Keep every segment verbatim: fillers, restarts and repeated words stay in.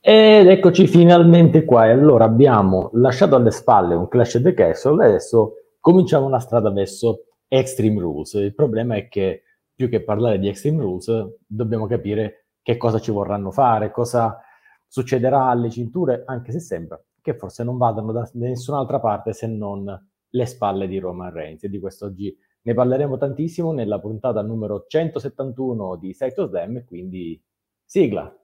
Ed eccoci finalmente qua. E allora abbiamo lasciato alle spalle un Clash of the Castle e adesso cominciamo una strada verso Extreme Rules. Il problema è che più che parlare di Extreme Rules, dobbiamo capire che cosa ci vorranno fare, cosa succederà alle cinture, anche se sembra che forse non vadano da nessun'altra parte se non le spalle di Roman Reigns. E di questo oggi ne parleremo tantissimo nella puntata numero centosettantuno di Site of Slam, quindi sigla.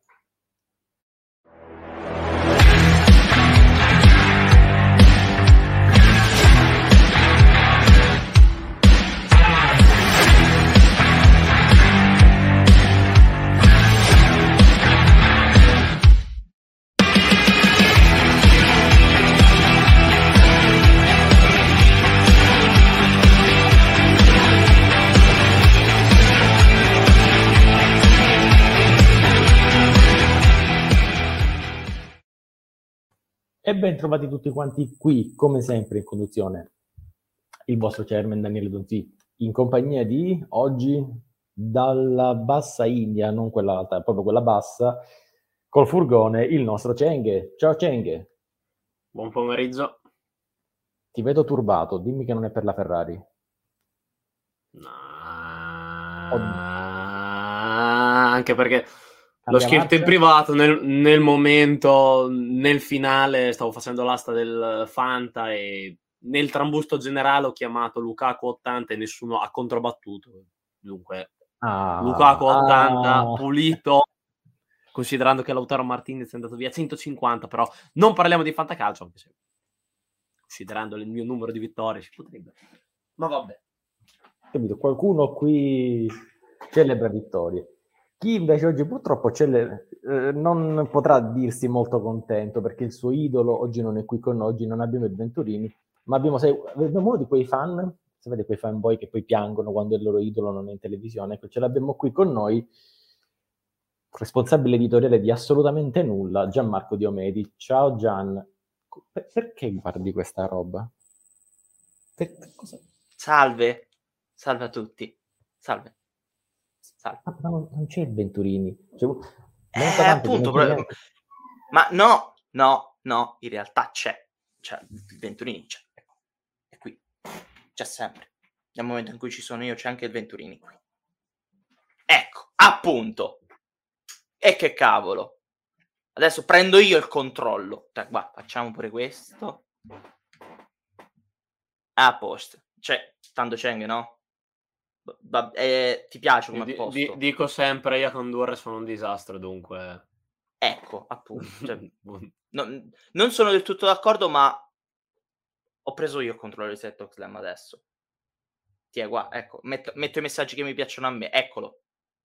E ben trovati tutti quanti qui, come sempre, in conduzione il vostro chairman Daniele Donzi, in compagnia di oggi dalla bassa India, non quella alta, proprio quella bassa, col furgone, il nostro Cenghe. Ciao Cenghe. Buon pomeriggio. Ti vedo turbato, dimmi che non è per la Ferrari. No, O- anche perché lo Cambia script in marcia? privato nel, nel momento, nel finale stavo facendo l'asta del Fanta e nel trambusto generale ho chiamato Lukaku ottanta e nessuno ha controbattuto. Dunque, Ah, Lukaku ottanta, ah. pulito, considerando che Lautaro Martinez è andato via centocinquanta, però non parliamo di fantacalcio, anche se considerando il mio numero di vittorie si potrebbe. Ma vabbè. Capito? Qualcuno qui celebra vittorie. Chi invece oggi purtroppo cele- eh, non potrà dirsi molto contento perché il suo idolo oggi non è qui con noi, oggi non abbiamo il Venturini, ma abbiamo, sai, abbiamo uno di quei fan, sapete quei fanboy che poi piangono quando il loro idolo non è in televisione, ecco, ce l'abbiamo qui con noi, responsabile editoriale di Assolutamente Nulla, Gianmarco Diomedi. Ciao Gian, per- perché guardi questa roba? Per- per cosa? Salve, salve a tutti. Salve. Salve. Ah, ma non, non c'è il Venturini. Cioè, Eh, manca tanto che non appunto, c'è pro- neanche. ma no, no, no, in realtà c'è. Cioè, il Venturini c'è. Ecco. È qui. C'è sempre. Nel momento in cui ci sono io c'è anche il Venturini qui. Ecco, appunto. E che cavolo. Adesso prendo io il controllo. Dai, va, facciamo pure questo. A posto. Cioè, tanto Cheng, no? Va- eh, ti piace come Di- posto? di- dico sempre, io a condurre sono un disastro, dunque. Ecco, appunto. Cioè, no, non sono del tutto d'accordo, ma ho preso io il controllo di Set Slam adesso. Ti è, guarda, ecco, metto, metto i messaggi che mi piacciono a me, eccolo.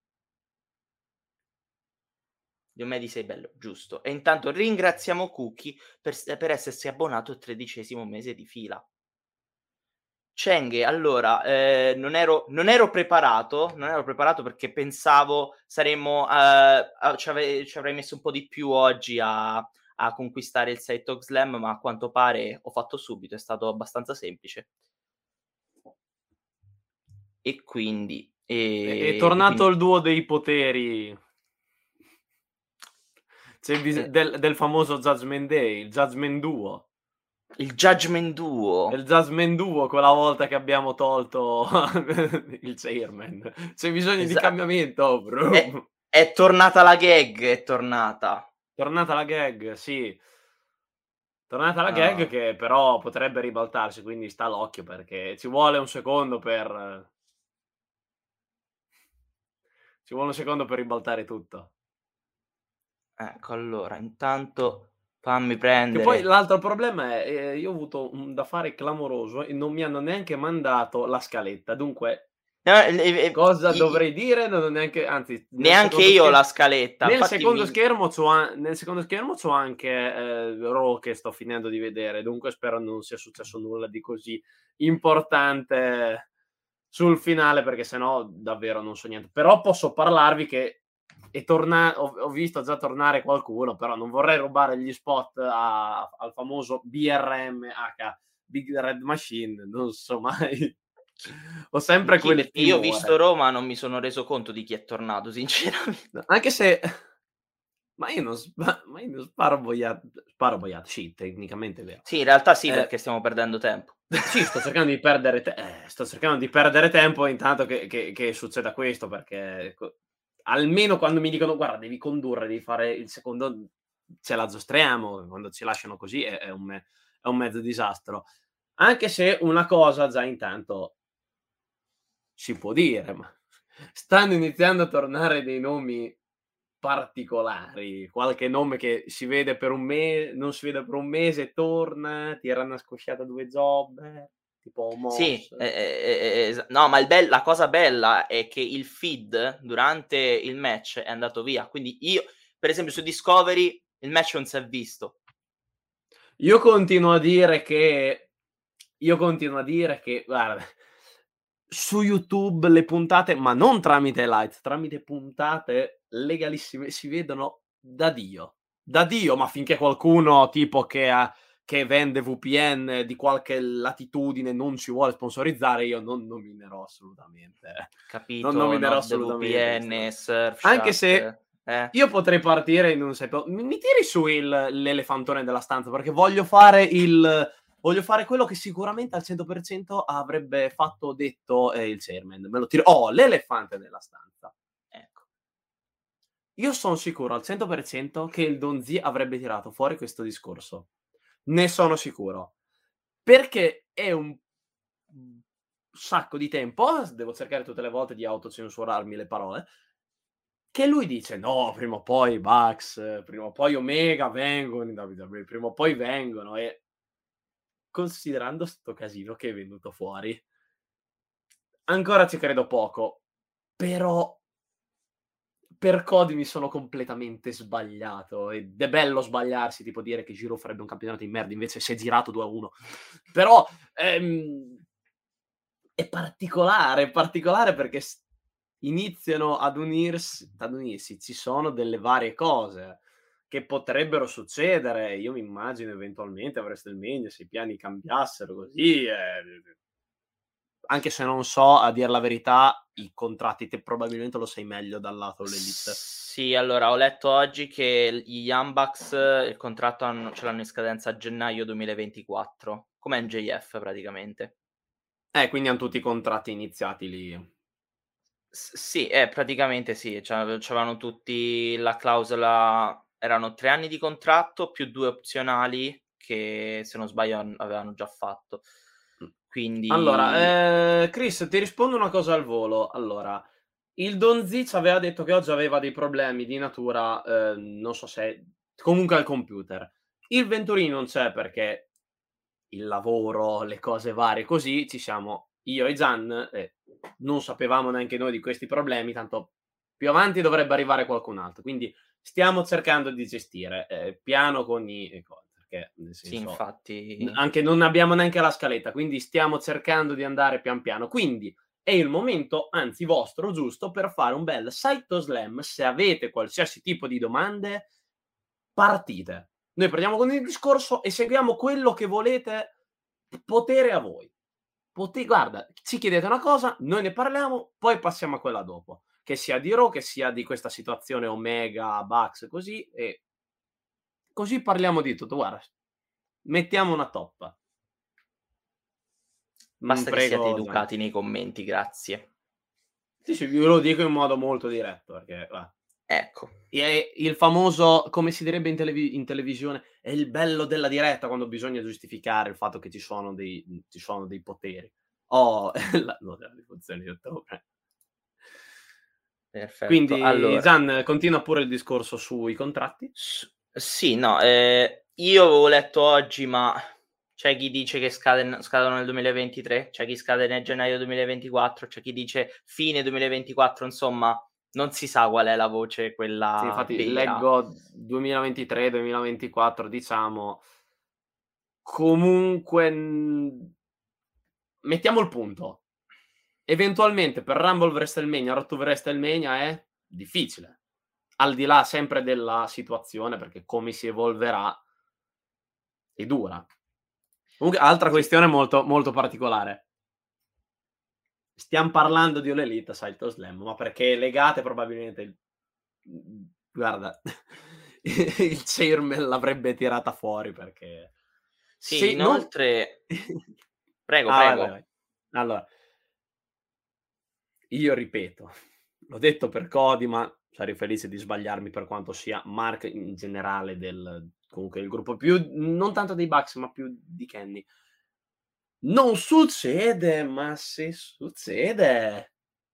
Diomedi sei bello, giusto. E intanto ringraziamo Cookie per, per essersi abbonato il tredicesimo mese di fila. Cheng, allora, eh, non, ero, non ero preparato, non ero preparato perché pensavo saremmo, eh, a, ci, ave, ci avrei messo un po' di più oggi a, a conquistare il Side Talk Slam, ma a quanto pare ho fatto subito, è stato abbastanza semplice. E quindi... E, È, è tornato quindi il duo dei poteri. C'è bis- eh, del, del famoso Judgment Day, il Judgment Duo. il Judgment È Duo. il Judgment Duo quella volta che abbiamo tolto il chairman. C'è bisogno di Esatto. cambiamento, bro. È, è tornata la gag, è tornata. Tornata la gag, sì. Tornata la gag Ah. che però potrebbe ribaltarsi, quindi sta all'occhio perché ci vuole un secondo per... Ci vuole un secondo per ribaltare tutto. Ecco, allora, intanto fammi Che poi prendere... l'altro problema è, ehm, io ho avuto un da fare clamoroso e non mi hanno neanche mandato la scaletta. Dunque, No, e- e- cosa i- i- dovrei dire? Non ho neanche anzi, nel neanche secondo io ho scher la scaletta, nel infatti secondo mi... schermo c'ho a nel secondo schermo c'ho anche, ehm, Raw che sto finendo di vedere, dunque spero non sia successo nulla di così importante sul finale, perché se no davvero non so niente. Però posso parlarvi che è torna ho ho visto già tornare qualcuno, però non vorrei rubare gli spot a al famoso B R M H Big Red Machine, non so mai. Ho sempre Chi? quel Perché io ho timore. visto Roma, non mi sono reso conto di chi è tornato, sinceramente. Anche se Ma io non, spa- ma io non sparo boiate, sparo boiate, sì, tecnicamente è vero. Sì, in realtà sì, Eh, perché stiamo perdendo tempo. Sì, sto cercando di perdere, te- eh, sto cercando di perdere tempo intanto che, che- che succeda questo, perché ecco, almeno quando mi dicono guarda, devi condurre, devi fare il secondo, ce la zostriamo, quando ci lasciano così è, è un, me- è un mezzo disastro. Anche se una cosa già intanto si può dire, ma stanno iniziando a tornare dei nomi particolari, qualche nome che si vede per un me non si vede per un mese, torna, tira una scosciata a due jobber, tipo Sì, Moss. e e e es no, ma il bel la cosa bella è che il feed durante il match è andato via. Quindi io per esempio su Discovery il match non si è visto. Io continuo a dire che io continuo a dire che guarda, su YouTube le puntate, ma non tramite highlights, tramite puntate legalissime, si vedono da Dio. Da Dio, ma finché qualcuno tipo che ha che vende V P N di qualche latitudine non ci vuole sponsorizzare, io non nominerò assolutamente non Capito? nominerò assolutamente queste NordVPN, cose. Anche se Surfshark, eh. io potrei partire in un seco mi mi tiri su il l'elefantone della stanza, perché voglio fare il voglio fare quello che sicuramente al cento per cento avrebbe fatto o detto, ehm, il chairman. Me lo tiro oh, l'elefante nella stanza. Ecco. Io son sicuro al cento per cento che il Don Z avrebbe tirato fuori questo discorso. Ne sono sicuro. Perché è un mhmm, sacco di tempo, s devo cercare tutte le volte di autocensurarmi le parole, che lui dice: "No, prima o poi i Bucks, prima o poi Omega vengono in W W E, prima o poi vengono", e considerando 'sto casino che è venuto fuori, ancora ci credo poco, però per Cody mi sono completamente sbagliato ed è bello sbagliarsi, tipo dire che Giro farebbe un campionato di merda, invece si è girato due a uno. Però, ehm, è particolare, è particolare perché s iniziano ad unirs ad unirsi, ci sono delle varie cose che potrebbero succedere. Io mi immagino eventualmente a WrestleMania se i piani cambiassero così, ehm anche se non so, a dir la verità, i contratti te probabilmente lo sai meglio dal lato dell'Elite. Sì, allora ho letto oggi che l gli Young Bucks il contratto hanno ce l'hanno in scadenza a gennaio duemilaventiquattro, come M J F praticamente. Eh, quindi han tutti i contratti iniziati lì. S sì, eh, praticamente sì, c'ave c'avevano tutti la clausola erano tre anni di contratto più due opzionali che se non sbaglio an avevano già fatto. Mh. Quindi Allora, ehm, Chris, ti rispondo una cosa al volo. Allora, il Don Z c'aveva detto che oggi aveva dei problemi di natura, ehm, non so se comunque al computer. Il Venturini non c'è perché il lavoro, le cose varie così, ci siamo io e Gian, e non sapevamo neanche noi di questi problemi, tanto più avanti dovrebbe arrivare qualcun altro. Quindi stiamo cercando di gestire, ehm, piano con i e cose, perché nel sì, senso n infatti anche non abbiamo neanche la scaletta, quindi stiamo cercando di andare pian piano. Quindi è il momento, anzi vostro, giusto, per fare un bel Saito Slam. Se avete qualsiasi tipo di domande, partite. Noi partiamo con il discorso e seguiamo quello che volete, potere a voi. Pote guarda, ci chiedete una cosa, noi ne parliamo, poi passiamo a quella dopo. Che sia di Raw, che sia di questa situazione Omega, Bucks, così, e così parliamo di tutto. Guarda, mettiamo una toppa. Mhmm, basta che siate prego Gian. educati nei commenti, grazie. Sì, sì, io lo dico in modo molto diretto perché va. Ecco. È il famoso, come si direbbe in televi in televisione, è il bello della diretta quando bisogna giustificare il fatto che ci sono dei mhmm, ci sono dei poteri. Oh, la no, della rivoluzione di ottobre. Perfetto. Quindi Allora, Gian, continua pure il discorso sui contratti. s sì, no, ehm, io avevo letto oggi, ma c'è chi dice che scaden scadono nel duemilaventitré, c'è chi scade nel gennaio duemilaventiquattro, c'è chi dice fine duemilaventiquattro, insomma non si sa qual è la voce Sì, quella infatti vera. leggo duemilaventitré, duemilaventiquattro, diciamo. Comunque, mhmm, mettiamo il punto. Eventualmente per Rumble WrestleMania, Road to WrestleMania è difficile. Al di là sempre della situazione, perché come si evolverà è dura. Comunque altra Sì. questione molto, molto particolare. Stiam parlando di All Elite a Saito Slam, ma perché legate probabilmente il mhmm, guarda, il chairman l'avrebbe tirata fuori perché... Sì, Se non- inoltre... Prego, Ah, vai, prego. vai, vai. Allora, io ripeto, l'ho detto per Cody, ma sarei felice di sbagliarmi per quanto sia Mark in generale del comunque il gruppo più non tanto dei Bucks, ma più di Kenny. Non succede, ma se succede...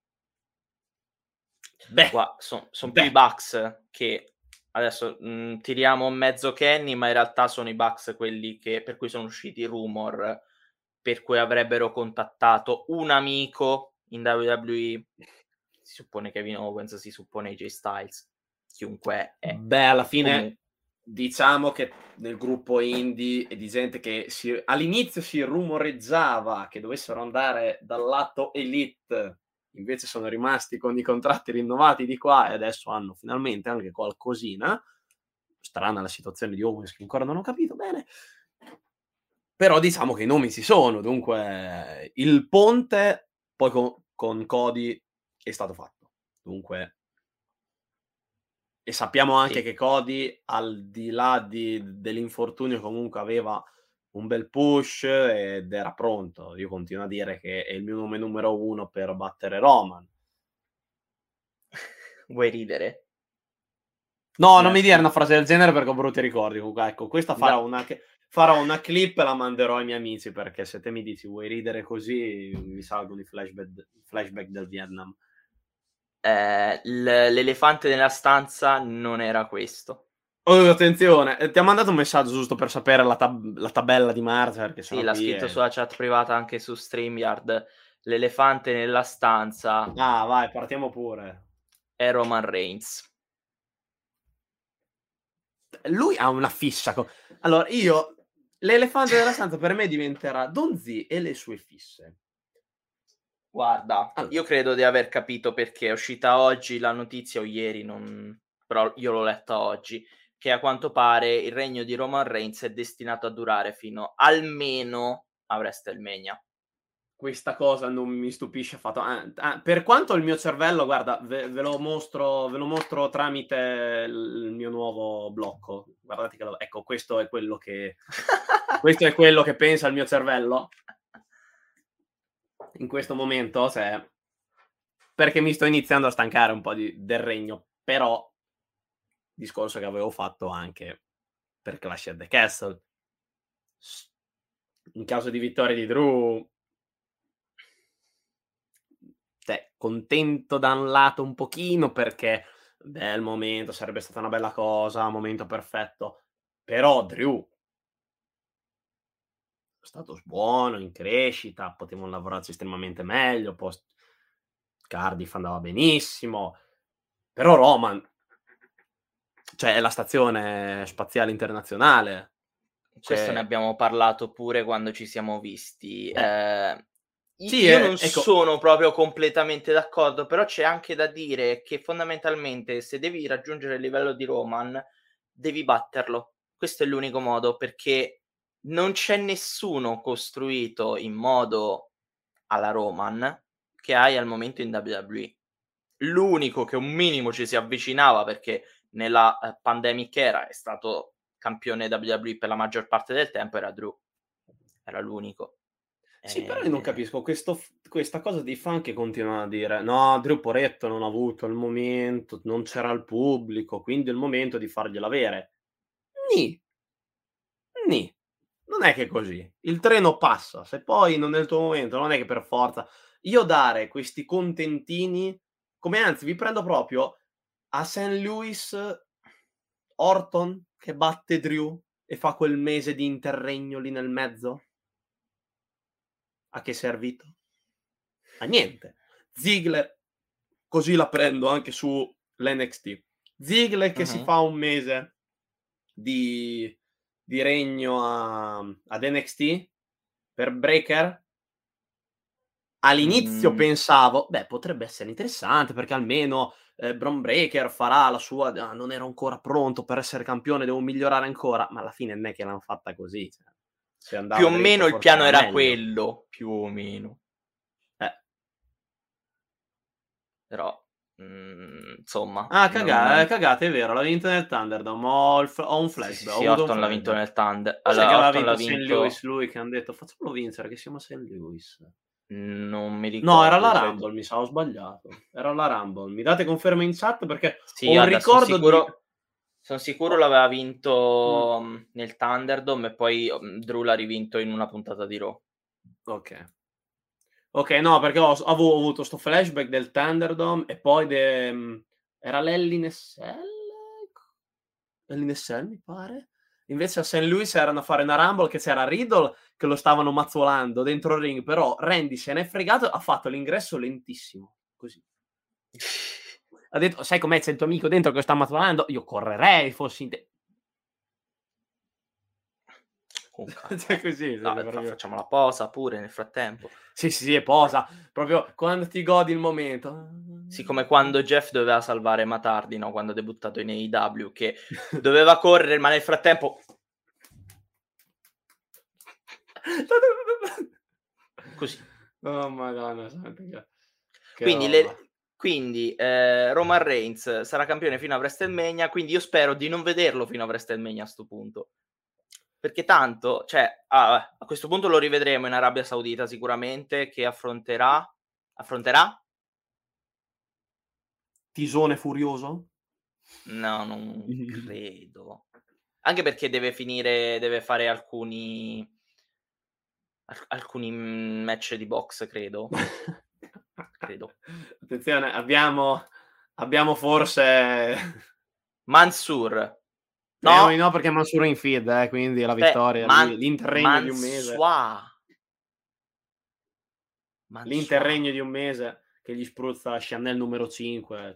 Beh, Gua- son, son beh. più i Bucks che adesso mh, tiriamo mezzo Kenny, ma in realtà sono i Bucks quelli che, per cui sono usciti i rumor per cui avrebbero contattato un amico in W W E. Si suppone Kevin Owens, si suppone A J Styles, chiunque è. Beh, alla fine Comunque. diciamo che nel gruppo indie e di gente che si, all'inizio si rumoreggiava che dovessero andare dal lato elite, invece sono rimasti con i contratti rinnovati di qua e adesso hanno finalmente anche qualcosina. Strana la situazione di Owens che ancora non ho capito bene. Però diciamo che i nomi ci sono, dunque il ponte poi con, con Cody è stato fatto. Dunque, e sappiamo anche Sì. che Cody, al di là di, dell'infortunio, comunque aveva un bel push ed era pronto. Io continuo a dire che è il mio nome numero uno per battere Roman. Vuoi ridere? No, non mi dire una frase del genere perché ho brutti ricordi. Comunque, ecco, questa farà No. una, farò una clip e la manderò ai miei amici perché se te mi dici vuoi ridere così, mi salgono i flashback, flashback del Vietnam. Eh, l- l'elefante nella stanza non era questo. Oh, attenzione, eh, ti ha mandato un messaggio giusto per sapere la, tab- la tabella di marcia perché Sì, sennò l'ha qui scritto è... sulla chat privata anche su StreamYard. L'elefante nella stanza Ah, vai, partiamo pure. è Roman Reigns. Lui ha una fissa. Con... Allora, io... L'elefante della stanza per me diventerà Don Z e le sue fisse. Guarda, Allora. io credo di aver capito perché è uscita oggi la notizia o ieri, non... però io l'ho letta oggi, che a quanto pare il regno di Roman Reigns è destinato a durare fino almeno a WrestleMania. Questa cosa non mi stupisce affatto. Ah, ah, per quanto il mio cervello, guarda, ve, ve, lo mostro, ve lo mostro tramite il mio nuovo blocco. Guardate che lo, ecco, questo è quello che questo è quello che pensa il mio cervello in questo momento, cioè, perché mi sto iniziando a stancare un po' di, del regno, però discorso che avevo fatto anche per Clash at the Castle. In caso di vittoria di Drew, cioè, contento da un lato un pochino perché bel momento, sarebbe stata una bella cosa, momento perfetto, però Drew è stato buono, in crescita, potevano lavorarci estremamente meglio, post Cardiff andava benissimo, però Roman, cioè è la stazione spaziale internazionale. Questo Cioè, ne abbiamo parlato pure quando ci siamo visti. eh, Eh, sì, io eh, non ecco, sono proprio completamente d'accordo, però c'è anche da dire che fondamentalmente se devi raggiungere il livello di Roman, devi batterlo. Questo è l'unico modo, perché non c'è nessuno costruito in modo alla Roman che hai al momento in W W E. L'unico che un minimo ci si avvicinava, perché nella eh, pandemic era è stato campione W W E per la maggior parte del tempo, era Drew. Era l'unico. sì, però io non Eh, capisco questo f questa cosa dei fan che continuano a dire: "No, Drew poretto non ha avuto il momento, non c'era il pubblico, quindi è il momento di fargliela avere". Nì, nì, non è che è così. Il treno passa, se poi non è il tuo momento, non è che per forza io dare questi contentini come anzi vi prendo proprio a Saint Louis Orton che batte Drew e fa quel mese di interregno lì nel mezzo. A che è servito? A niente. Ziggler, così la prendo anche su l'N X T. Ziggler che si uh-huh. fa un mese di, di regno a, ad N X T per Breaker. All'inizio mm, pensavo, beh, potrebbe essere interessante perché almeno eh, Bron Breaker farà la sua. Ah, non ero ancora pronto per essere campione, devo migliorare ancora. Ma alla fine non è che l'hanno fatta così. Cioè, se più andava o dritto, meno il forse piano era era meglio. quello, più o meno. Eh. Però Mm, insomma. Ah, cagate, non... cagate, è vero, l'ha vinto nel Thunderdome. Ho, il f- ho un Sì, sì, flashback. sì, Ho avuto Orton un l'ha vinto flashback. nel Thunder. Cos'è Allora, che aveva Orton l'ha vinto Saint vinto... Louis lui che hanno detto facciamolo vincere che siamo a Saint Louis. Non mi No, era ricordo. la di solito- Rumble, mi sa, ho sbagliato. Era la Rumble. Mi date conferma in chat perché Sì, ho un guarda, sono ricordo di... sicuro, sono sicuro l'aveva Mm. vinto mm, nel Thunderdome e poi mm, Drew l'ha rivinto in una puntata di Raw. Ok. Ok, no, perché ho, avevo avuto sto flashback del Thunderdome e poi de, mh, era l'Hell in a Cell? Hell in a Cell, mi pare. Invece a Saint Louis erano a fare una Rumble che c'era Riddle che lo stavano mazzolando dentro il ring, però Randy se n'è fregato, ha fatto l'ingresso lentissimo, così. Ha detto, sai com'è, c'è il tuo amico dentro che lo sta mazzolando? Io correrei, fossi in te. Comunque, Cioè così. no, Cioè, fa- proprio... facciamo la posa pure nel frattempo. Sì, sì, sì, e posa. Proprio quando ti godi il momento. Sì, come quando Jeff doveva salvare Matardi, no? Quando ha debuttato in A E W, che doveva correre, ma nel frattempo... Così. Oh, madonna santa, che, che Quindi, roba. le, quindi eh, Roman Reigns sarà campione fino a WrestleMania, quindi io spero di non vederlo fino a WrestleMania a sto punto. Perché tanto, cioè, ah, a questo punto lo rivedremo in Arabia Saudita sicuramente, che affronterà... Affronterà? Tisone furioso? No, non credo. Anche perché deve finire, deve fare alcuni... Alc- alcuni match di box, credo. Credo. Attenzione, abbiamo, abbiamo forse... Mansur. Speriamo No, di no perché Mansur è in feed, eh, quindi la Spe- vittoria, Man- l'interregno di un mese. Mansua. Mansua. L'interregno di un mese che gli spruzza Chanel numero cinque.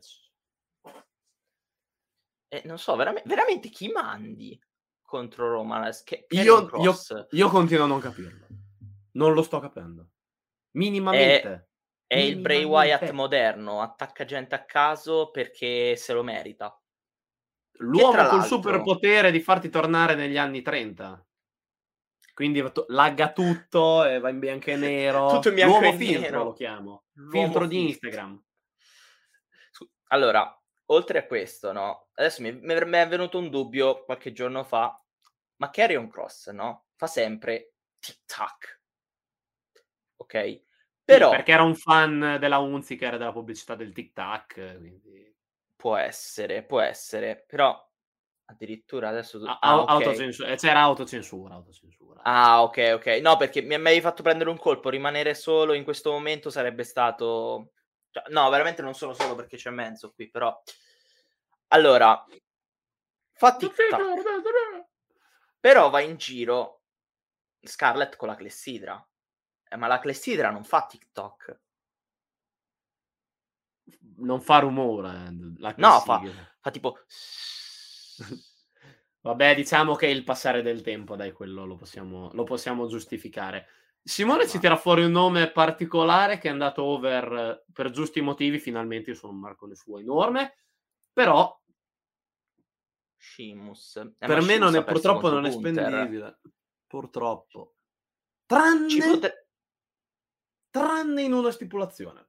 Eh, non so, veram- veramente chi mandi contro Roman? Che- Io, io, Cross. io continuo a non capirlo. Non lo sto capendo. È, Minimamente. è il Bray Minimamente. Wyatt moderno, attacca gente a caso perché se lo merita. L'uomo col l'altro- superpotere di farti tornare negli anni trenta. Quindi to- lagga tutto e va in bianco e nero. Tutto in bianco L'uomo e filtro nero. lo chiamo. L'uomo Filtro di filtro. Instagram. Allora, oltre a questo, no? Adesso mi, mi è venuto un dubbio qualche giorno fa, ma Karrion Cross, no? Fa sempre tic-tac. Ok? Però... Sì, perché era un fan della Unzi che era della pubblicità del Tic Tac. Quindi... Può essere, può essere, però addirittura adesso... A- ah, ok. autocensura. C'era autocensura, autocensura. Ah, ok, ok. No, perché mi mi hai fatto prendere un colpo. Rimanere solo in questo momento sarebbe stato... Cioè, no, veramente non sono solo perché c'è Menzo qui, però... Allora, fa tic-tac. Però va in giro Scarlett con la clessidra. Eh, ma la clessidra non fa TikTok. Non fa rumore. La No, fa, clessidra. fa tipo... Vabbè, diciamo che il passare del tempo, dai, quello lo possiamo, lo possiamo giustificare. Simone Ma- ci tira fuori un nome particolare che è andato over eh, per giusti motivi, finalmente io sono un marcone suo enorme, però Sheamus. Eh, per ma me Sheamus non ha è, perso purtroppo contro non è Gunther. spendibile. Purtroppo. Ci Tranne, pote- tranne in una stipulazione.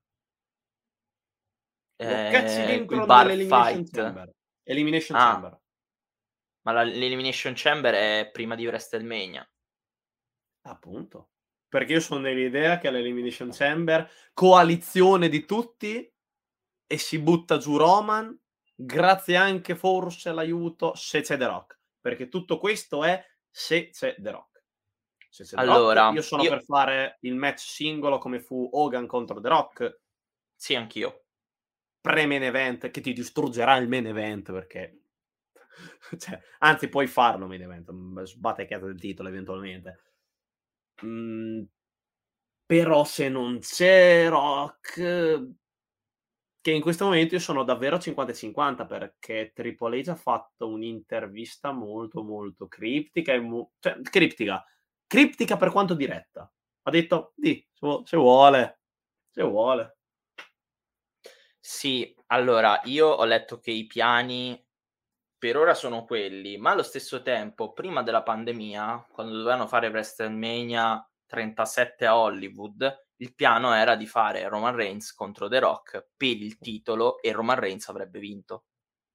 Lo eh, cacci il dentro bar nell'Elimination fight. Chamber. Elimination Ah. Chamber. Ma la- l'Elimination Chamber è prima di WrestleMania. Appunto. Perché io sono dell'idea che all'Elimination Chamber, coalizione di tutti, e si butta giù Roman, grazie anche forse all'aiuto se c'è The Rock. Perché tutto questo è se c'è The Rock. Se c'è The Allora, Rock, io sono io- per fare il match singolo come fu Hogan contro The Rock, Sì, anch'io. pre-main event, che ti distruggerà il main event, perché... cioè, anzi, puoi farlo main event, sbatte cazzo del titolo eventualmente. Mm, però se non c'è Rock, che in questo momento io sono davvero cinquanta e cinquanta, perché Triple H ha fatto un'intervista molto molto criptica e mo- cioè, criptica criptica per quanto diretta. Ha detto di se vuole se vuole Sì, allora, io ho letto che i piani per ora sono quelli, ma allo stesso tempo, prima della pandemia, quando dovevano fare WrestleMania trentasette a Hollywood, il piano era di fare Roman Reigns contro The Rock per il titolo e Roman Reigns avrebbe vinto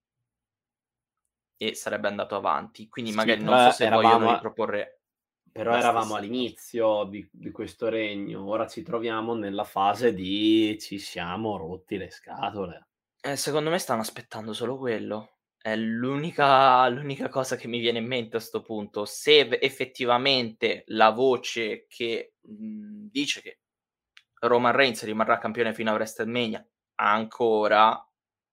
e sarebbe andato avanti, quindi Sì, magari non però so se vogliono eravamo a- riproporre Però la eravamo stessa all'inizio di, di questo regno, ora ci troviamo nella fase di ci siamo rotti le scatole. Eh, secondo me stanno aspettando solo quello. È l'unica, l'unica cosa che mi viene in mente a sto punto. Se v- effettivamente la voce che mh, dice che Roman Reigns rimarrà campione fino a WrestleMania ancora,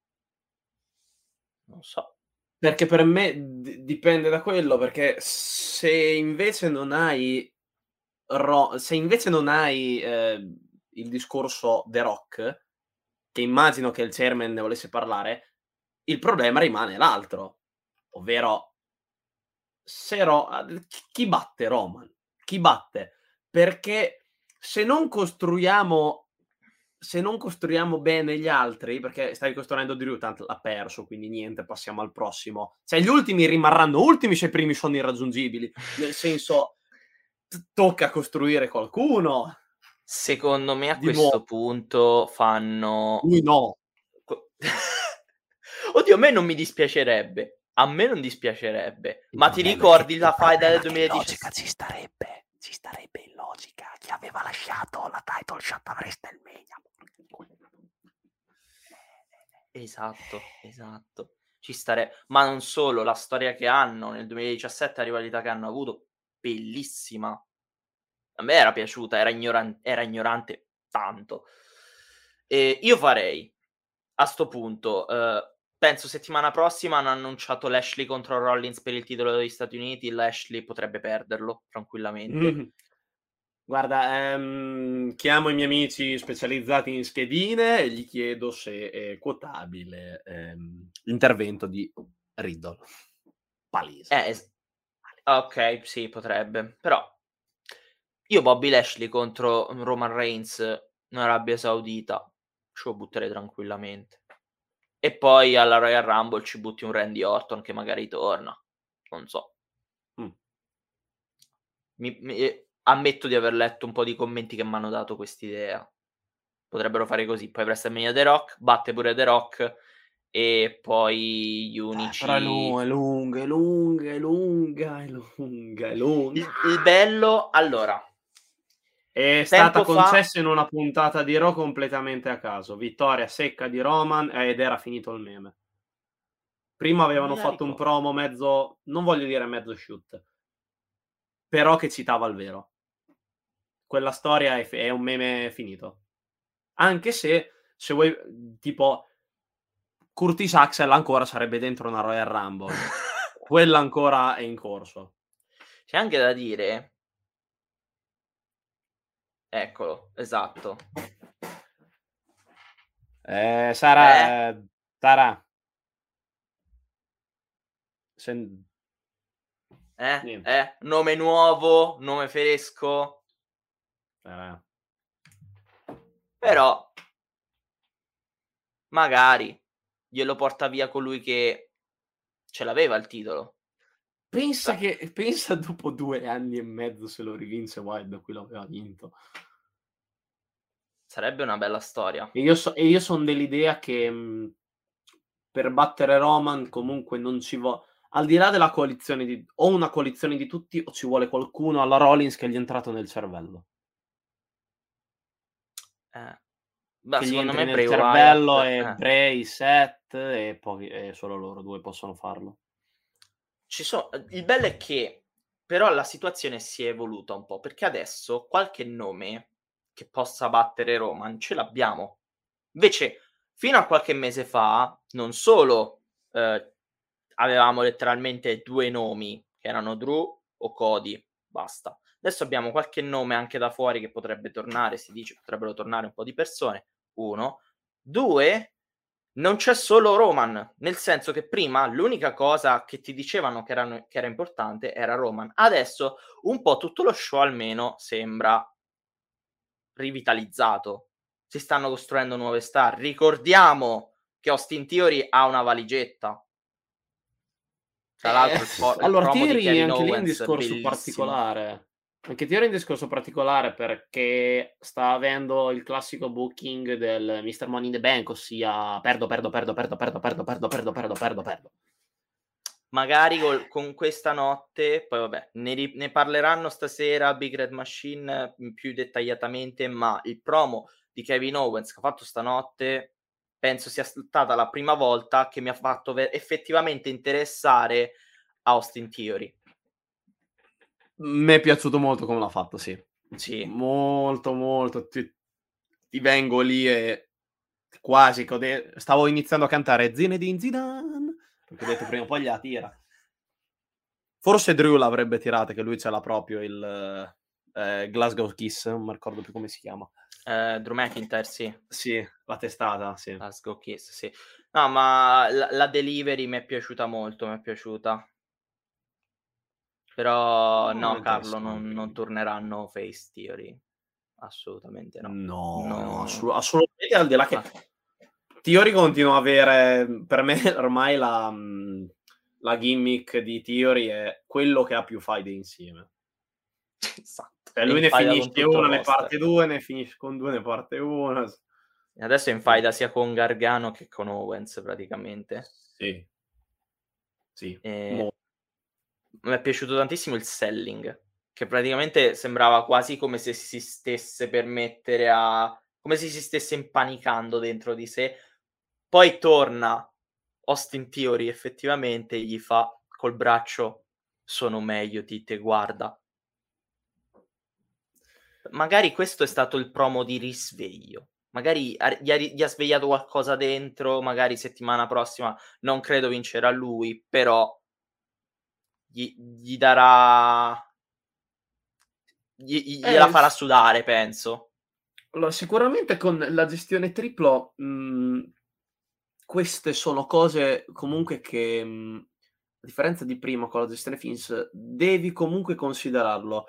non so. Perché per me d- dipende da quello, perché se invece non hai Ro- se invece non hai eh, il discorso The Rock, che immagino che il chairman ne volesse parlare, il problema rimane l'altro, ovvero se Ro- chi batte Roman? Chi batte? Perché se non costruiamo se non costruiamo bene gli altri, perché stai costruendo Drew, tanto l'ha perso, quindi niente, passiamo al prossimo. Cioè, gli ultimi rimarranno ultimi se i primi sono irraggiungibili. Nel senso, t- tocca costruire qualcuno. Secondo me a Di nuovo. questo punto fanno... Lui no. Co- Oddio, a me non mi dispiacerebbe. A me non dispiacerebbe. Il Ma ti problema è ricordi che- la il faida del problema è che in logica duemiladiciassette? ci starebbe, ci starebbe in logica chi aveva lasciato la title shot a WrestleMania. Esatto, esatto. Ci stare... Ma non solo, la storia che hanno nel duemiladiciassette, la rivalità che hanno avuto, bellissima. A me era piaciuta, era, ignoran- era ignorante tanto. E io farei, a sto punto, eh, penso settimana prossima hanno annunciato Lashley contro Rollins per il titolo degli Stati Uniti, Lashley potrebbe perderlo tranquillamente. Mm. Guarda, ehm, chiamo i miei amici specializzati in schedine e gli chiedo se è quotabile ehm, l'intervento di Riddle. Palese. Eh, es- ok, sì, potrebbe. Però io Bobby Lashley contro Roman Reigns in Arabia Saudita ce lo butterei tranquillamente. E poi alla Royal Rumble ci butti un Randy Orton che magari torna. Non so. Mm. Mi, mi- ammetto di aver letto un po' di commenti che mi hanno dato quest'idea. Potrebbero fare così. Poi WrestleMania The Rock, batte pure The Rock e poi gli unici... Eh, però è lunga, è lunga, è lunga, è lunga, è lunga, è lunga. Il, il bello, allora, È tempo stata fa... concessa in una puntata di Raw completamente a caso. Vittoria secca di Roman ed era finito il meme. Prima Non avevano me la fatto un ricordo. promo mezzo, non voglio dire mezzo shoot, però che citava il vero. Quella storia è, è un meme finito. Anche se, se vuoi, tipo, Curtis Axel ancora sarebbe dentro una Royal Rumble. Quella ancora è in corso. C'è anche da dire... Eccolo, esatto. Eh, Sara, eh? Sara. Sen... Eh? Niente. Eh? Nome nuovo, nome fresco. Sara. Però magari glielo porta via colui che ce l'aveva il titolo. Pensa che pensa dopo due anni e mezzo se lo rivince Wild da cui l'aveva vinto. Sarebbe una bella storia. E io, so, e io sono dell'idea che mh, per battere Roman comunque non ci vuole, al di là della coalizione di, o una coalizione di tutti o ci vuole qualcuno alla Rollins che gli è entrato nel cervello. Eh. Beh, Che gli secondo entri me nel Bray cervello Wyatt, e eh. Bray, Seth e poi e solo loro due possono farlo. Ci so- il bello è che però la situazione si è evoluta un po', perché adesso qualche nome che possa battere Roman ce l'abbiamo. Invece fino a qualche mese fa non solo eh, avevamo letteralmente due nomi che erano Drew o Cody, basta. Adesso abbiamo qualche nome anche da fuori che potrebbe tornare, si dice potrebbero tornare un po' di persone. Uno, due, non c'è solo Roman, nel senso che prima l'unica cosa che ti dicevano che, erano, che era importante era Roman. Adesso un po' tutto lo show almeno sembra rivitalizzato. Si stanno costruendo nuove star. Ricordiamo che Austin Theory ha una valigetta. Tra l'altro il, po- il Allora, promo di Theory Kevin anche lì è un Owens discorso bellissimo. particolare. Anche Theory è un discorso particolare perché sta avendo il classico booking del mister Money in the Bank, ossia perdo, perdo, perdo, perdo, perdo, perdo, perdo, perdo, perdo, perdo, perdo. Magari col, con questa notte, poi vabbè, ne, ri, ne parleranno stasera Big Red Machine più dettagliatamente, ma il promo di Kevin Owens che ha fatto stanotte penso sia stata la prima volta che mi ha fatto ver- effettivamente interessare Austin Theory. Mi è piaciuto molto come l'ha fatto, sì. Sì. Molto, molto. Ti, ti vengo lì e quasi code... stavo iniziando a cantare Zinedine Zidane, perché ho detto prima o poi gliela tira. Forse Drew l'avrebbe tirata, che lui ce l'ha proprio il eh, Glasgow Kiss, non mi ricordo più come si chiama. Eh, Drew McIntyre, sì. Sì, la testata, sì. Glasgow Kiss, sì. No, ma la, la delivery mi è piaciuta molto, mi è piaciuta. Però no, no Carlo, non, non torneranno Face Theory. Assolutamente no. No, no, no assolut- assolutamente, al di là che ah. Theory continua a avere, per me ormai la, la gimmick di Theory è quello che ha più faide insieme. Esatto. Cioè, lui ne finisce una, ne parte due, ne finisce con due, ne parte una. E adesso è in faida sia con Gargano che con Owens praticamente. Sì. Sì. E... mi è piaciuto tantissimo il selling, che praticamente sembrava quasi come se si stesse per mettere a... come se si stesse impanicando dentro di sé. Poi torna Austin Theory, effettivamente gli fa col braccio sono meglio di te, guarda. Magari questo è stato il promo di risveglio. Magari gli ha, gli ha svegliato qualcosa dentro, magari settimana prossima non credo vincerà lui, però gli, gli darà... Gli, gliela eh, farà sudare, penso. Allora, sicuramente con la gestione triplo mh, queste sono cose comunque che, mh, a differenza di prima con la gestione Fins, devi comunque considerarlo.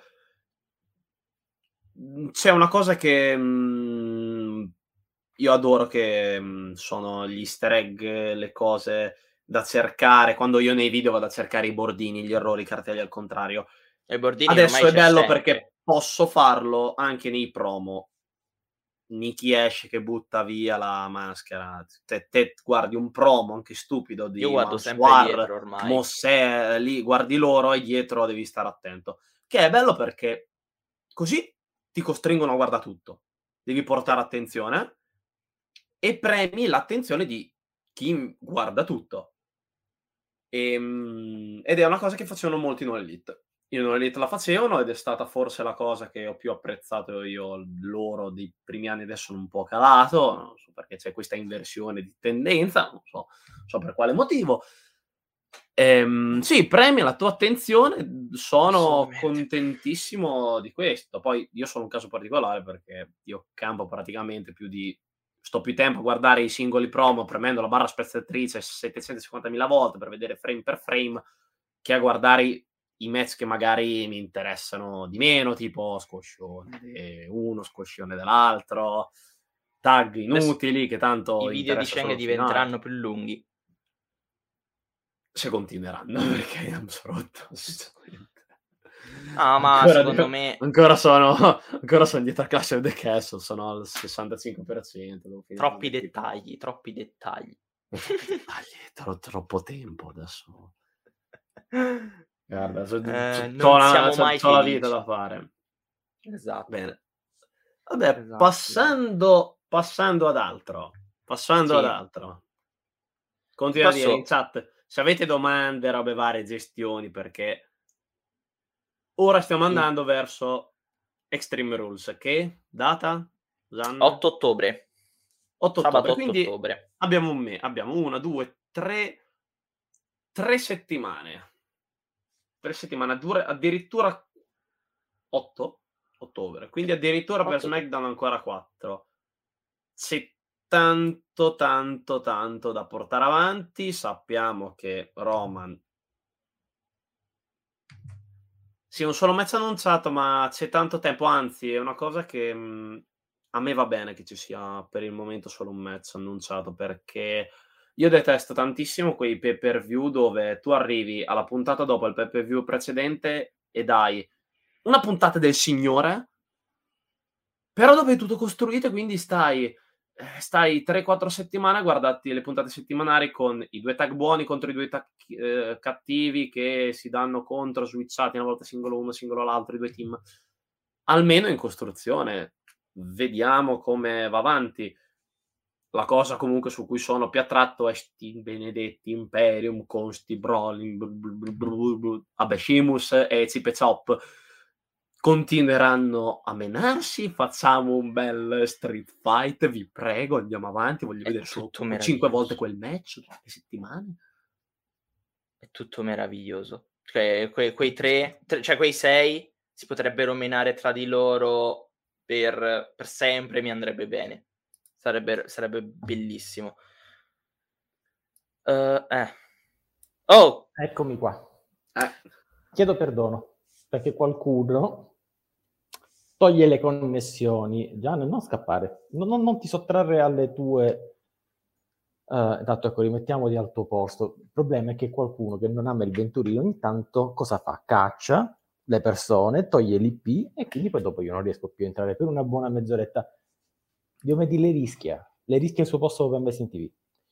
C'è una cosa che mh, io adoro, che mh, sono gli easter egg, le cose da cercare, quando io nei video vado a cercare i bordini, gli errori, i cartelli al contrario. I bordini adesso è bello sempre. Perché posso farlo anche nei promo. Nicky Ash che butta via la maschera, te, te guardi un promo anche stupido di io guardo sempre dietro ormai. Mossè, lì guardi loro e dietro devi stare attento, che è bello perché così ti costringono a guardare tutto, devi portare attenzione e premi l'attenzione di chi guarda tutto. E, ed è una cosa che facevano molti in Elite. In Elite la facevano ed è stata forse la cosa che ho più apprezzato io loro dei primi anni. Adesso non un po' calato, non so perché c'è questa inversione di tendenza, non so, non so per quale motivo. Ehm, sì, premi la tua attenzione, sono contentissimo di questo. Poi io sono un caso particolare perché io campo praticamente più di sto più tempo a guardare i singoli promo premendo la barra spezzatrice settecentocinquantamila volte per vedere frame per frame, che a guardare i match che magari mi interessano di meno, tipo scoscione di uno, scoscione dell'altro, tag inutili che tanto i video di Cheng diventeranno più lunghi se continueranno, perché io sono rotto. Ah, ma ancora secondo dico, me ancora sono ancora sono dietro a Clash of the Castle, sono al sessantacinque per cento. Troppi dettagli, troppi dettagli. Troppi dettagli, tro- troppo tempo adesso. Guarda, so, eh, c'ho, non la, siamo c'ho, mai c'ho la vita da fare. Esatto. Bene. Vabbè, esatto, passando, esatto. passando ad altro. Passando sì. ad altro. Continua Posso... a dire in chat se avete domande, robe varie, gestioni, perché ora stiamo andando sì. verso Extreme Rules. Che data? Susanna? otto ottobre. otto Sabato ottobre. Quindi ottobre. abbiamo un me, abbiamo una, due, tre, tre settimane. Tre settimane, dura, addirittura otto ottobre. Quindi addirittura per SmackDown ancora quattro. C'è tanto, tanto, tanto da portare avanti. Sappiamo che Roman sì, un solo match annunciato, ma c'è tanto tempo, anzi è una cosa che mh, a me va bene che ci sia per il momento solo un match annunciato, perché io detesto tantissimo quei pay per view dove tu arrivi alla puntata dopo il pay per view precedente e dai una puntata del signore, però dove è tutto costruito, quindi stai, stai tre quattro settimane a guardarti le puntate settimanali con i due tag buoni contro i due tag eh, cattivi che si danno contro, switchati una volta singolo uno, singolo l'altro, i due team. Almeno in costruzione. Vediamo come va avanti. La cosa comunque su cui sono più attratto è sti benedetti Imperium con sti Brolin, vabbè, Sheamus e Zip e Chop continueranno a menarsi. Facciamo un bel street fight, vi prego, andiamo avanti, voglio È vedere solo tutto cinque volte meraviglioso. quel match tutte le settimane. È tutto meraviglioso. Cioè, que- quei tre, tre- cioè quei sei si potrebbero menare tra di loro per, per sempre, mi andrebbe bene. Sarebbe, sarebbe bellissimo. Uh, eh. Oh! Eccomi qua. Eh. Chiedo perdono, perché qualcuno toglie le connessioni. Gian, non scappare, non, non, non ti sottrarre alle tue... Uh, tanto ecco, rimettiamoli al tuo posto. Il problema è che qualcuno che non ama il Venturino ogni tanto cosa fa? Caccia le persone, toglie l'I P e quindi poi dopo io non riesco più a entrare per una buona mezz'oretta. Diomedi le rischia, le rischia il suo posto Open Basing T V.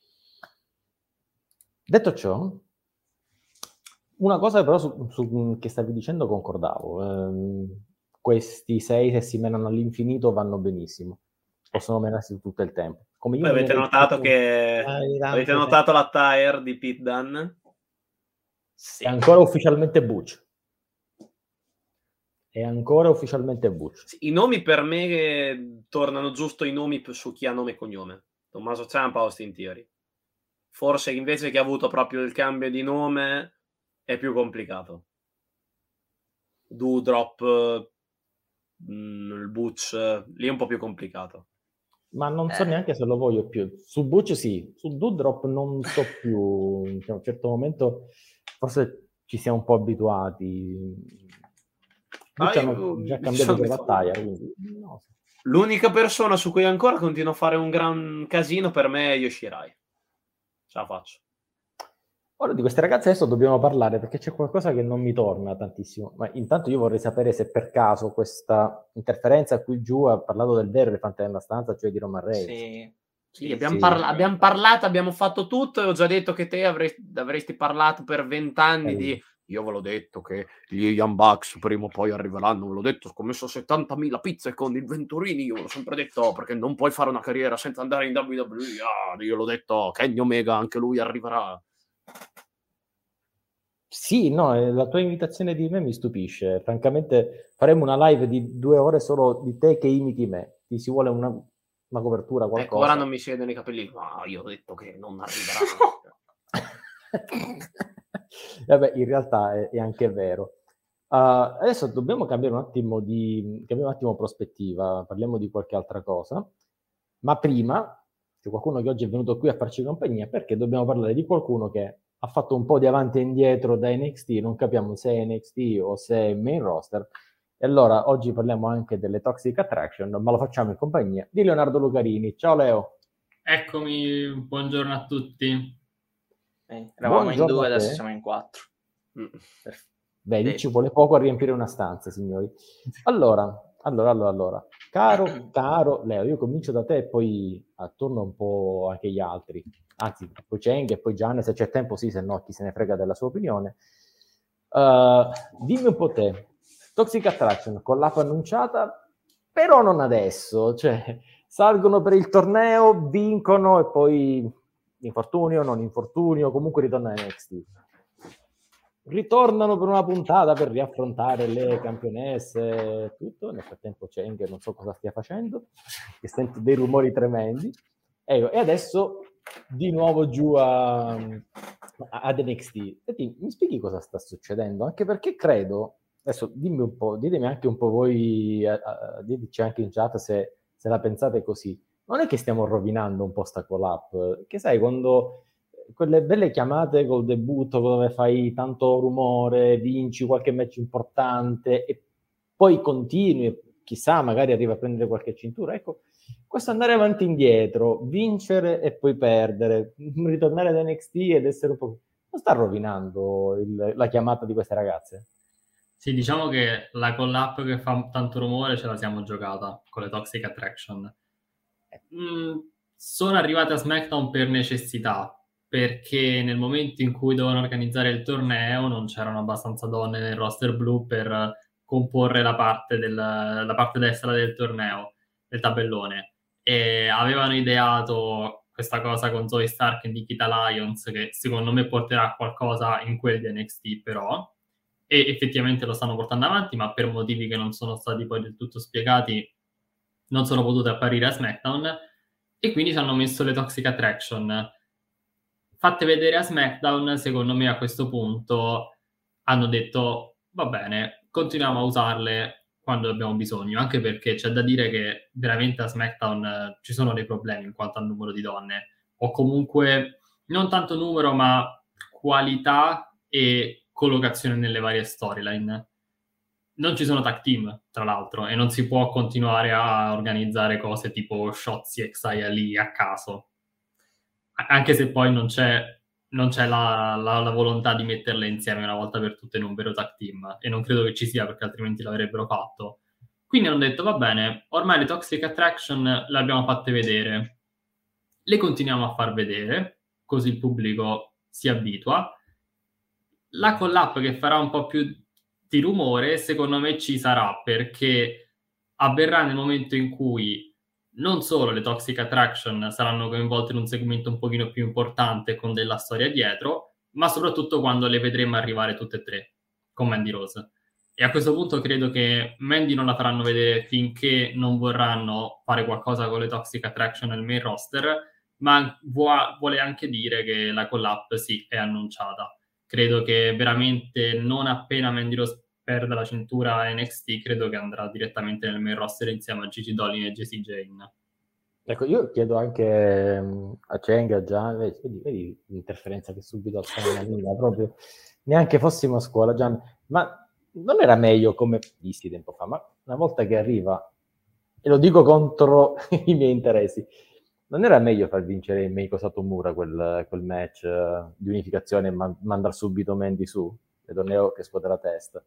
Detto ciò, una cosa però su, su, che stavi dicendo concordavo. Ehm, questi sei, se si menano all'infinito, vanno benissimo. Possono menarsi tutto il tempo. Come io Poi avete notato più... che avete notato la tire di Pete Dunne? Sì. È ancora ufficialmente Butch. È ancora ufficialmente Butch. Sì, i nomi per me tornano giusto i nomi su chi ha nome e cognome. Tommaso Ciampa, Austin Theory. Forse invece che ha avuto proprio il cambio di nome è più complicato. Doudrop, mh, il Butch, lì è un po' più complicato. Ma non so Eh. neanche se lo voglio più. Su Butch sì, su Doudrop non so più. A un certo momento forse ci siamo un po' abituati. Butch ah, hanno già cambiato per battaglia. Quindi, no. L'unica persona su cui ancora continua a fare un gran casino per me è Yoshirai. Ce la faccio. Ora di queste ragazze adesso dobbiamo parlare perché c'è qualcosa che non mi torna tantissimo. Ma intanto io vorrei sapere se per caso questa interferenza qui giù ha parlato del vero elefante nella stanza, cioè di Roman Reigns. Sì. Sì, abbiamo, sì. Parla- abbiamo parlato, abbiamo fatto tutto e ho già detto che te avresti, avresti parlato per vent'anni eh. di... Io ve l'ho detto che gli Young Bucks prima o poi arriveranno, ve l'ho detto, ho scommesso settantamila pizze con il Venturini, io l'ho sempre detto, perché non puoi fare una carriera senza andare in W W E, ah, io l'ho detto, Kenny Omega, anche lui arriverà. Sì, no, la tua invitazione di me mi stupisce, francamente faremo una live di due ore solo di te che imiti me, ti si vuole una... una copertura, qualcosa. Ecco, ora non mi siedono i capelli. Ah, io ho detto che non arriverà. Vabbè, in realtà è, è anche vero. Uh, adesso dobbiamo cambiare un attimo di cambiare un attimo prospettiva, parliamo di qualche altra cosa. Ma prima, c'è qualcuno che oggi è venuto qui a farci compagnia, perché dobbiamo parlare di qualcuno che ha fatto un po' di avanti e indietro da N X T, non capiamo se è N X T o se è main roster. E allora oggi parliamo anche delle Toxic Attraction, ma lo facciamo in compagnia di Leonardo Lucarini. Ciao Leo. Eccomi, buongiorno a tutti. Eh, eravamo buongiorno in due, adesso siamo in quattro. Mm. Vedi, ci vuole poco a riempire una stanza, signori. Allora, allora, allora, allora. Caro, caro Leo, io comincio da te e poi attorno un po' anche gli altri. Anzi, poi Cheng e poi Gian, se c'è tempo sì, se no chi se ne frega della sua opinione. Uh, dimmi un po' te. Toxic Attraction con l'app annunciata, però non adesso, cioè salgono per il torneo, vincono e poi infortunio, non infortunio, comunque ritorna in N X T. Ritornano per una puntata per riaffrontare le campionesse, tutto. Nel frattempo Cheng non so cosa stia facendo, che sento dei rumori tremendi. Ecco, e adesso di nuovo giù a, ad N X T. Senti, mi spieghi cosa sta succedendo? Anche perché credo... Adesso dimmi un po', ditemi anche un po' voi, uh, diteci anche in chat se, se la pensate così. Non è che stiamo rovinando un po' sta collab, che sai, quando quelle belle chiamate col debutto dove fai tanto rumore, vinci qualche match importante e poi continui, chissà, magari arriva a prendere qualche cintura. Ecco, questo andare avanti e indietro, vincere e poi perdere, ritornare ad N X T ed essere un po'... non sta rovinando il, la chiamata di queste ragazze? Sì, diciamo che la collab che fa tanto rumore ce la siamo giocata con le Toxic Attraction. Mm, sono arrivate a SmackDown per necessità, perché nel momento in cui dovevano organizzare il torneo non c'erano abbastanza donne nel roster blu per comporre la parte, del, la parte destra del torneo, del tabellone. E avevano ideato questa cosa con Zoe Stark e Nikita Lyons, che secondo me porterà a qualcosa in quel di N X T, però. E effettivamente lo stanno portando avanti, ma per motivi che non sono stati poi del tutto spiegati non sono potute apparire a SmackDown, e quindi ci hanno messo le Toxic Attraction. Fatte vedere a SmackDown, secondo me a questo punto hanno detto va bene, continuiamo a usarle quando abbiamo bisogno, anche perché c'è da dire che veramente a SmackDown eh, ci sono dei problemi in quanto al numero di donne, o comunque non tanto numero ma qualità e collocazione nelle varie storyline. Non ci sono tag team, tra l'altro, e non si può continuare a organizzare cose tipo Shotzi e Xia Li a caso. Anche se poi non c'è, non c'è la, la, la volontà di metterle insieme una volta per tutte in un vero tag team, e non credo che ci sia, perché altrimenti l'avrebbero fatto. Quindi hanno detto, va bene, ormai le Toxic Attraction le abbiamo fatte vedere, le continuiamo a far vedere, così il pubblico si abitua. La collab che farà un po' più di rumore, secondo me ci sarà, perché avverrà nel momento in cui non solo le Toxic Attraction saranno coinvolte in un segmento un pochino più importante con della storia dietro, ma soprattutto quando le vedremo arrivare tutte e tre con Mandy Rose. E a questo punto credo che Mandy non la faranno vedere finché non vorranno fare qualcosa con le Toxic Attraction nel main roster, ma vuole anche dire che la collab sì, è annunciata. Credo che veramente non appena Mandy Rose perda la cintura N X T, credo che andrà direttamente nel main roster insieme a Gigi Dolin e Jessie Jane. Ecco, io chiedo anche um, a Cheng, a Gian, vedi, vedi l'interferenza che subito alzano la linea, proprio neanche fossimo a scuola, Gian, ma non era meglio, come dissi tempo fa, ma una volta che arriva, e lo dico contro i miei interessi, non era meglio far vincere il Meiko Satomura quel, quel match uh, di unificazione e man- mandare subito Mandy su? Vedo Neo che scuote la testa.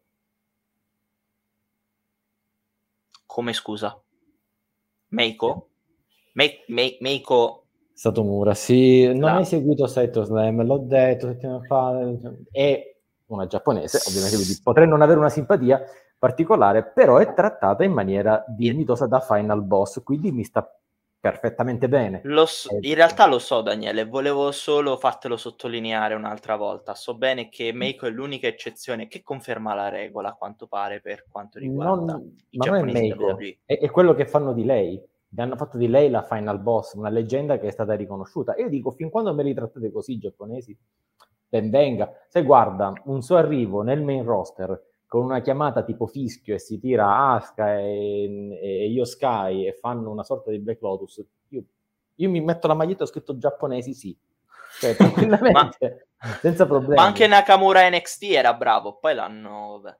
Come, scusa? Meiko? Me- Me- Meiko Satomura, sì, non la... hai seguito Saito Slam, l'ho detto settimana fa, è una giapponese, ovviamente, quindi potrei non avere una simpatia particolare, però è trattata in maniera dignitosa da Final Boss, quindi mi sta perfettamente bene. Lo so, in realtà lo so, Daniele, volevo solo fartelo sottolineare un'altra volta. So bene che Meiko è l'unica eccezione che conferma la regola, a quanto pare, per quanto riguarda non, i ma non è giapponesi Meiko, W W E. è, è quello che fanno di lei. Mi hanno fatto di lei la Final Boss, una leggenda che è stata riconosciuta. E io dico, fin quando me li trattate così i giapponesi, ben venga. Se guarda, un suo arrivo nel main roster con una chiamata tipo fischio e si tira Asuka e, e Io Sky e fanno una sorta di Black Lotus, io, io mi metto la maglietta e ho scritto giapponesi sì. Cioè, tranquillamente, ma, senza problemi. Ma anche Nakamura N X T era bravo, poi l'hanno... Vabbè.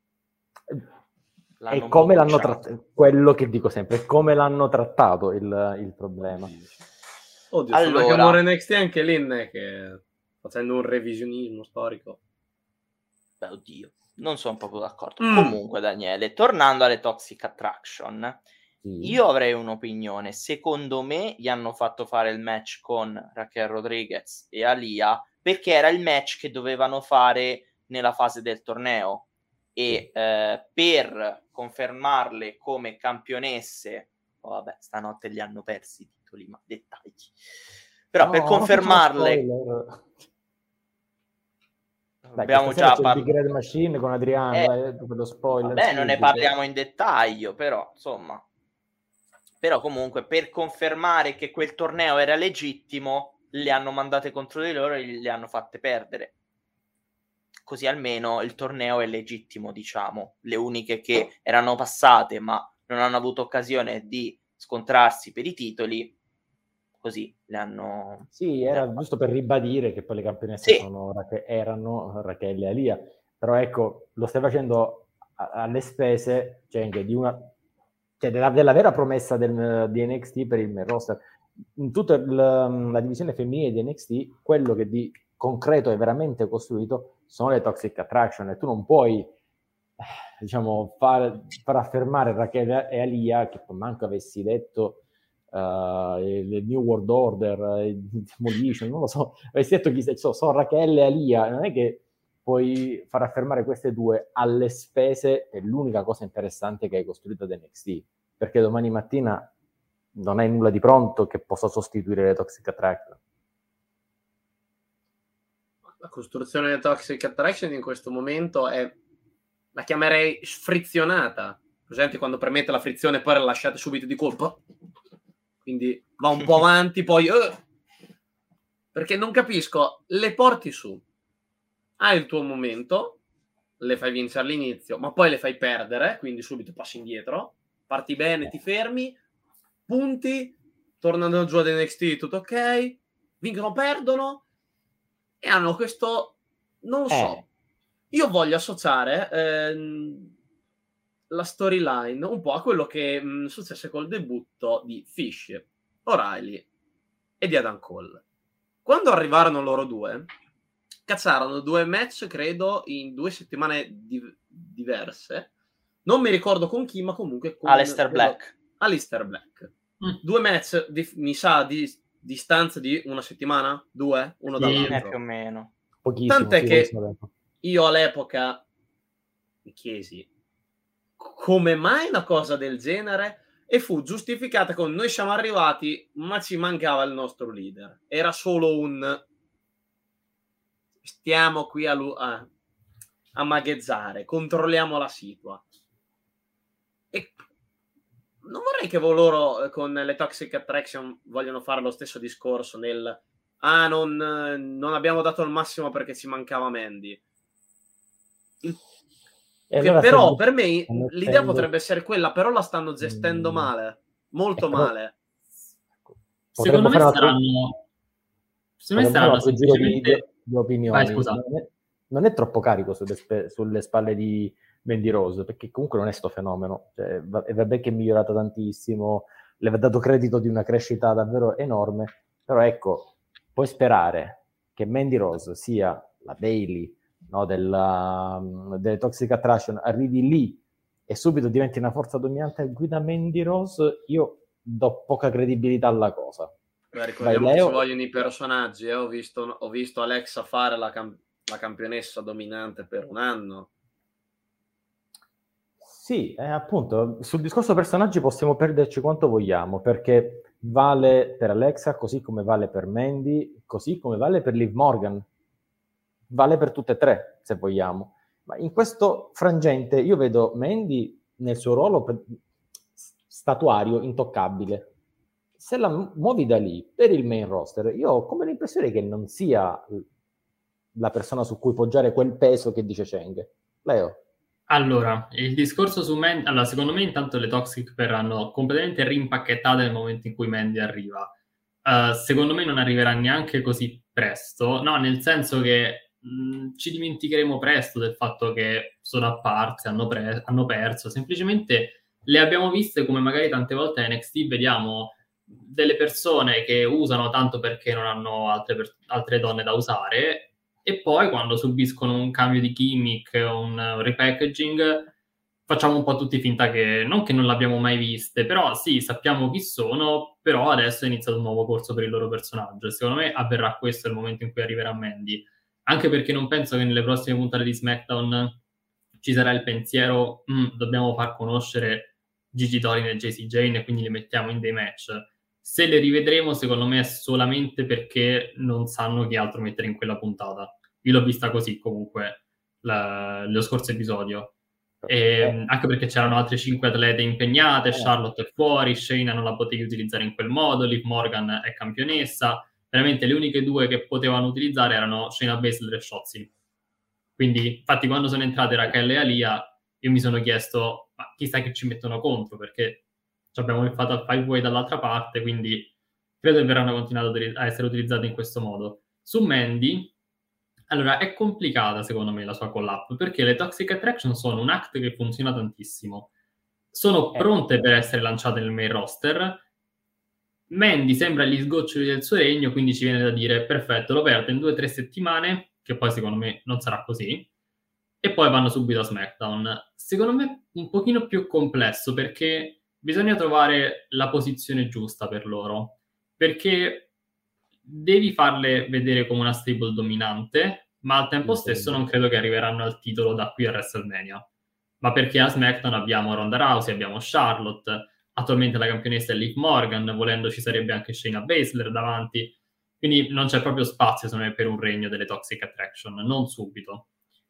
E come l'hanno trattato, quello che dico sempre, è come l'hanno trattato il, il problema. Oddio, allora, su Nakamura N X T anche lì non è che facendo un revisionismo storico. Beh, oddio, non sono proprio d'accordo. Mm. Comunque, Daniele, tornando alle Toxic Attraction, sì. Io avrei un'opinione. Secondo me gli hanno fatto fare il match con Raquel Rodriguez e Aliyah perché era il match che dovevano fare nella fase del torneo. E eh, per confermarle come campionesse, oh, vabbè, stanotte li hanno persi i titoli, ma dettagli. Però no, per confermarle, dai, abbiamo già parlato di Great Machine con Adriano, eh, dai, per lo spoiler. Vabbè, non ne parliamo in dettaglio, però insomma, però comunque per confermare che quel torneo era legittimo, le hanno mandate contro di loro e le hanno fatte perdere. Così almeno il torneo è legittimo, diciamo. Le uniche che erano passate ma non hanno avuto occasione di scontrarsi per i titoli, così le hanno... Sì, era hanno giusto per ribadire che poi le campionesse sì. sono, erano Raquel e Aliyah, però ecco, lo stai facendo a, alle spese, cioè anche di una, cioè della, della vera promessa del, di N X T per il main roster. In tutta il, la divisione femminile di N X T, quello che di concreto è veramente costruito sono le Toxic Attraction, e tu non puoi diciamo, far, far affermare Raquel e Alia, che manco avessi detto uh, il New World Order, il Demolition, non lo so, avessi detto chi so, sono Raquel e Alia, non è che puoi far affermare queste due alle spese dell'unica cosa interessante che hai costruito ad N X T, perché domani mattina non hai nulla di pronto che possa sostituire le Toxic Attraction. La costruzione delle Toxic Attraction in questo momento è, la chiamerei frizionata. Presente quando premette la frizione e poi la lasciate subito di colpo? Quindi va un po' avanti, poi... Uh, perché non capisco, le porti su. Hai il tuo momento, le fai vincere all'inizio, ma poi le fai perdere, quindi subito passi indietro, parti bene, ti fermi, punti, tornano giù ad N X T, tutto ok, vincono, perdono, e hanno questo, non lo so, Eh. io voglio associare ehm, la storyline un po' a quello che mh, successe col debutto di Fish, O'Reilly e di Adam Cole. Quando arrivarono loro due, cazzarono due match, credo, in due settimane di- diverse. Non mi ricordo con chi, ma comunque con... Aleister Black. Aleister Black. Mm. Due match, di, mi sa, di distanza di una settimana? Due? Uno Sì. dall'altro. Eh, più o meno. Pochissimo. Tant'è sì, che lo so. io all'epoca mi chiesi come mai una cosa del genere, e fu giustificata con noi siamo arrivati ma ci mancava il nostro leader. Era solo un stiamo qui a, a, a maghezzare, controlliamo la situa. E non vorrei che loro con le Toxic Attraction vogliono fare lo stesso discorso nel ah non, non abbiamo dato il massimo perché ci mancava Mandy. Il, E allora però stai per me mettendo- l'idea potrebbe essere quella, però la stanno gestendo Mm. male, molto Eh, però- male. Potremmo Secondo me fare una- saranno... Secondo me Potremmo fare un saranno altro giro di, semplicemente... di opinioni. Vai, scusa. Non è, non è troppo carico sulle, spe- sulle spalle di Mandy Rose, perché comunque non è sto fenomeno. Cioè, va- e vabbè che è migliorata tantissimo, le va dato credito di una crescita davvero enorme, però ecco, puoi sperare che Mandy Rose sia la Bayley, no, della, delle Toxic Attraction, arrivi lì e subito diventi una forza dominante e guida Mandy Rose, io do poca credibilità alla cosa. Beh, ricordiamo Vai, che Leo. ci vogliono i personaggi. Eh? Ho, visto, ho visto Alexa fare la, cam- la campionessa dominante per un anno. Sì, eh, appunto, sul discorso personaggi possiamo perderci quanto vogliamo, perché vale per Alexa, così come vale per Mandy, così come vale per Liv Morgan, vale per tutte e tre, se vogliamo. Ma in questo frangente io vedo Mandy nel suo ruolo per- statuario, intoccabile. Se la mu- muovi da lì per il main roster, io ho come l'impressione che non sia la persona su cui poggiare quel peso che dice Cheng. Leo? Allora, il discorso su Mandy... Allora, secondo me intanto le Toxic verranno completamente rimpacchettate nel momento in cui Mandy arriva. Uh, secondo me non arriverà neanche così presto, no, nel senso che mh, ci dimenticheremo presto del fatto che sono apparse, hanno, pre- hanno perso, semplicemente le abbiamo viste come magari tante volte a N X T vediamo delle persone che usano tanto perché non hanno altre, per- altre donne da usare, e poi quando subiscono un cambio di gimmick o un repackaging facciamo un po' tutti finta che non che non l'abbiamo mai viste, però sì, sappiamo chi sono, però adesso è iniziato un nuovo corso per il loro personaggio e secondo me avverrà questo il momento in cui arriverà Mandy, anche perché non penso che nelle prossime puntate di SmackDown ci sarà il pensiero mm, dobbiamo far conoscere Gigi Dolin e J C Jane e quindi li mettiamo in dei match. Se le rivedremo, secondo me è solamente perché non sanno chi altro mettere in quella puntata. Io l'ho vista così comunque la, lo scorso episodio. E, Eh. anche perché c'erano altre cinque atlete impegnate, Eh. Charlotte è fuori, Shayna non la potevi utilizzare in quel modo, Liv Morgan è campionessa. Veramente le uniche due che potevano utilizzare erano Shayna Baszler e Shotzi. Quindi, infatti, quando sono entrate Raquel e Alia, io mi sono chiesto, ma chissà che ci mettono contro, perché abbiamo il Fatal Five Way dall'altra parte, quindi credo che verranno continuate a essere utilizzate in questo modo. Su Mandy, allora, è complicata secondo me la sua collab, perché le Toxic Attraction sono un act che funziona tantissimo. Sono Eh. pronte per essere lanciate nel main roster. Mandy sembra gli sgoccioli del suo regno, quindi ci viene da dire, perfetto, lo perdo in due o tre settimane, che poi secondo me non sarà così. e poi vanno subito a SmackDown. Secondo me un pochino più complesso, perché bisogna trovare la posizione giusta per loro, perché devi farle vedere come una stable dominante, ma al tempo stesso non credo che arriveranno al titolo da qui a WrestleMania. Ma perché a SmackDown abbiamo Ronda Rousey, abbiamo Charlotte, attualmente la campionessa è Liv Morgan, volendo ci sarebbe anche Shayna Baszler davanti, quindi non c'è proprio spazio secondo me per un regno delle Toxic Attraction, non subito.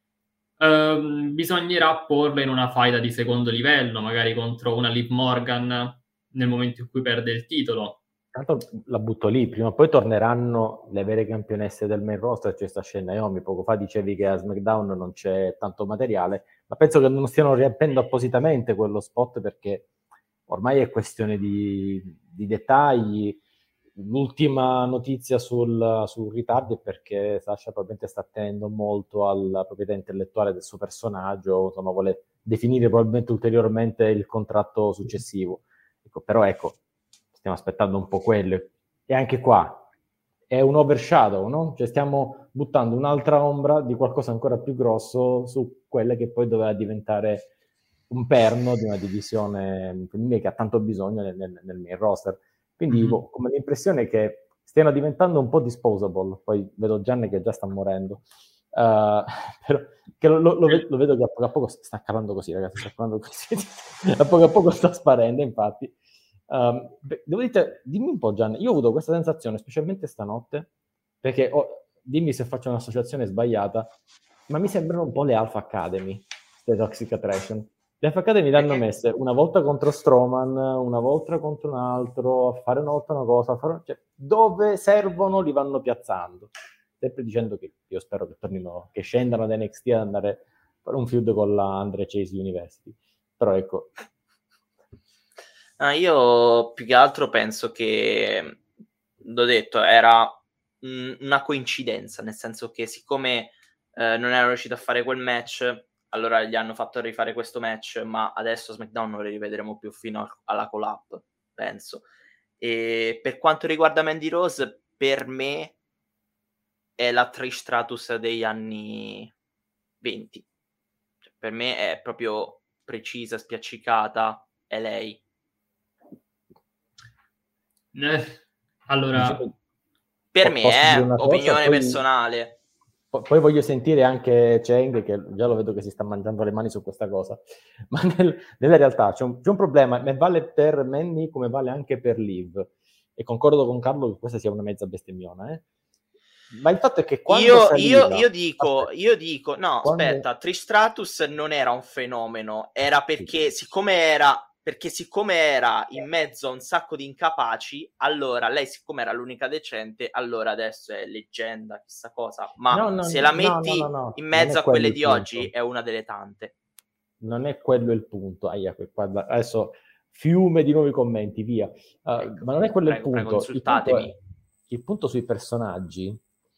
Um, bisognerà porle in una faida di secondo livello, magari contro una Liv Morgan nel momento in cui perde il titolo. Tanto la butto lì, prima o poi torneranno le vere campionesse del main roster, c'è sta scena Naomi, poco fa dicevi che a SmackDown non c'è tanto materiale, ma penso che non stiano riempendo appositamente quello spot, perché ormai è questione di, di dettagli. L'ultima notizia sul, sul ritardo è perché Sasha probabilmente sta attendendo molto alla proprietà intellettuale del suo personaggio, insomma vuole definire probabilmente ulteriormente il contratto successivo. Ecco, però ecco, stiamo aspettando un po' quello. E anche qua è un overshadow, no? Cioè stiamo buttando un'altra ombra di qualcosa ancora più grosso su quella che poi doveva diventare un perno di una divisione femminile che ha tanto bisogno nel, nel, nel main roster. Quindi mm-hmm. come l'impressione che stiano diventando un po' disposable. Poi vedo Gianni che già sta morendo. Uh, però, che lo, lo, lo vedo che a poco a poco sta calando così, ragazzi, sta calando così. A poco a poco sta sparendo, infatti. Um, beh, devo dire, dimmi un po', Gianni, io ho avuto questa sensazione, specialmente stanotte, perché oh, dimmi se faccio un'associazione sbagliata, ma mi sembrano un po' le Alpha Academy, le Toxic Attraction. Le Alpha Academy le hanno messe una volta contro Strowman, una volta contro un altro, a fare una volta una cosa, a fare... Cioè, dove servono li vanno piazzando, sempre dicendo che io spero che tornino, che scendano da N X T ad andare a fare un feud con la Andre Chase University. Però ecco... Ah, io più che altro penso che, l'ho detto, era mh, una coincidenza, nel senso che siccome eh, non erano riusciti a fare quel match, allora gli hanno fatto rifare questo match, ma adesso SmackDown non lo rivedremo più fino a, alla collab, penso. E per quanto riguarda Mandy Rose, per me è la Trish Stratus degli anni venti. Cioè, per me è proprio precisa, spiaccicata, è lei. Eh, allora, per me è opinione cosa, poi, personale. Poi, poi voglio sentire anche Cheng, che già lo vedo che si sta mangiando le mani su questa cosa. Ma nel, nella realtà c'è un, c'è un problema, e vale per Mandy come vale anche per Liv. E concordo con Carlo che questa sia una mezza bestemmiona, eh? Ma il fatto è che quando io, saliva, io, io dico, aspetta, io dico, no, quando... aspetta, Trish Stratus non era un fenomeno, era perché siccome era perché siccome era in mezzo a un sacco di incapaci, allora lei siccome era l'unica decente, allora adesso è leggenda, chissà cosa, ma no, no, se no, la metti no, no, no, in mezzo a quelle di punto. oggi è una delle tante. Non è quello il punto. Aia, guarda, adesso fiume di nuovi commenti, via. Uh, ecco, ma non è quello prego, il punto. Prego, il, punto è, il punto sui personaggi,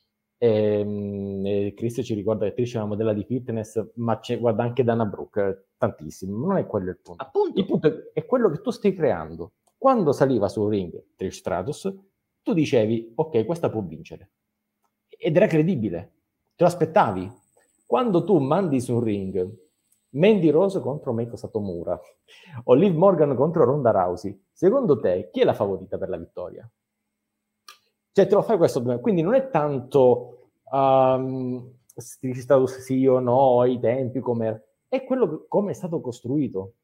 ehm, e Chris ci ricorda che Trish è una modella di fitness, ma c'è, guarda, anche Dana Brooke, tantissimo. Non è quello il punto. Appunto. Il punto è, è quello che tu stai creando. Quando saliva sul ring Trish Stratus, tu dicevi, ok, questa può vincere. Ed era credibile. Te lo aspettavi. Quando tu mandi sul ring Mandy Rose contro Meiko Satomura o Liv Morgan contro Ronda Rousey, secondo te chi è la favorita per la vittoria? Cioè te lo fai questo, quindi non è tanto um, status sì o no, i tempi, come è quello che, come è stato costruito.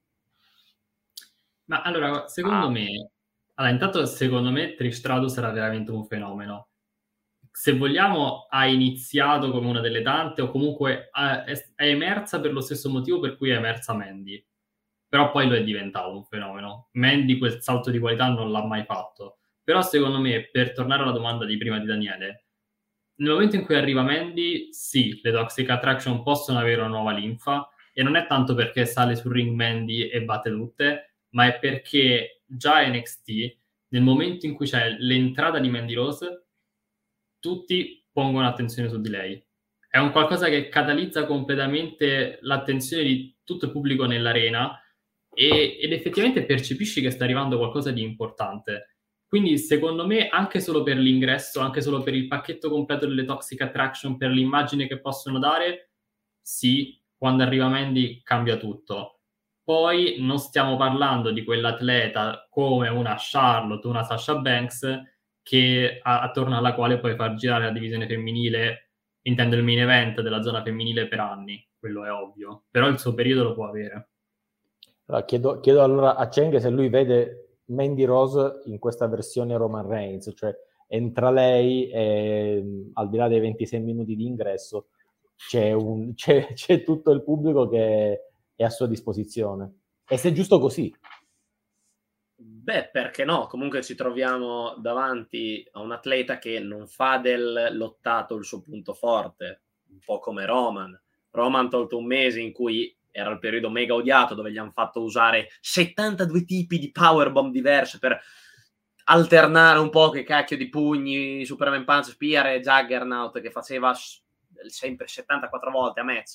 Ma allora, secondo ah. me, allora intanto secondo me Trish Stratus era veramente un fenomeno. Se vogliamo, ha iniziato come una delle tante, o comunque è, è emersa per lo stesso motivo per cui è emersa Mandy. Però poi lo è diventato un fenomeno. Mandy quel salto di qualità non l'ha mai fatto. Però secondo me, per tornare alla domanda di prima di Daniele, nel momento in cui arriva Mandy, sì, le Toxic Attraction possono avere una nuova linfa, e non è tanto perché sale sul ring Mandy e batte tutte, ma è perché già N X T, nel momento in cui c'è l'entrata di Mandy Rose, tutti pongono attenzione su di lei. È un qualcosa che catalizza completamente l'attenzione di tutto il pubblico nell'arena e, ed effettivamente percepisci che sta arrivando qualcosa di importante. Quindi secondo me anche solo per l'ingresso, anche solo per il pacchetto completo delle Toxic Attraction, per l'immagine che possono dare, sì, quando arriva Mandy cambia tutto. Poi non stiamo parlando di quell'atleta come una Charlotte, una Sasha Banks, che attorno alla quale puoi far girare la divisione femminile, intendo il main event della zona femminile, per anni, quello è ovvio, però il suo periodo lo può avere. Allora, chiedo, chiedo allora a Cheng se lui vede Mandy Rose in questa versione Roman Reigns, cioè entra lei e al di là dei ventisei minuti di ingresso c'è, un, c'è, c'è tutto il pubblico che è a sua disposizione. E se è giusto così? Beh, perché no? Comunque ci troviamo davanti a un atleta che non fa del lottato il suo punto forte, un po' come Roman. Roman tolto un mese in cui era il periodo mega odiato, dove gli hanno fatto usare settantadue tipi di powerbomb diverse per alternare un po' che cacchio di pugni, Superman Punch, Spear e Juggernaut, che faceva sempre settantaquattro volte a match.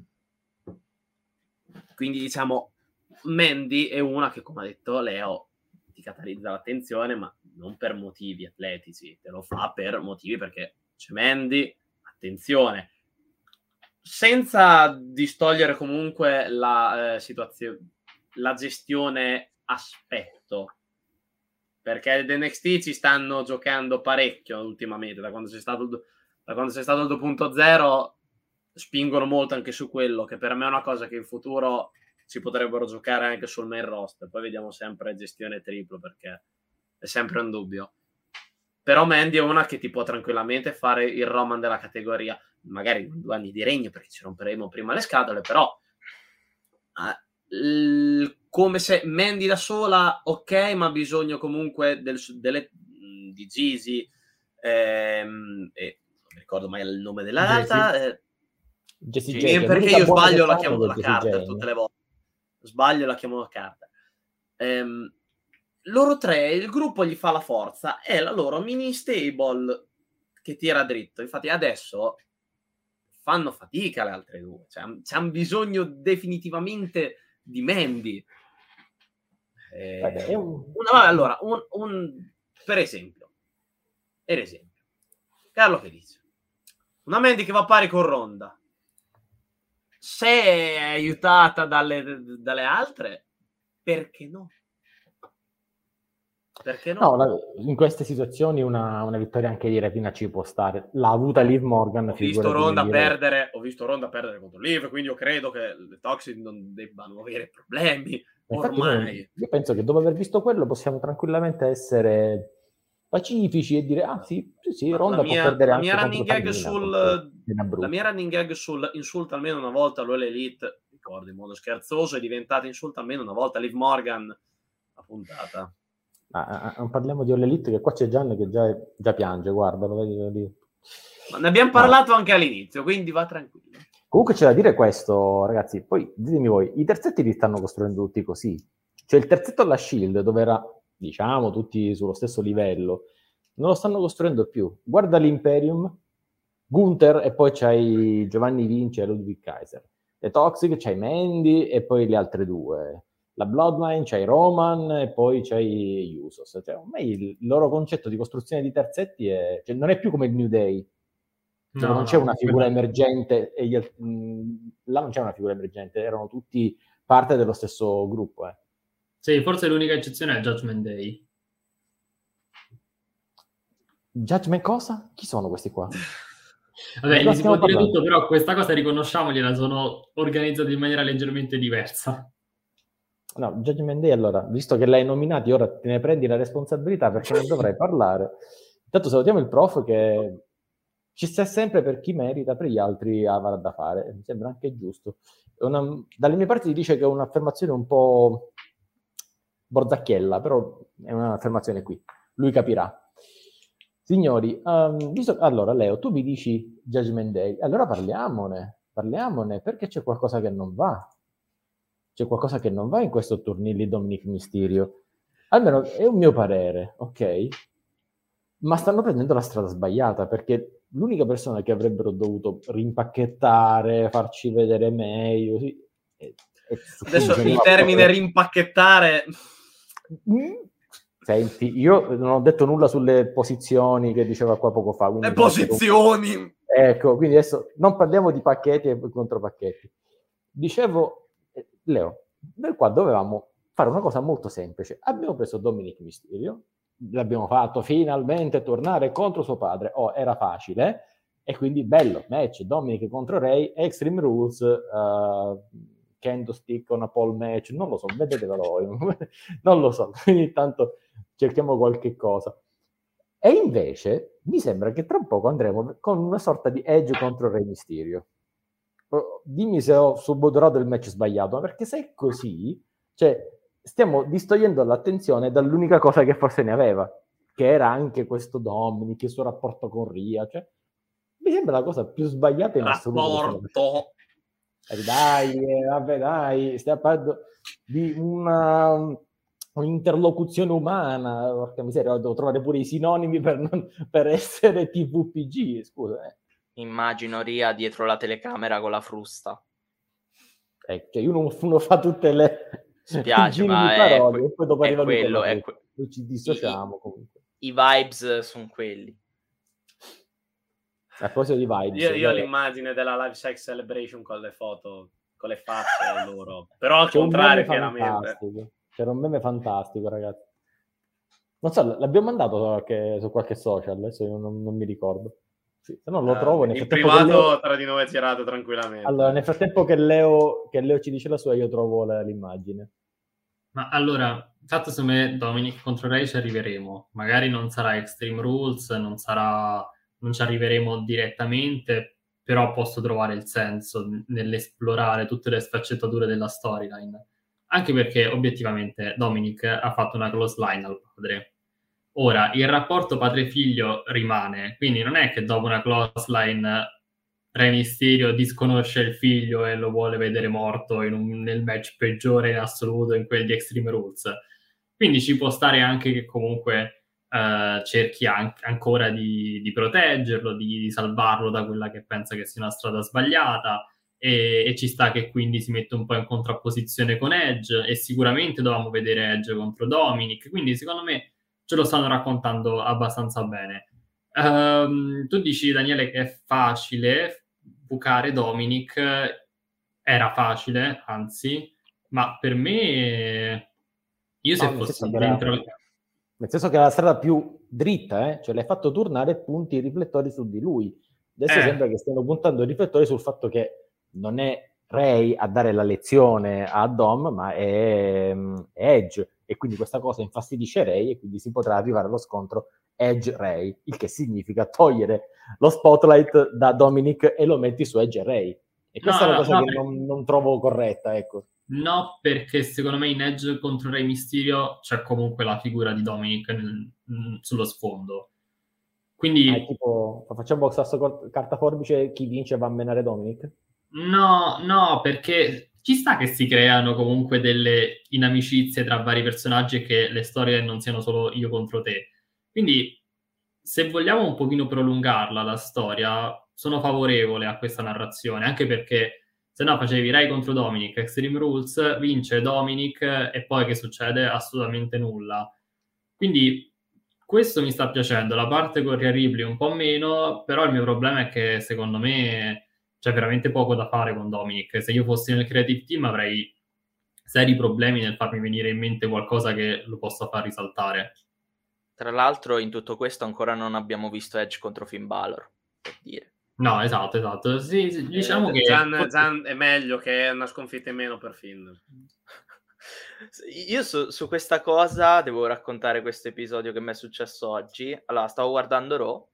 Quindi diciamo Mandy è una che, come ha detto Leo, ti catalizza l'attenzione, ma non per motivi atletici, te lo fa per motivi perché c'è Mandy, attenzione, senza distogliere comunque la eh, situazione, la gestione aspetto, perché ad N X T ci stanno giocando parecchio ultimamente, da quando c'è stato, da quando c'è stato il due punto zero spingono molto anche su quello, che per me è una cosa che in futuro si potrebbero giocare anche sul main roster. Poi vediamo sempre gestione triplo, perché è sempre un dubbio. Però Mandy è una che ti può tranquillamente fare il Roman della categoria, magari in due anni di regno, perché ci romperemo prima le scatole, però eh, l- come se Mandy da sola, ok, ma ha bisogno comunque del, delle, di Gigi, ehm, e non mi ricordo mai il nome dell'altra, eh, Jessie sì, J, perché io sbaglio la chiamo la Jessie carta J. tutte le volte. Sbaglio la chiamo la carta. Ehm, loro tre, il gruppo gli fa la forza, è la loro mini stable che tira dritto. Infatti adesso fanno fatica le altre due, cioè, c'hanno bisogno definitivamente di Mandy. Eh, un... una, allora, un, un, per esempio, per esempio, Carlo che dice? Una Mandy che va a pari con Ronda, se è aiutata dalle, dalle altre, perché no? Perché no? No, in queste situazioni una, una vittoria anche di Rapina ci può stare. L'ha avuta Liv Morgan. Ho visto Ronda perdere, ho visto Ronda perdere contro Liv, quindi io credo che le Toxic non debbano avere problemi. Infatti ormai. Noi, io penso che dopo aver visto quello possiamo tranquillamente essere pacifici e dire ah sì, sì, sì Ronda la mia, può perdere la anche mia running gag Tamina, sul la mia running gag sul insulta almeno una volta l'All Elite, ricordo in modo scherzoso, è diventata insulta almeno una volta Liv Morgan a puntata. Ah, ah, non parliamo di All Elite, che qua c'è Gian che già, già piange, guarda, lo vedi, lo vedi. Ma ne abbiamo parlato no. anche all'inizio, quindi va tranquillo. Comunque c'è da dire questo, ragazzi, poi ditemi voi, i terzetti li stanno costruendo tutti così. Cioè il terzetto alla Shield, dove era, diciamo, tutti sullo stesso livello, non lo stanno costruendo più. Guarda l'Imperium, Gunther e poi c'hai Giovanni Vinci e Ludwig Kaiser. Le Toxic c'hai Mandy e poi le altre due. La Bloodline c'hai Roman e poi c'hai Usos. Cioè, ormai il loro concetto di costruzione di terzetti è, cioè, non è più come il New Day, dove no, non c'è no, una figura quello... emergente e gli, mh, là non c'è una figura emergente, erano tutti parte dello stesso gruppo. Eh. Sì, forse l'unica eccezione è il Judgment Day. Judgment cosa? Chi sono questi qua? Vabbè, gli si può dire tutto, però questa cosa riconosciamogliela, sono organizzati in maniera leggermente diversa. No, Judgment Day, allora, visto che l'hai nominati, ora te ne prendi la responsabilità perché non dovrai parlare. Intanto salutiamo il prof che ci sta sempre per chi merita, per gli altri avrà da fare. Mi sembra anche giusto. Una, dalle mie parti ti dice che è un'affermazione un po' borzacchiella, però è un'affermazione qui. Lui capirà. Signori, um, visto, allora Leo, tu mi dici Judgment Day, allora parliamone, parliamone, perché c'è qualcosa che non va. C'è qualcosa che non va in questo turnilli Dominic Mysterio. Almeno è un mio parere, ok? Ma stanno prendendo la strada sbagliata, perché l'unica persona che avrebbero dovuto rimpacchettare, farci vedere meglio... Sì, è, è adesso il termine rimpacchettare... Senti, io non ho detto nulla sulle posizioni che diceva qua poco fa. Le posizioni! Ecco, quindi adesso non parliamo di pacchetti e contro pacchetti. dicevo, eh, Leo, noi qua dovevamo fare una cosa molto semplice. Abbiamo preso Dominic Mysterio, l'abbiamo fatto finalmente tornare contro suo padre. Oh, era facile, e quindi bello, match Dominic contro Ray, Extreme Rules, uh, Candlestick on a pole match, non lo so, vedetelo, non lo so, ogni tanto cerchiamo qualche cosa. E invece mi sembra che tra un poco andremo con una sorta di Edge contro Rey Mysterio. Dimmi se ho subodorato il match sbagliato, perché se è così, cioè, stiamo distogliendo l'attenzione dall'unica cosa che forse ne aveva, che era anche questo Dominic, il suo rapporto con Rhea. Cioè, mi sembra la cosa più sbagliata in assoluto. Rapporto. Dai, eh, vabbè, dai, stiamo parlando di una un'interlocuzione umana, porca miseria, devo trovare pure i sinonimi per, non, per essere T V P G, scusa. Eh. Immagino Rhea dietro la telecamera con la frusta. Eh, cioè uno, uno fa tutte le spiace, ma è, parole, que- e poi dopo è quello, è que- que- ci dissociamo i, comunque. I vibes sono quelli. A proposito di vibes, io, io ho l'immagine della Live Sex Celebration con le foto, con le facce loro, però al C'è contrario chiaramente. C'era un meme fantastico, ragazzi. Non so, l'abbiamo mandato su qualche, su qualche social, adesso io non, non mi ricordo. Sì, se no lo trovo. Uh, nel in privato Leo... tra di noi girato tranquillamente. Allora, nel frattempo che Leo, che Leo ci dice la sua, io trovo la, l'immagine. Ma allora, fatto secondo me Dominic contro Ray ci arriveremo. Magari non sarà Extreme Rules, non sarà, non ci arriveremo direttamente, però posso trovare il senso nell'esplorare tutte le sfaccettature della storyline. Anche perché obiettivamente Dominic ha fatto una close line al padre. Ora, il rapporto padre-figlio rimane, quindi non è che dopo una close line Rey Mysterio disconosce il figlio e lo vuole vedere morto in un, nel match peggiore in assoluto, in quelli di Extreme Rules. Quindi ci può stare anche che comunque eh, cerchi an- ancora di, di proteggerlo, di, di salvarlo da quella che pensa che sia una strada sbagliata, e, e ci sta che quindi si mette un po' in contrapposizione con Edge, e sicuramente dovevamo vedere Edge contro Dominic, quindi secondo me ce lo stanno raccontando abbastanza bene. Um, tu dici, Daniele, che è facile bucare Dominic. Era facile, anzi, ma per me, io se no, fossi dentro... Era... Nel senso che è la strada più dritta, eh? Cioè l'hai fatto tornare punti i riflettori su di lui. Adesso eh. sembra che stiano puntando i riflettori sul fatto che non è Ray a dare la lezione a Dom, ma è, è Edge, e quindi questa cosa infastidisce Ray, e quindi si potrà arrivare allo scontro Edge-Ray, il che significa togliere lo spotlight da Dominic e lo metti su Edge e Ray. E questa no, è una cosa no, che no, non, non trovo corretta, ecco. No, perché secondo me in Edge contro Rey Mysterio c'è comunque la figura di Dominic nel, mh, sullo sfondo. Quindi... Ah, tipo, facciamo box asso carta forbice, chi vince va a menare Dominic? No, no, perché ci sta che si creano comunque delle inimicizie tra vari personaggi e che le storie non siano solo io contro te. Quindi, se vogliamo un pochino prolungarla, la storia, sono favorevole a questa narrazione, anche perché se no facevi Ray contro Dominic, Extreme Rules, vince Dominic e poi che succede? Assolutamente nulla. Quindi questo mi sta piacendo, la parte con Rhea Ripley un po' meno, però il mio problema è che secondo me c'è veramente poco da fare con Dominic. Se io fossi nel creative team avrei seri problemi nel farmi venire in mente qualcosa che lo possa far risaltare. Tra l'altro in tutto questo ancora non abbiamo visto Edge contro Finn Balor, per dire. No, esatto, esatto. Sì, sì, diciamo eh, che... Gian, Gian è meglio, che è una sconfitta in meno per Finn. Io su, su questa cosa devo raccontare questo episodio che mi è successo oggi. Allora, stavo guardando Raw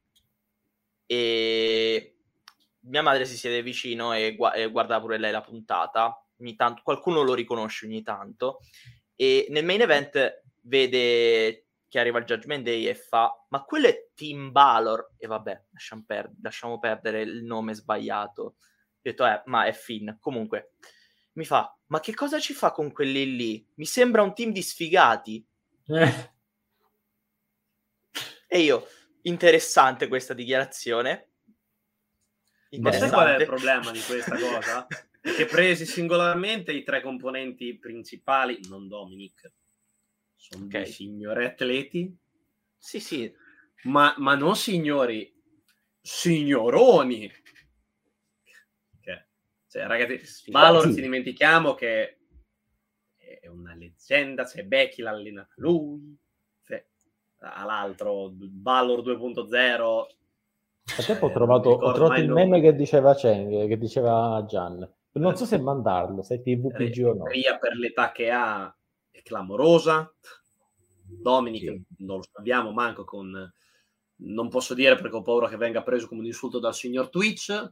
e mia madre si siede vicino e, gu- e guarda pure lei la puntata. Ogni tanto, qualcuno lo riconosce ogni tanto. E nel main event vede che arriva il Judgment Day e fa: ma quello è Finn Balor. E vabbè, lasciamo, per- lasciamo perdere il nome sbagliato. Ho detto, eh, ma è Finn. Comunque, mi fa: ma che cosa ci fa con quelli lì? Mi sembra un team di sfigati. Eh. E io, interessante questa dichiarazione. Ma sai qual è il problema di questa cosa? È che presi singolarmente i tre componenti principali, non Dominic, sono okay. Dei signori atleti. Sì, sì. Ma, ma non signori, signoroni. Okay. Cioè, ragazzi, Balor sì. ci dimentichiamo che è una leggenda, c'è Becky l'allena lui, c'è l'altro Balor due punto zero. A tempo ho trovato, ho trovato il meme che diceva Cheng, che diceva Gian. Non so se mandarlo, se è T V P G o no. Ria per l'età che ha è clamorosa. Dominic Sì. non lo sappiamo manco con... Non posso dire perché ho paura che venga preso come un insulto dal signor Twitch.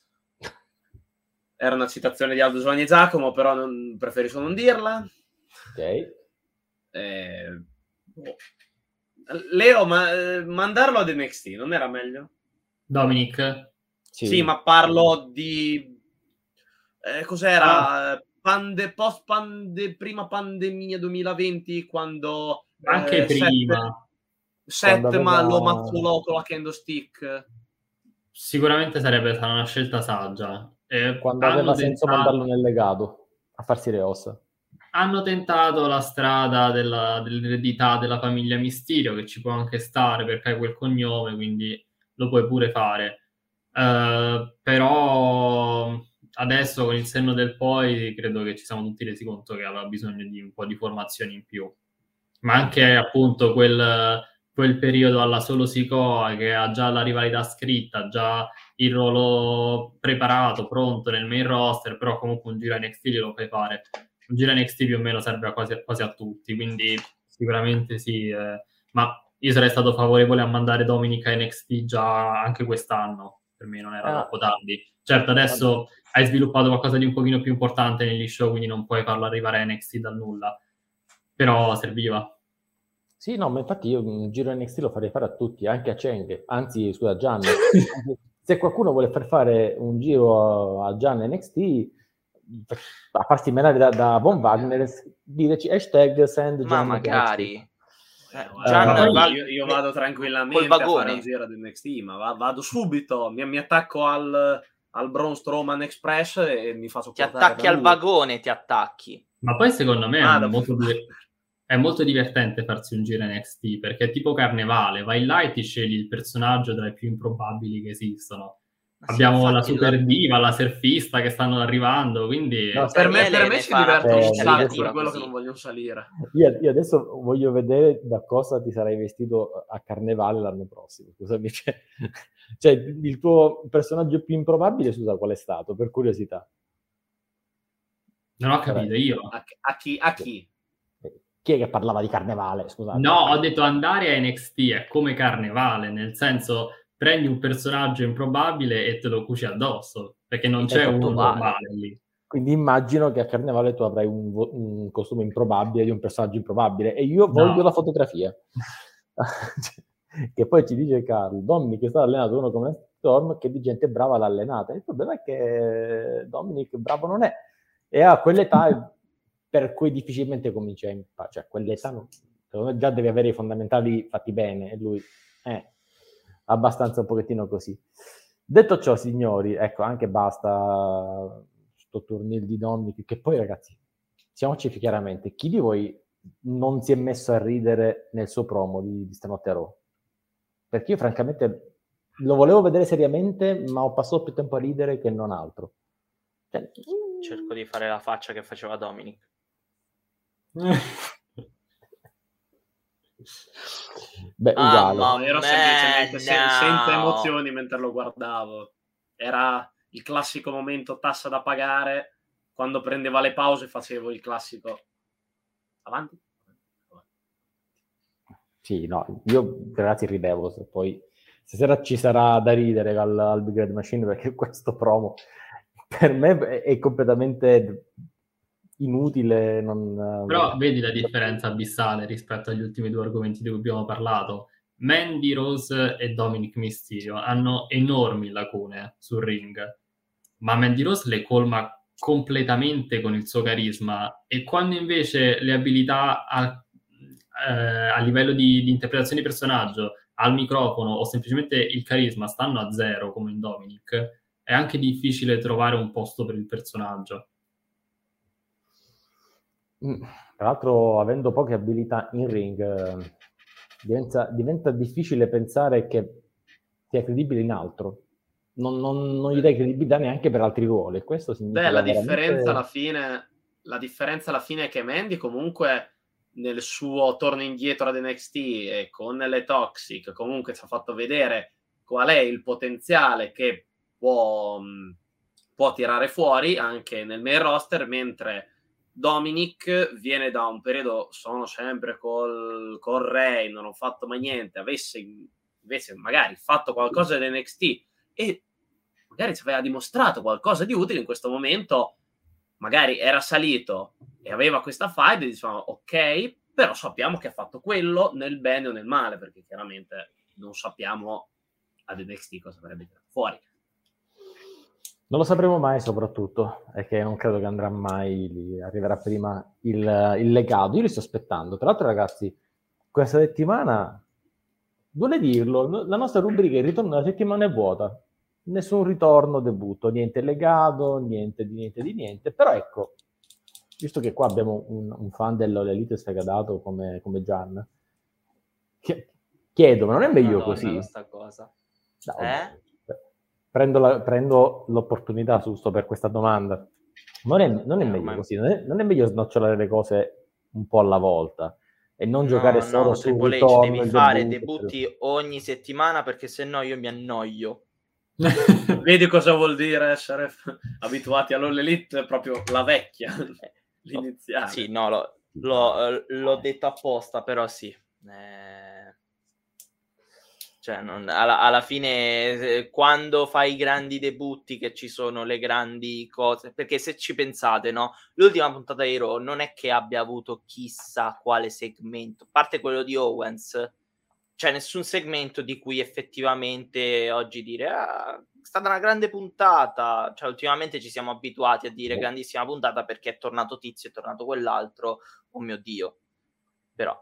Era una citazione di Aldo Giovanni e Giacomo, però non, preferisco non dirla. Ok. Eh, boh. Leo, ma eh, mandarlo ad N X T non era meglio? Dominic? Sì, sì ma parlo di... Eh, cos'era? Ah. Pande, post pande, prima pandemia duemilaventi, quando... Anche eh, prima. Seth, aveva... ma lo mazzolò con la kendo stick. Sicuramente sarebbe stata una scelta saggia. Eh, quando aveva senso tentato... mandarlo nel legato a farsi le ossa. Hanno tentato la strada della, dell'eredità della famiglia Mysterio, che ci può anche stare perché hai quel cognome, quindi lo puoi pure fare. Uh, però adesso con il senno del poi credo che ci siamo tutti resi conto che aveva bisogno di un po' di formazione in più. Ma anche appunto quel, quel periodo alla solo Sikoa che ha già la rivalità scritta, già il ruolo preparato, pronto nel main roster, però comunque un giro N X T lo fai fare. Un giro N X T più o meno serve a quasi, quasi a tutti, quindi sicuramente sì. Eh, ma io sarei stato favorevole a mandare Dominic a N X T già anche quest'anno, per me non era ah. troppo tardi. Certo, adesso ah. hai sviluppato qualcosa di un pochino più importante negli show, quindi non puoi farlo arrivare a N X T dal nulla, però serviva. Sì, no, ma infatti io un giro N X T lo farei fare a tutti, anche a Cheng, anzi, scusa, Gian. Se qualcuno vuole far fare un giro a Gian N X T, a farsi menare da, da Von Wagner, direci hashtag send ma magari eh, Gian, uh, io, io vado tranquillamente a fare un giro di N X T, ma va, vado subito, mi, mi attacco al, al Braun Strowman Express e mi faccio ti attacchi al vagone, ti attacchi. Ma poi secondo me ah, è, molto div- è molto divertente farsi un giro N X T, perché è tipo carnevale, vai là e ti scegli il personaggio tra i più improbabili che esistono. Abbiamo sì, la super la... diva, la surfista che stanno arrivando, quindi... No, per me, per me si divertono un sacco per quello che non vogliono salire. Io, io adesso voglio vedere da cosa ti sarai vestito a carnevale l'anno prossimo. Scusami, cioè, cioè il tuo personaggio più improbabile, scusa, qual è stato? Per curiosità. Non ho capito, io. A, a chi? A chi? Chi è che parlava di carnevale? Scusate. No, ho detto andare a N X T è come carnevale, nel senso... prendi un personaggio improbabile e te lo cuci addosso, perché non c'è uno normale lì. Quindi immagino che a carnevale tu avrai un, un costume improbabile di un personaggio improbabile e io voglio no. la fotografia. Che poi ci dice Carl, Dominic è stato allenato uno come Storm che di gente brava l'ha allenata. Il problema è che Dominic bravo non è, e a quell'età per cui difficilmente comincia a imparare, cioè a quell'età no. Secondo me già devi avere i fondamentali fatti bene e lui eh abbastanza un pochettino così. Detto ciò, signori, ecco, anche basta sto turnil di Dominic, che poi, ragazzi, diciamoci chiaramente, chi di voi non si è messo a ridere nel suo promo di, di stanotte a Raw? Perché io, francamente, lo volevo vedere seriamente, ma ho passato più tempo a ridere che non altro. Cioè, cerco di fare la faccia che faceva Dominic. Beh, uguale. Ah, ero semplicemente se- no. senza emozioni mentre lo guardavo. Era il classico momento tassa da pagare, quando prendeva le pause facevo il classico avanti. Sì, no, io ragazzi ridevo, se poi stasera ci sarà da ridere al, al Big Red Machine, perché questo promo per me è, è completamente inutile. Non, però vedi la differenza abissale rispetto agli ultimi due argomenti di cui abbiamo parlato. Mandy Rose e Dominic Mysterio hanno enormi lacune sul ring, ma Mandy Rose le colma completamente con il suo carisma, e quando invece le abilità a, eh, a livello di, di interpretazione di personaggio, al microfono o semplicemente il carisma stanno a zero come in Dominic, è anche difficile trovare un posto per il personaggio. Tra l'altro, avendo poche abilità in ring, eh, diventa, diventa difficile pensare che sia credibile in altro. non, non, non gli dai credibilità neanche per altri ruoli. E questo significa Beh, la veramente... differenza alla fine, la differenza alla fine è che Mandy comunque nel suo torno indietro ad N X T e con le Toxic comunque ci ha fatto vedere qual è il potenziale che può, mh, può tirare fuori anche nel main roster, mentre Dominic viene da un periodo, sono sempre col, col Rey, non ho fatto mai niente, avesse invece magari fatto qualcosa di N X T e magari ci aveva dimostrato qualcosa di utile, in questo momento magari era salito e aveva questa fight e dicevamo ok, però sappiamo che ha fatto quello nel bene o nel male, perché chiaramente non sappiamo ad N X T cosa avrebbe tirato fuori. Non lo sapremo mai, soprattutto, è che non credo che andrà mai lì, arriverà prima il, il legato. Io li sto aspettando. Tra l'altro, ragazzi, questa settimana, vuole dirlo, la nostra rubrica Il ritorno della settimana è vuota. Nessun ritorno, debutto, niente legato, niente di niente di niente. Però ecco, visto che qua abbiamo un, un fan dell'Elite sfegatato come, come Gian, chiedo, ma non è meglio Madonna, così? questa cosa. No, Eh? Prendo, la, prendo l'opportunità giusto per questa domanda. Non è, non è Eh, meglio ormai- così, non è, non è meglio snocciolare le cose un po' alla volta e non No, giocare solo no, sul Triple H, ritorno, devi il fare debutto, debutti ogni settimana perché sennò io mi annoio. Vedi cosa vuol dire essere f- abituati all'All Elite, proprio la vecchia, l'iniziale. Sì, no, lo- lo- eh, l'ho detto apposta, però sì. Eh, Cioè, non- alla, alla fine, eh, quando fai i grandi debutti, che ci sono le grandi cose, perché se ci pensate, no? L'ultima puntata di Raw non è che abbia avuto chissà quale segmento, a parte quello di Owens, c'è nessun segmento di cui effettivamente oggi dire ah, è stata una grande puntata. Cioè, ultimamente ci siamo abituati a dire grandissima puntata perché è tornato Tizio, è tornato quell'altro, oh mio Dio. Però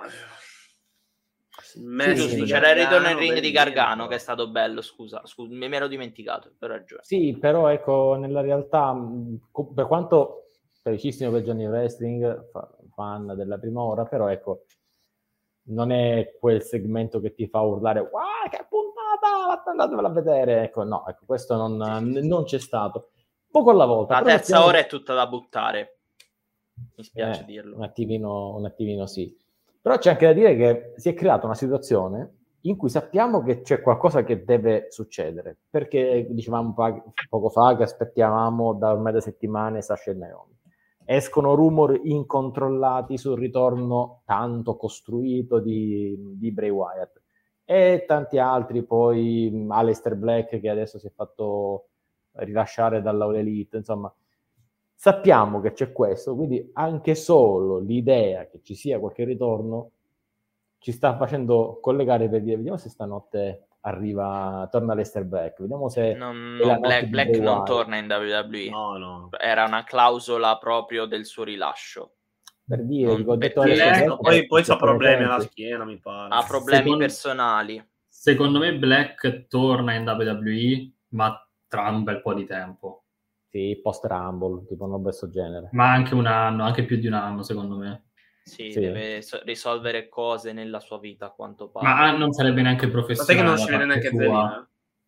Sì, giusto, sì, c'era il ritorno in ring bel di Gargano niente. che è stato bello, scusa, scusa me ero dimenticato, per ragione. Sì, però ecco, nella realtà, mh, co- per quanto felicissimo per Johnny Wrestling, fa- fan della prima ora, però ecco, non è quel segmento che ti fa urlare wow, che puntata, andatevela a vedere. Ecco, no, ecco, questo non, Sì, sì, non c'è stato. Poco alla volta. La però terza sappiamo ora che- è tutta da buttare, mi spiace Eh, dirlo. un attimino, un attimino sì. Però c'è anche da dire che si è creata una situazione in cui sappiamo che c'è qualcosa che deve succedere, perché dicevamo pa- poco fa che aspettiamo da ormai da settimane Sasha e Naomi. Escono rumor incontrollati sul ritorno tanto costruito di, di Bray Wyatt e tanti altri, poi Aleister Black che adesso si è fatto rilasciare dalla All Elite, insomma. Sappiamo che c'è questo, quindi anche solo l'idea che ci sia qualche ritorno ci sta facendo collegare per dire vediamo se stanotte arriva, torna Lester Black, vediamo se Non, è la non Black, notte di Black Bray non Wyatt. torna in W W E. No, no. Era una clausola proprio del suo rilascio. Per dire, Non dico, ho detto perché- Lester No, Black, poi, poi c'ha perché problemi alla presente. schiena, mi pare. Ha problemi Secondo- personali. Secondo me Black torna in W W E, ma tra un bel po' di tempo. Sì, post Rumble, tipo un questo genere. Ma anche un anno, anche più di un anno, secondo me. Sì, Sì. deve so- risolvere cose nella sua vita, a quanto pare. Ma ah, non sarebbe neanche Ma sai professionale che non da si vede parte neanche sua. Zelina?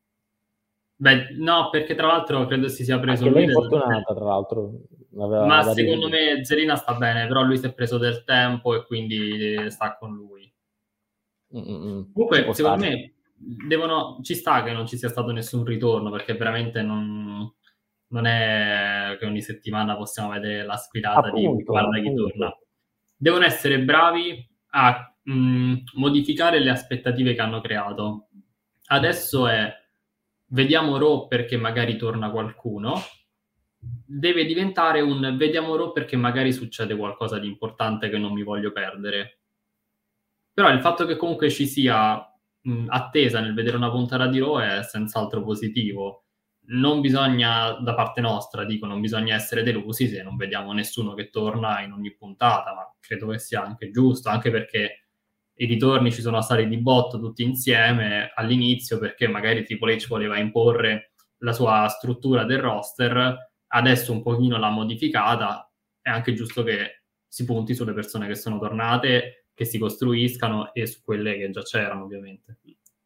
Beh, no, perché tra l'altro credo si sia preso Anche lei lui è del- infortunata, tra l'altro. Aveva Ma vari- secondo me Zelina sta bene, però lui si è preso del tempo e quindi sta con lui. Mm, mm, mm. Ci Comunque, può secondo stare. me devono, ci sta che non ci sia stato nessun ritorno, perché veramente non, non è che ogni settimana possiamo vedere la sfilata di Appunto, guarda chi appunto. torna. Devono essere bravi a mh, modificare le aspettative che hanno creato. Adesso è vediamo Raw perché magari torna qualcuno, deve diventare un vediamo Raw perché magari succede qualcosa di importante che non mi voglio perdere. Però il fatto che comunque ci sia mh, attesa nel vedere una puntata di Raw è senz'altro positivo. Non bisogna, da parte nostra, dico, non bisogna essere delusi se non vediamo nessuno che torna in ogni puntata, ma credo che sia anche giusto, anche perché i ritorni ci sono stati di botto tutti insieme all'inizio, perché magari Triple H voleva imporre la sua struttura del roster, adesso un pochino l'ha modificata, è anche giusto che si punti sulle persone che sono tornate, che si costruiscano e su quelle che già c'erano, ovviamente.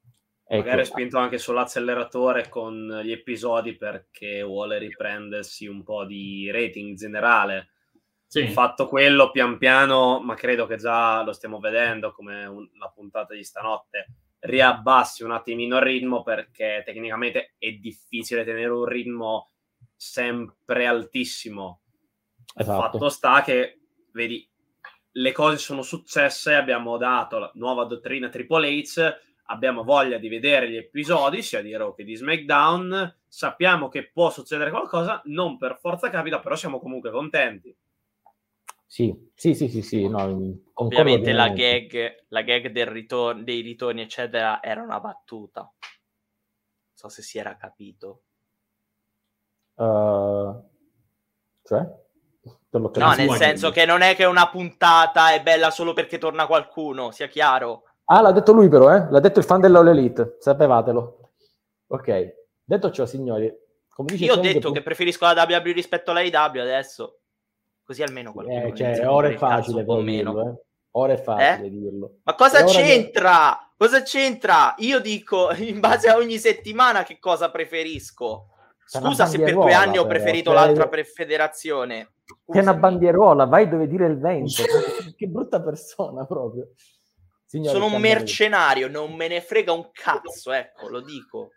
Ecco. Magari è spinto anche sull'acceleratore con gli episodi perché vuole riprendersi un po' di rating in generale. Sì. Fatto quello, pian piano, ma credo che già lo stiamo vedendo come un, la puntata di stanotte, riabbassi un attimino il ritmo, perché tecnicamente è difficile tenere un ritmo sempre altissimo. Esatto. Fatto sta che, vedi, le cose sono successe, abbiamo dato la nuova dottrina Triple H, abbiamo voglia di vedere gli episodi sia di Raw che di SmackDown, sappiamo che può succedere qualcosa, non per forza capita, però siamo comunque contenti. Sì, sì, sì, sì, sì, no, ovviamente la gag, la gag del ritorno, dei ritorni eccetera era una battuta, non so se si era capito. Uh, cioè? No, nel senso che non è che una puntata è bella solo perché torna qualcuno, sia chiaro. Ah, l'ha detto lui però, eh? L'ha detto il fan dell'All Elite, sapevatelo. Ok, detto ciò, signori, come dice io ho Cheng, detto pu- che preferisco la W W E rispetto alla A E W adesso, così almeno qualcuno eh, cioè, ne ora è facile un po' dirlo, meno. eh? Ora è facile Eh? dirlo. Ma cosa E ora c'entra? Che... Cosa c'entra? Io dico in base a ogni settimana che cosa preferisco. Scusa se per due anni ho però, preferito cioè... l'altra pre- federazione. C'è una bandieruola, vai dove dire il vento. Che brutta persona proprio. Signori, sono un cambiamo. mercenario, non me ne frega un cazzo, ecco, lo dico.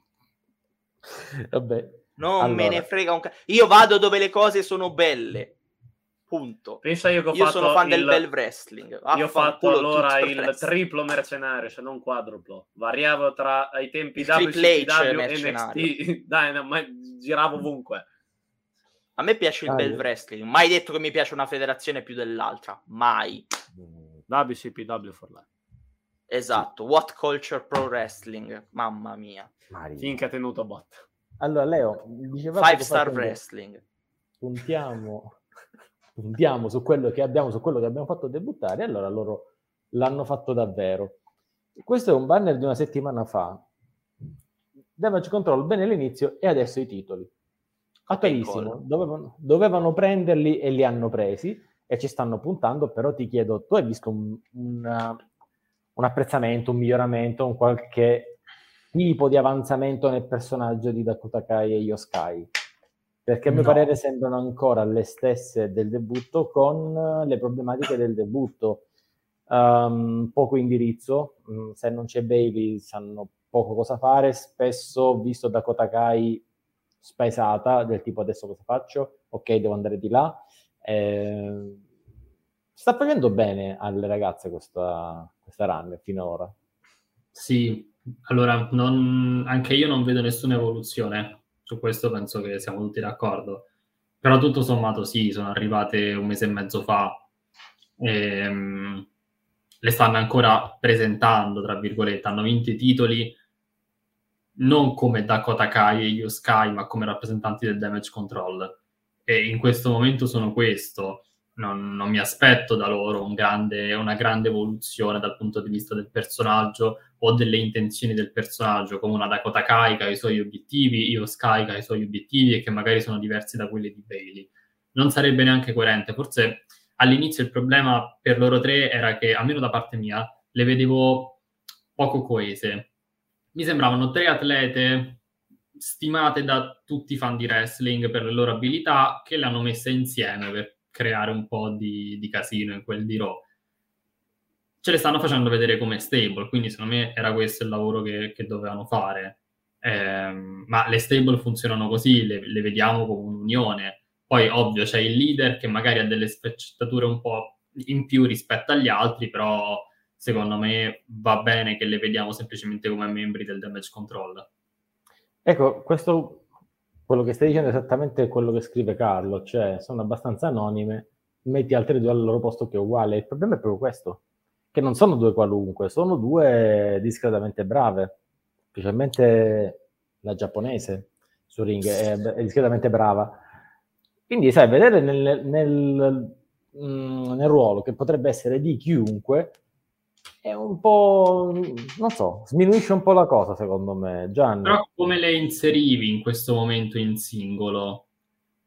Vabbè. Non allora. me ne frega un cazzo. Io vado dove le cose sono belle. Punto. Pensa io che ho io fatto sono fan il... del bel wrestling. Io ho fatto allora il wrestling. triplo mercenario, se non quadruplo. Variavo tra ai tempi il W C W e N X T. Dai, no, ma giravo ovunque. A me piace il ah, bel io. wrestling. Mai detto che mi piace una federazione più dell'altra. Mai. W C P W for life. Esatto. Sì. What Culture Pro Wrestling. Mamma mia. Maria. Finché ha tenuto a botta. Allora, Leo, diceva Five Star Wrestling. Puntiamo, puntiamo su quello che abbiamo, su quello che abbiamo fatto debuttare. Allora loro l'hanno fatto davvero. Questo è un banner di una settimana fa. Damage Control bene all'inizio e adesso i titoli. Attualissimo, dovevano, dovevano prenderli e li hanno presi e ci stanno puntando, però ti chiedo, tu hai visto un, un, un apprezzamento, un miglioramento, un qualche tipo di avanzamento nel personaggio di Dakota Kai e Io Sky? Perché a mio No. parere sembrano ancora le stesse del debutto, con le problematiche del debutto. Um, poco indirizzo, um, se non c'è Bailey sanno poco cosa fare, spesso ho visto Dakota Kai spaesata, del tipo adesso cosa faccio? Ok, devo andare di là. Eh, sta facendo bene alle ragazze questa, questa run finora. Sì, allora non, anche io non vedo nessuna evoluzione, su questo penso che siamo tutti d'accordo, però tutto sommato sì, sono arrivate un mese e mezzo fa e um, le stanno ancora presentando, tra virgolette, hanno vinto i titoli non come Dakota Kai e Io Sky, ma come rappresentanti del Damage Control. E in questo momento sono questo. Non, non mi aspetto da loro un grande, una grande evoluzione dal punto di vista del personaggio o delle intenzioni del personaggio, come una Dakota Kai che ha i suoi obiettivi, Io Sky che ha i suoi obiettivi e che magari sono diversi da quelli di Bailey. Non sarebbe neanche coerente. Forse all'inizio il problema per loro tre era che, almeno da parte mia, le vedevo poco coese. Mi sembravano tre atlete stimate da tutti i fan di wrestling per le loro abilità, che le hanno messe insieme per creare un po' di, di casino in quel di Raw. Ce le stanno facendo vedere come stable, quindi secondo me era questo il lavoro che, che dovevano fare. Eh, ma le stable funzionano così, le, le vediamo come un'unione. Poi ovvio c'è il leader che magari ha delle sfaccettature un po' in più rispetto agli altri, però secondo me va bene che le vediamo semplicemente come membri del Damage Control. Ecco, questo, quello che stai dicendo è esattamente quello che scrive Carlo, cioè sono abbastanza anonime, metti altre due al loro posto che è uguale. Il problema è proprio questo, che non sono due qualunque, sono due discretamente brave, specialmente la giapponese su ring è, è discretamente brava. Quindi, sai, vedere nel, nel, nel ruolo che potrebbe essere di chiunque è un po', non so, sminuisce un po' la cosa, secondo me. Gianni. Però come le inserivi in questo momento in singolo?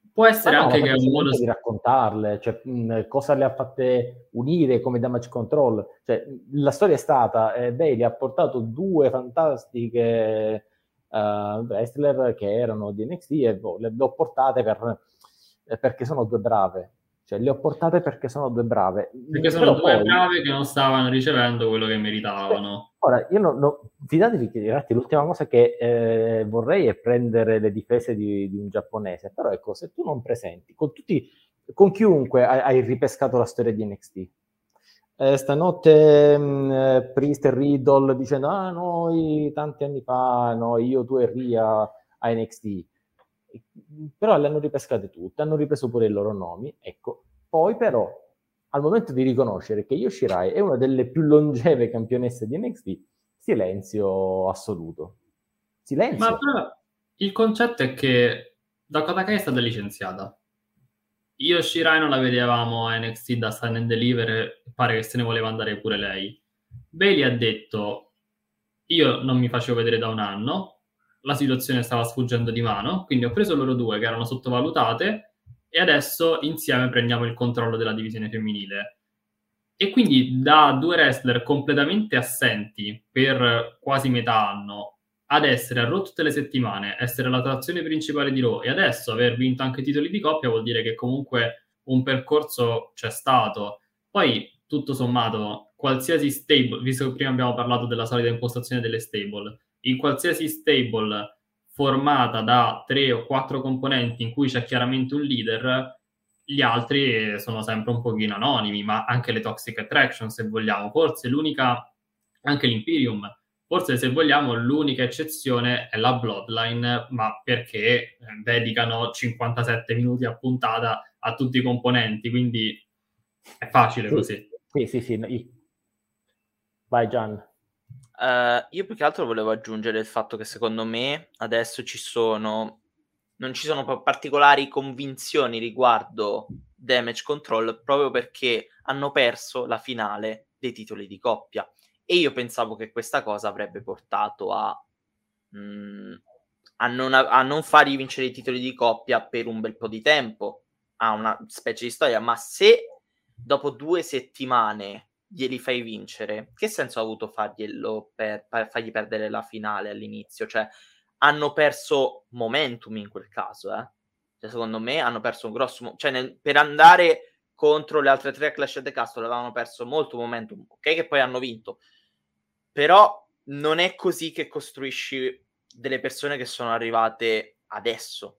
Può essere Ma no, anche ma che è un modo semplicemente di raccontarle, cioè mh, cosa le ha fatte unire come damage control. Cioè, mh, la storia è stata, eh, Bayley ha portato due fantastiche uh, wrestler che erano di N X T e boh, le, le ho portate per, eh, perché sono due brave. Cioè, le ho portate perché sono due brave. perché Mm, sono però due poi, brave che non stavano ricevendo quello che meritavano. ora, io non, non- fidatevi che ragazzi, l'ultima cosa che eh, vorrei è prendere le difese di, di un giapponese, però ecco, se tu non presenti, con tutti, con chiunque hai, hai ripescato la storia di N X T, eh, stanotte mh, eh, Priest e Riddle dicendo, ah noi tanti anni fa, no, io, tu e Ria a N X T, però le hanno ripescate tutte, hanno ripreso pure i loro nomi, ecco, poi però al momento di riconoscere che Io Shirai è una delle più longeve campionesse di N X T, silenzio assoluto. Silenzio. Ma però il concetto è che Dakota Kai è stata licenziata. Io Shirai non la vedevamo a N X T da Stand and Deliver e pare che se ne voleva andare pure lei. Bayley ha detto io non mi facevo vedere da un anno, la situazione stava sfuggendo di mano, quindi ho preso loro due che erano sottovalutate e adesso insieme prendiamo il controllo della divisione femminile. E quindi da due wrestler completamente assenti per quasi metà anno ad essere a Raw tutte le settimane, essere l'attrazione principale di Raw e adesso aver vinto anche titoli di coppia vuol dire che comunque un percorso c'è stato. Poi, tutto sommato, qualsiasi stable, visto che prima abbiamo parlato della solita impostazione delle stable, in qualsiasi stable formata da tre o quattro componenti in cui c'è chiaramente un leader, gli altri sono sempre un pochino anonimi, ma anche le Toxic Attraction, se vogliamo. Forse l'unica, anche l'Imperium, forse se vogliamo l'unica eccezione è la Bloodline, ma perché dedicano cinquantasette minuti a puntata a tutti i componenti, quindi è facile Sì, così. sì, sì, sì. Io... Vai Gian. Uh, io più che altro volevo aggiungere il fatto che secondo me adesso ci sono non ci sono particolari convinzioni riguardo Damage Control proprio perché hanno perso la finale dei titoli di coppia e io pensavo che questa cosa avrebbe portato a, mh, a, non, a, a non far vincere i titoli di coppia per un bel po' di tempo, a una specie di storia, ma se dopo due settimane glieli fai vincere, che senso ha avuto farglielo per, per fargli perdere la finale all'inizio? Cioè, hanno perso momentum in quel caso, eh? Cioè, secondo me hanno perso un grosso... Mo- cioè, nel, per andare contro le altre tre Clash of the Castle avevano perso molto momentum, ok? Che poi hanno vinto. Però non è così che costruisci delle persone che sono arrivate adesso.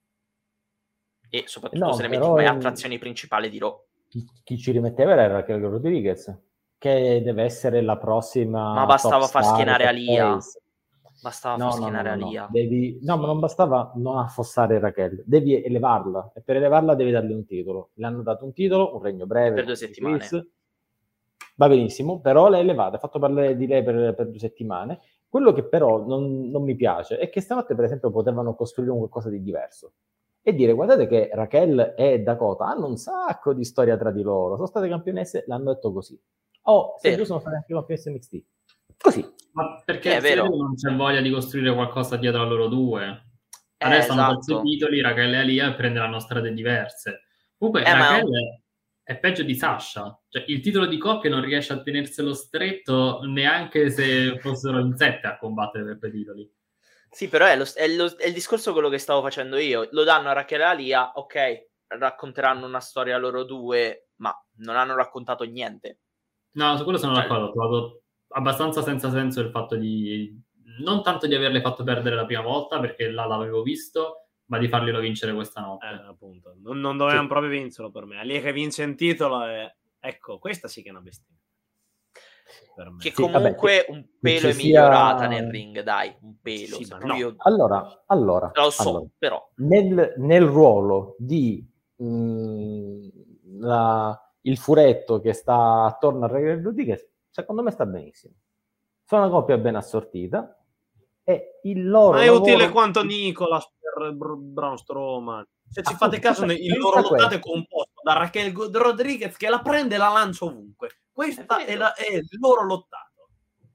E soprattutto No, se le metti però come ehm, attrazioni principali di Raw. chi, chi ci rimetteva era Raquel Rodriguez, che deve essere la prossima Ma bastava top far star, schienare top Alia. face. Bastava No, far no, no, schienare no, no. Alia. Devi... no, ma non bastava non affossare Raquel, devi elevarla e per elevarla devi darle un titolo. Le hanno dato un titolo, un regno breve, Per due come dice settimane. Chris. Va benissimo, però l'hai elevata, ha fatto parlare di lei per, per due settimane. Quello che però non, non mi piace è che stanotte, per esempio, potevano costruire un qualcosa di diverso e dire guardate che Raquel e Dakota hanno un sacco di storia tra di loro, sono state campionesse, l'hanno detto così. Oh, se Vero. giù sono state anche campionesse N X T. Così. Ma perché Sì, è si vede vero. che non c'è voglia di costruire qualcosa dietro a loro due. Eh, Adesso hanno perso esatto. i titoli, Raquel e Alia e prenderanno strade diverse. Comunque Eh, ma è Raquel un- è peggio di Sasha. Cioè, il titolo di coppia non riesce a tenerselo stretto neanche se fossero in sette a combattere per quei titoli. Sì, però è, lo, è, lo, è il discorso quello che stavo facendo io. Lo danno a Raquel e Alia, ok, racconteranno una storia loro due, ma non hanno raccontato niente. No, su quello sono Cioè, d'accordo. Ho trovato abbastanza senza senso il fatto di... non tanto di averle fatto perdere la prima volta, perché là l'avevo visto, ma di farglielo vincere questa notte. Eh, appunto. Non, non dovevano Sì. proprio vincerlo per me. Lì che vince in titolo è... Ecco, questa sì che è una bestia. Per me. che Sì, comunque vabbè, un pelo è sia... migliorata nel ring, dai, un pelo. Sì, Se ma proprio... no. Allora, allora, Lo so, allora. però. Nel, nel ruolo di mh, la, il furetto che sta attorno a Raquel Rodriguez, secondo me sta benissimo. Sono una coppia ben assortita e il loro Ma è lavoro... utile quanto Nicolas per Br- Braun Strowman. Se ci Appunto, fate caso, pensa- il loro pensa lottato è questo. composto da Raquel God- Rodriguez che la prende e la lancia ovunque. Questa È è, vero. la- è il loro lottato.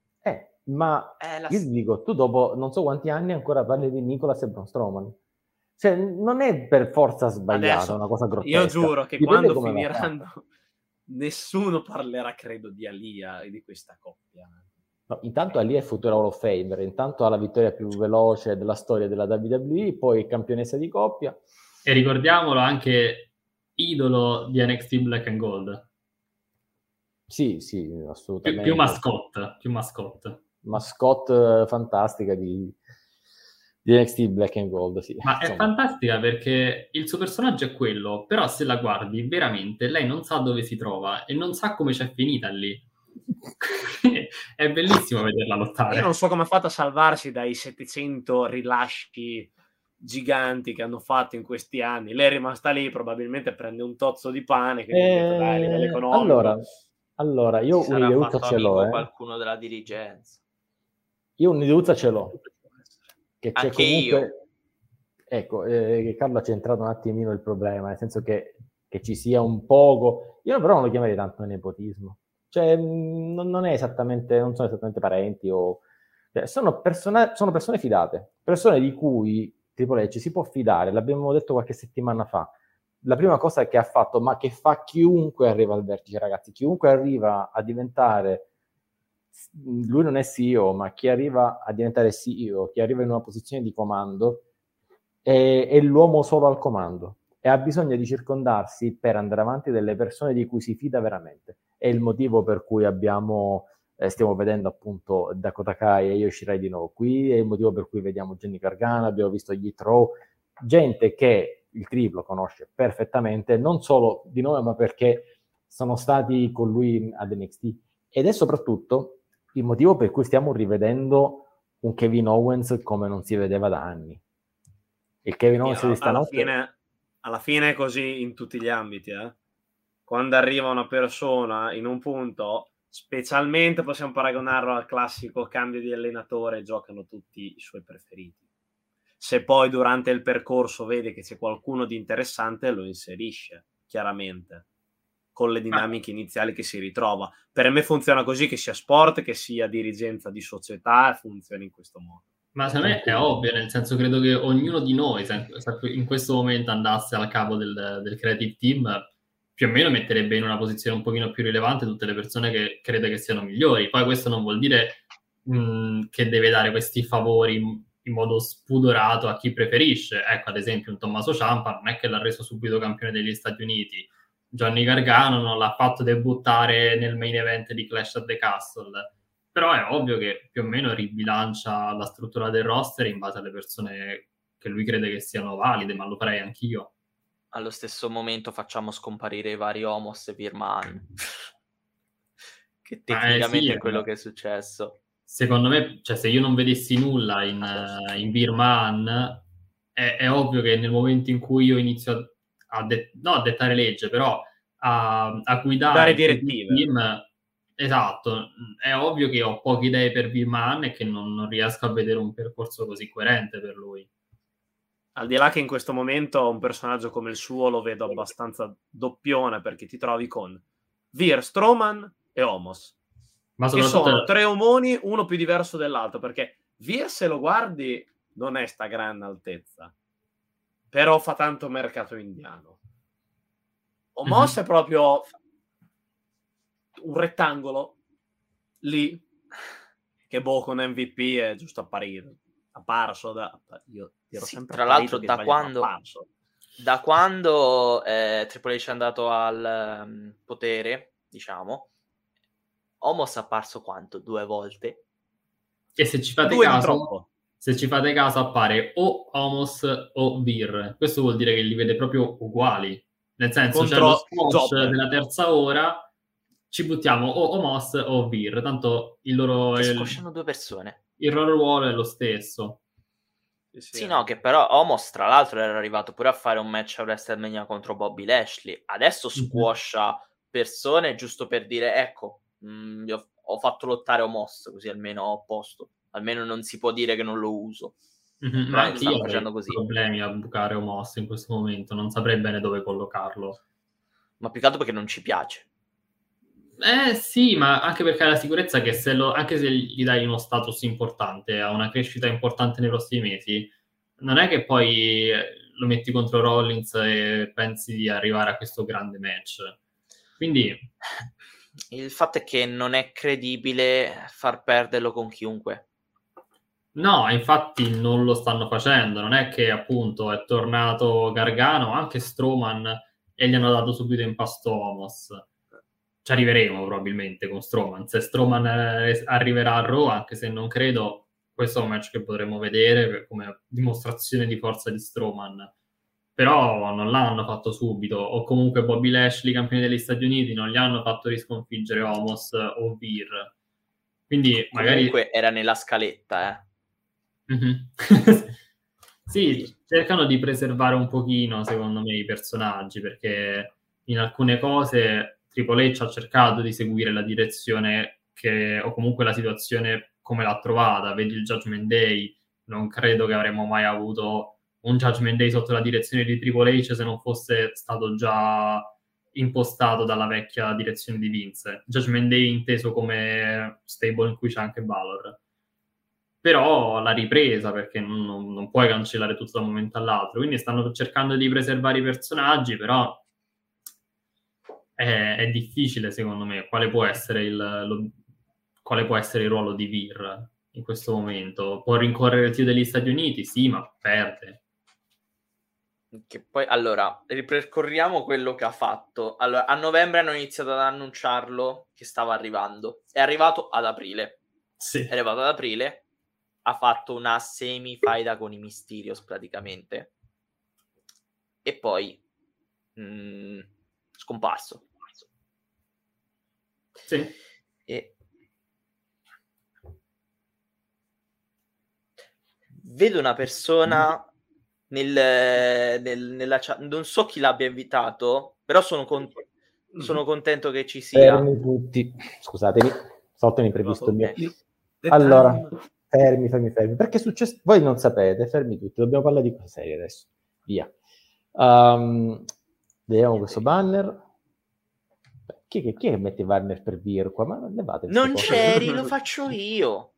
Eh, ma È la... io ti dico, tu dopo non so quanti anni ancora parli di Nicolas e Braun Strowman. Cioè, non è per forza sbagliata, Adesso, una cosa grottesca. io giuro che Dipende quando come va finiranno fatta. nessuno parlerà, credo, di Alia e di questa coppia. No, intanto Ali è futura Hall of Famer, intanto ha la vittoria più veloce della storia della W W E, poi campionessa di coppia. E ricordiamolo anche idolo di N X T Black and Gold. Sì, sì, Più, assolutamente. più mascotte, più mascotte. Mascotte fantastica di, di N X T Black and Gold, sì. Ma è Insomma. fantastica perché il suo personaggio è quello, però se la guardi veramente lei non sa dove si trova e non sa come c'è finita lì. È bellissimo vederla lottare. Io non so come ha fatto a salvarsi dai settecento rilasci giganti che hanno fatto in questi anni. Lei è rimasta lì, probabilmente prende un tozzo di pane che Eh, detto, dai, a livello economico. allora, allora, io Si sarà un'ideuzza fatto ce amico l'ho, eh. qualcuno della dirigenza. Io un'ideuzza ce l'ho. Che c'è Anche comunque... io. Ecco, eh, che Carlo ha centrato un attimino il problema, nel senso che, che ci sia un poco... Io però non lo chiamerei tanto nepotismo. Cioè, mh, non, non è esattamente, non sono esattamente parenti o... Cioè, sono, persone, sono persone fidate, persone di cui Triple H si può fidare, l'abbiamo detto qualche settimana fa. La prima cosa che ha fatto, ma che fa chiunque arriva al vertice, ragazzi, chiunque arriva a diventare... Lui non è C E O, ma chi arriva a diventare C E O, chi arriva in una posizione di comando, è, è l'uomo solo al comando e ha bisogno di circondarsi per andare avanti delle persone di cui si fida veramente. È il motivo per cui abbiamo, eh, stiamo vedendo appunto Dakota Kai e Yoshirai di nuovo qui, è il motivo per cui vediamo Johnny Gargano, abbiamo visto gli Throw, gente che il triplo conosce perfettamente, non solo di nome, ma perché sono stati con lui ad N X T. Ed è soprattutto il motivo per cui stiamo rivedendo un Kevin Owens come non si vedeva da anni. Il Kevin Owens alla, di stanotte... alla fine, alla fine è così in tutti gli ambiti, eh? Quando arriva una persona in un punto, specialmente possiamo paragonarlo al classico cambio di allenatore, giocano tutti i suoi preferiti. Se poi durante il percorso vede che c'è qualcuno di interessante, lo inserisce, chiaramente, con le dinamiche iniziali che si ritrova. Per me funziona così, che sia sport, che sia dirigenza di società, funziona in questo modo. Ma secondo me è ovvio, nel senso credo che ognuno di noi, se in questo momento andasse al capo del, del creative team, più o meno metterebbe in una posizione un pochino più rilevante tutte le persone che crede che siano migliori. Poi questo non vuol dire mh, che deve dare questi favori in, in modo spudorato a chi preferisce. Ecco, ad esempio, un Tommaso Ciampa non è che l'ha reso subito campione degli Stati Uniti. Johnny Gargano non l'ha fatto debuttare nel main event di Clash at the Castle. Però è ovvio che più o meno ribilancia la struttura del roster in base alle persone che lui crede che siano valide, ma lo farei anch'io. Allo stesso momento facciamo scomparire i vari Omos e Virman. Che tecnicamente eh, sì, è quello eh. che è successo. Secondo me, cioè, se io non vedessi nulla in, uh, in Virman, è, è ovvio che nel momento in cui io inizio a, a det- no, a dettare legge, però a, a guidare dare il direttive. team, esatto, è ovvio che ho poche idee per Virman e che non, non riesco a vedere un percorso così coerente per lui. Al di là che in questo momento un personaggio come il suo lo vedo abbastanza doppione, perché ti trovi con Veer, Strowman e Omos, Ma che sono soprattutto tre omoni, uno più diverso dell'altro, perché Veer, se lo guardi, non è sta gran altezza, però fa tanto mercato indiano. Omos Mhm. è proprio un rettangolo lì che boh, con M V P è giusto apparire, apparso da io dirò Sì, sempre tra apparito, l'altro che da sbagliato, quando, apparso. da quando eh, Triple H è andato al um, potere, diciamo, Omos è apparso quanto? Due volte? E se ci fate Due di caso, troppo. se ci fate caso appare o Omos o Veer. Questo vuol dire che li vede proprio uguali. Nel senso, c'è lo squash della terza ora, ci buttiamo o Omos o Veer, tanto il loro, Che il, squasciano due persone. il loro ruolo è lo stesso. Sì, sì, Sì, eh. no, che però Omos tra l'altro era arrivato pure a fare un match a WrestleMania contro Bobby Lashley. Adesso squascia persone giusto per dire, ecco, mh, ho, ho fatto lottare Omos, così almeno ho posto. Almeno non si può dire che non lo uso. Mm-hmm, ma anche io stanno avrei facendo così. problemi a bucare Omos in questo momento, non saprei bene dove collocarlo. Ma più che altro perché non ci piace. Eh sì, ma anche perché hai la sicurezza che se lo, anche se gli dai uno status importante, ha una crescita importante nei prossimi mesi, non è che poi lo metti contro Rollins e pensi di arrivare a questo grande match. Quindi il fatto è che non è credibile far perderlo con chiunque. No, infatti non lo stanno facendo, non è che appunto è tornato Gargano, anche Strowman, e gli hanno dato subito in pasto Omos. Ci arriveremo probabilmente con Strowman, se Strowman eh, arriverà a Raw, anche se non credo, questo è un match che potremo vedere come dimostrazione di forza di Strowman, però non l'hanno fatto subito, o comunque Bobby Lashley, campione degli Stati Uniti, non gli hanno fatto risconfiggere Omos o Veer, quindi magari... Comunque era nella scaletta, eh. Mm-hmm. Sì, cercano di preservare un pochino, secondo me, i personaggi, perché in alcune cose Triple H ha cercato di seguire la direzione che, o comunque la situazione come l'ha trovata. Vedi il Judgment Day, non credo che avremmo mai avuto un Judgment Day sotto la direzione di Triple H se non fosse stato già impostato dalla vecchia direzione di Vince. Judgment Day inteso come stable in cui c'è anche Balor. Però la ripresa, perché non, non puoi cancellare tutto da un momento all'altro, quindi stanno cercando di preservare i personaggi, però è, è difficile secondo me quale può essere il lo, quale può essere il ruolo di Veer in questo momento. Può rincorrere il titolo degli Stati Uniti, sì, ma perde. Che poi, allora, ripercorriamo quello che ha fatto. Allora, a novembre hanno iniziato ad annunciarlo che stava arrivando. È arrivato ad aprile. Sì. È arrivato ad aprile. Ha fatto una semi-faida con i Mysterios praticamente. E poi mh, scomparso. Sì. E vedo una persona nel, nel, nella chat, non so chi l'abbia invitato, però sono, con, sono contento che ci sia. Fermi tutti, scusatemi, sotto l'imprevisto mio. Okay. Allora, fermi, fermi, fermi, perché è successo? Voi non sapete, fermi tutti, dobbiamo parlare di cose serie adesso. Via. Um, vediamo questo banner. Chi, chi, chi è che mette i banner per Veer qua? Ma levate non cose. c'eri, lo faccio io.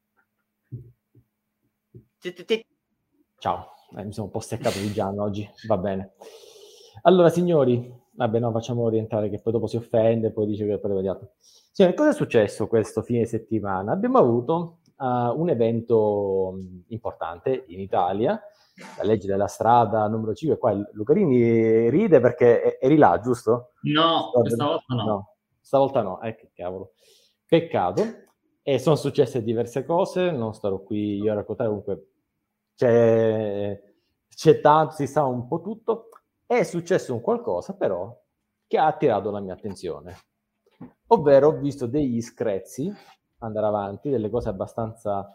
Ciao, eh, mi sono un po' steccato di Gian oggi, va bene. Allora, signori, vabbè, no, facciamo rientrare che poi dopo si offende, poi dice che poi vediamo. Signori, cosa è successo questo fine settimana? Abbiamo avuto uh, un evento importante in Italia, la legge della strada numero cinque. Qua Lucarini ride perché eri là, giusto? No, questa volta no. No, stavolta no, eh, che cavolo. Peccato. E sono successe diverse cose, non starò qui io a raccontare, comunque c'è, c'è tanto, si sa un po' tutto. È successo un qualcosa però che ha attirato la mia attenzione, ovvero ho visto degli screzi andare avanti, delle cose abbastanza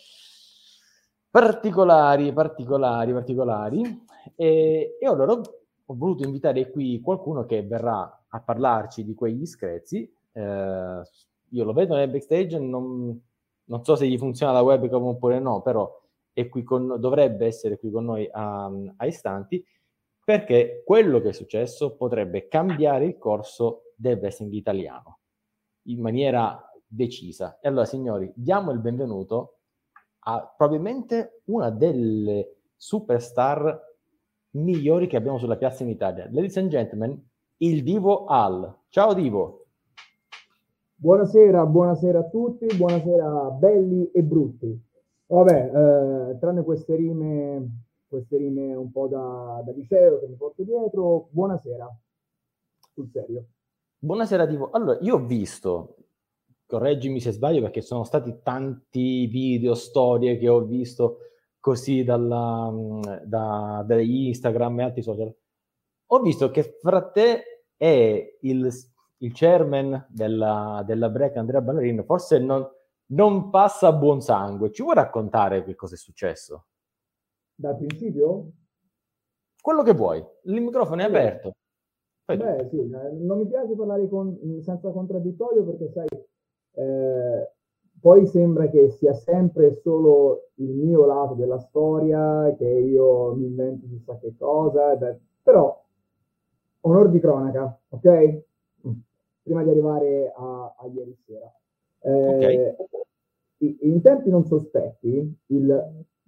particolari, particolari, particolari, e, e allora ho voluto invitare qui qualcuno che verrà a parlarci di quegli screzi. Eh, io lo vedo nel backstage, non, non so se gli funziona la webcam oppure no, però è qui con, dovrebbe essere qui con noi a, a istanti, perché quello che è successo potrebbe cambiare il corso del wrestling italiano in maniera decisa. E allora, signori, diamo il benvenuto a probabilmente una delle superstar migliori che abbiamo sulla piazza in Italia. Ladies and gentlemen, il Divo Al. Ciao Divo. Buonasera, buonasera a tutti, buonasera belli e brutti. Vabbè, eh, tranne queste rime, queste rime un po' da, da liceo che mi porto dietro, buonasera, sul serio. Buonasera Divo. Allora, io ho visto, correggimi se sbaglio, perché sono stati tanti video, storie che ho visto così dalla, da, da Instagram e altri social. Ho visto che fra te e il, il chairman della, della Break, Andrea Ballerini, forse non, non passa buon sangue. Ci vuoi raccontare che cosa è successo? Dal principio? Quello che vuoi. Il microfono è allora, aperto. Fai beh, tutto. sì, non mi piace parlare con, senza contraddittorio perché, sai, eh, poi sembra che sia sempre solo il mio lato della storia, che io mi invento chissà che cosa, beh, però onor di cronaca, ok? Prima di arrivare a, a ieri sera. Eh, Okay. In tempi non sospetti, il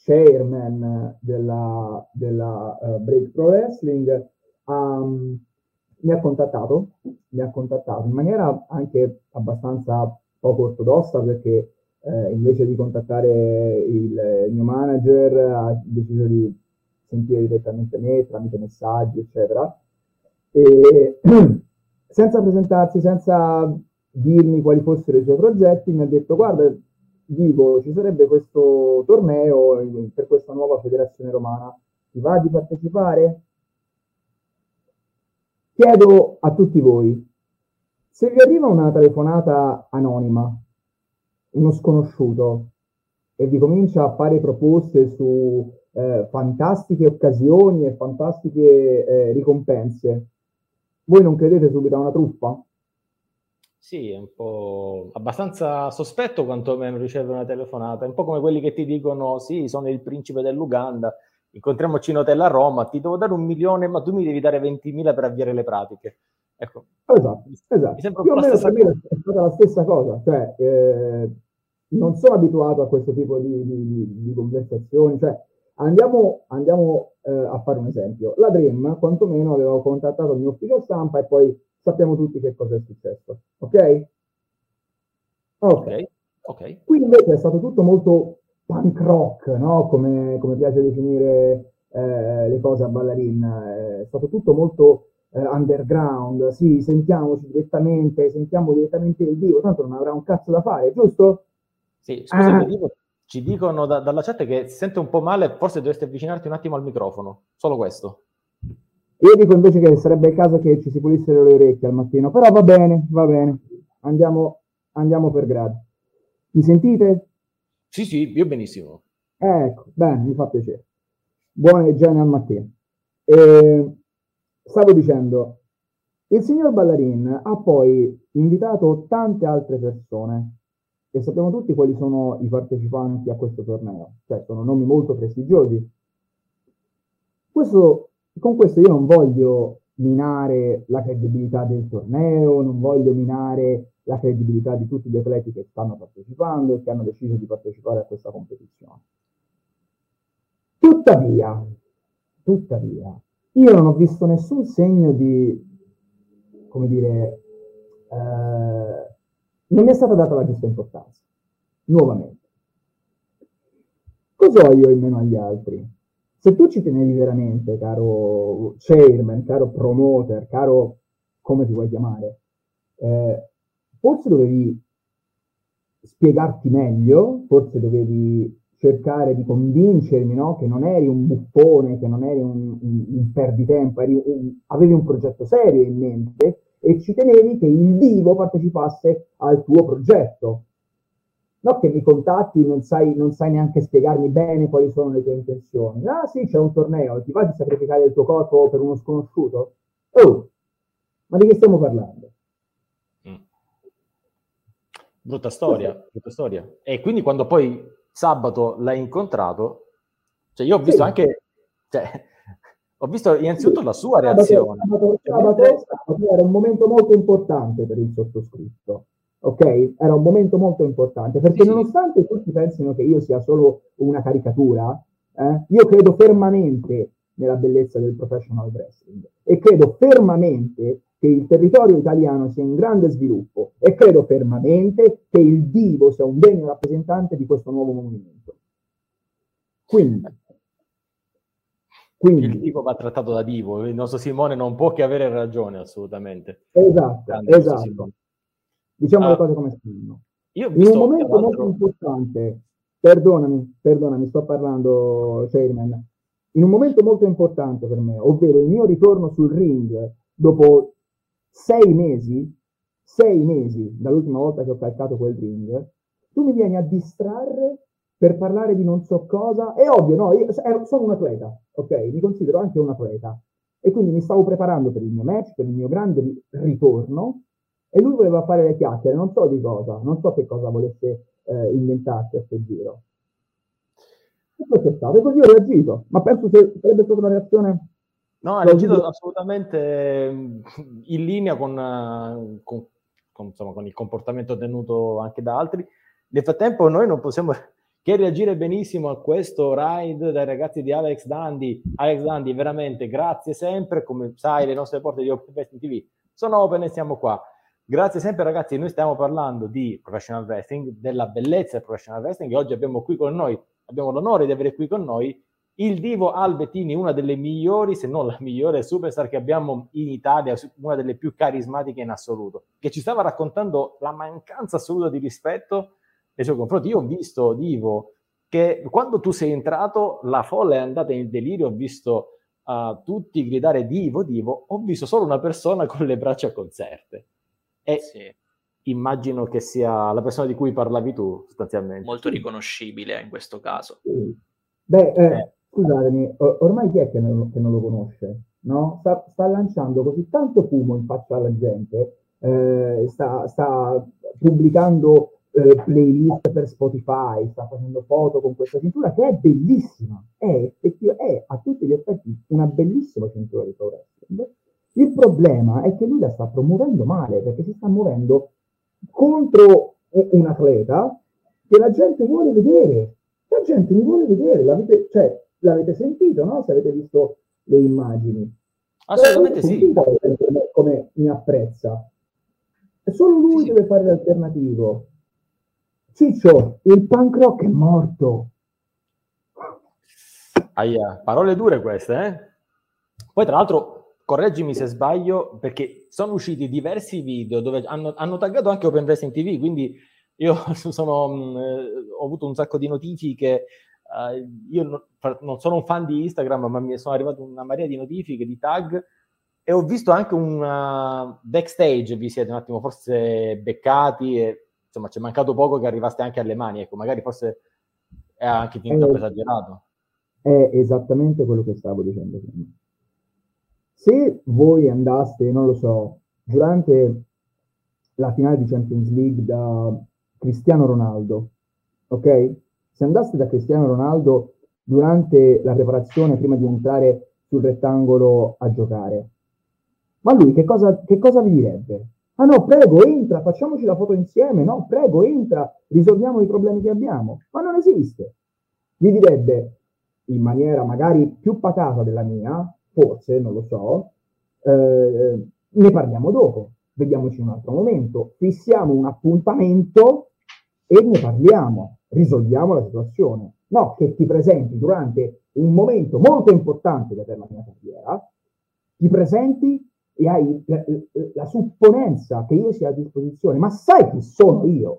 chairman della, della uh, Break Pro Wrestling, um, mi ha contattato, mi ha contattato in maniera anche abbastanza poco ortodossa, perché eh, invece di contattare il, il mio manager ha deciso di sentire direttamente me tramite messaggi, eccetera, e senza presentarsi, senza dirmi quali fossero i suoi progetti, mi ha detto: guarda Vivo, ci sarebbe questo torneo per questa nuova federazione romana, ti va di partecipare? Chiedo a tutti voi, se vi arriva una telefonata anonima, uno sconosciuto, e vi comincia a fare proposte su eh, fantastiche occasioni e fantastiche eh, ricompense, voi non credete subito a una truffa? Sì, è un po' abbastanza sospetto quantomeno ricevere una telefonata, è un po' come quelli che ti dicono: sì, sono il principe dell'Uganda, incontriamoci in hotel a Roma, ti devo dare un milione, ma tu mi devi dare ventimila per avviare le pratiche. Ecco. Esatto, esatto. Mi sembra Più o un po' meno la per stessa me è stata la stessa cosa, cioè eh, non sono abituato a questo tipo di, di, di, di conversazioni, cioè andiamo, andiamo eh, a fare un esempio. La Dream quantomeno aveva contattato il mio ufficio stampa e poi sappiamo tutti che cosa è successo, ok? Ok. Ok, ok. Qui invece è stato tutto molto punk rock, no? Come, come piace definire eh, le cose a Ballarin, è stato tutto molto eh, underground, sì, sentiamoci direttamente, sentiamo direttamente il vivo, tanto non avrà un cazzo da fare, giusto? Sì, scusami, Ah. dico, ci dicono da, dalla chat che si sente un po' male, forse dovresti avvicinarti un attimo al microfono, solo questo. Io dico invece che sarebbe il caso che ci si pulissero le orecchie al mattino, però va bene, va bene, andiamo, andiamo per gradi. Mi sentite? Sì, sì, io benissimo. Ecco, bene, mi fa piacere. Buone igiene al mattino. E, stavo dicendo, il signor Ballarin ha poi invitato tante altre persone, e sappiamo tutti quali sono i partecipanti a questo torneo, cioè sono nomi molto prestigiosi. Questo, con questo io non voglio minare la credibilità del torneo, non voglio minare la credibilità di tutti gli atleti che stanno partecipando e che hanno deciso di partecipare a questa competizione. Tuttavia, tuttavia, io non ho visto nessun segno di, come dire, eh, non mi è stata data la giusta importanza, nuovamente. Cosa ho io in meno agli altri? Se tu ci tenevi veramente, caro chairman, caro promoter, caro come ti vuoi chiamare, eh, forse dovevi spiegarti meglio, forse dovevi cercare di convincermi, no? Che non eri un buffone, che non eri un, un, un perditempo, eri un, avevi un progetto serio in mente e ci tenevi che il vivo partecipasse al tuo progetto. No, che mi contatti, non sai, non sai neanche spiegarmi bene quali sono le tue intenzioni. Ah sì, c'è un torneo, ti va di sacrificare il tuo corpo per uno sconosciuto? Oh, ma di che stiamo parlando? Mm. Brutta storia, brutta storia. E quindi quando poi sabato l'hai incontrato, cioè io ho visto sì. anche, cioè, ho visto innanzitutto sì. la sua sabato, reazione. Sabato, sabato, sabato era un momento molto importante per il sottoscritto. Ok? Era un momento molto importante, perché sì, nonostante sì. tutti pensino che io sia solo una caricatura, eh, io credo fermamente nella bellezza del professional wrestling e credo fermamente che il territorio italiano sia in grande sviluppo e credo fermamente che il Divo sia un degno rappresentante di questo nuovo movimento. Quindi, quindi il Divo va trattato da Divo, il nostro Simone non può che avere ragione, assolutamente. Esatto, Grande esatto. Diciamo uh, le cose come stanno. Io in un momento molto importante, perdonami, perdonami, sto parlando, chairman, in un momento molto importante per me, ovvero il mio ritorno sul ring dopo sei mesi, sei mesi dall'ultima volta che ho calcato quel ring, tu mi vieni a distrarre per parlare di non so cosa. È ovvio, no? Io sono un atleta, ok? Mi considero anche un atleta e quindi mi stavo preparando per il mio match, per il mio grande ritorno. E lui voleva fare le chiacchiere, non so di cosa, non so che cosa volesse eh, inventarsi a questo giro. E questo è stato, e così ho reagito, ma penso che sarebbe stata una reazione... No, ha reagito assolutamente in linea con, con, con, insomma, con il comportamento tenuto anche da altri. Nel frattempo noi non possiamo che reagire benissimo a questo ride dai ragazzi di Alex Dandy. Alex Dandy, veramente grazie sempre, come sai le nostre porte di Open Wrestling T V sono open e siamo qua. Grazie sempre ragazzi, noi stiamo parlando di professional wrestling, della bellezza del professional wrestling e oggi abbiamo qui con noi, abbiamo l'onore di avere qui con noi il divo Albettini, una delle migliori, se non la migliore superstar che abbiamo in Italia, una delle più carismatiche in assoluto, che ci stava raccontando la mancanza assoluta di rispetto nei suoi confronti. Io ho visto, Divo, che quando tu sei entrato la folla è andata in delirio, ho visto uh, tutti gridare Divo, Divo, ho visto solo una persona con le braccia conserte. E sì, immagino che sia la persona di cui parlavi tu, sostanzialmente. Molto riconoscibile in questo caso. Sì. Beh, eh, eh. scusatemi, or- ormai chi è che non, che non lo conosce? No? Sta, sta lanciando così tanto fumo in faccia alla gente, eh, sta, sta pubblicando eh, playlist per Spotify, sta facendo foto con questa cintura che è bellissima, è, effettiva, è a tutti gli effetti una bellissima cintura di pro wrestling. Il problema è che lui la sta promuovendo male, perché si sta muovendo contro un atleta che la gente vuole vedere. La gente mi vuole vedere, l'avete, cioè, l'avete sentito, no? Se avete visto le immagini. Assolutamente sì. Come, come mi apprezza. E solo lui sì. Deve fare l'alternativo. Ciccio, il punk rock è morto. Aia, parole dure queste, eh? Poi tra l'altro, correggimi se sbaglio, perché sono usciti diversi video dove hanno, hanno taggato anche Open Wrestling T V, quindi io sono, mh, ho avuto un sacco di notifiche, uh, io no, non sono un fan di Instagram, ma mi sono arrivate una marea di notifiche, di tag, e ho visto anche un uh, backstage, vi siete un attimo forse beccati, e insomma c'è mancato poco che arrivaste anche alle mani, ecco, magari forse è anche fin troppo esagerato. È esattamente quello che stavo dicendo prima. Se voi andaste, non lo so, durante la finale di Champions League da Cristiano Ronaldo, ok? Se andaste da Cristiano Ronaldo durante la preparazione prima di entrare sul rettangolo a giocare, ma lui che cosa, che cosa vi direbbe? Ah no, prego, entra, facciamoci la foto insieme, no, prego, entra, risolviamo i problemi che abbiamo. Ma non esiste. Vi direbbe, in maniera magari più pacata della mia, forse, non lo so, eh, ne parliamo dopo. Vediamoci un altro momento, fissiamo un appuntamento e ne parliamo, risolviamo la situazione. No, che ti presenti durante un momento molto importante per la mia carriera, ti presenti e hai la, la, la supponenza che io sia a disposizione, ma sai chi sono io?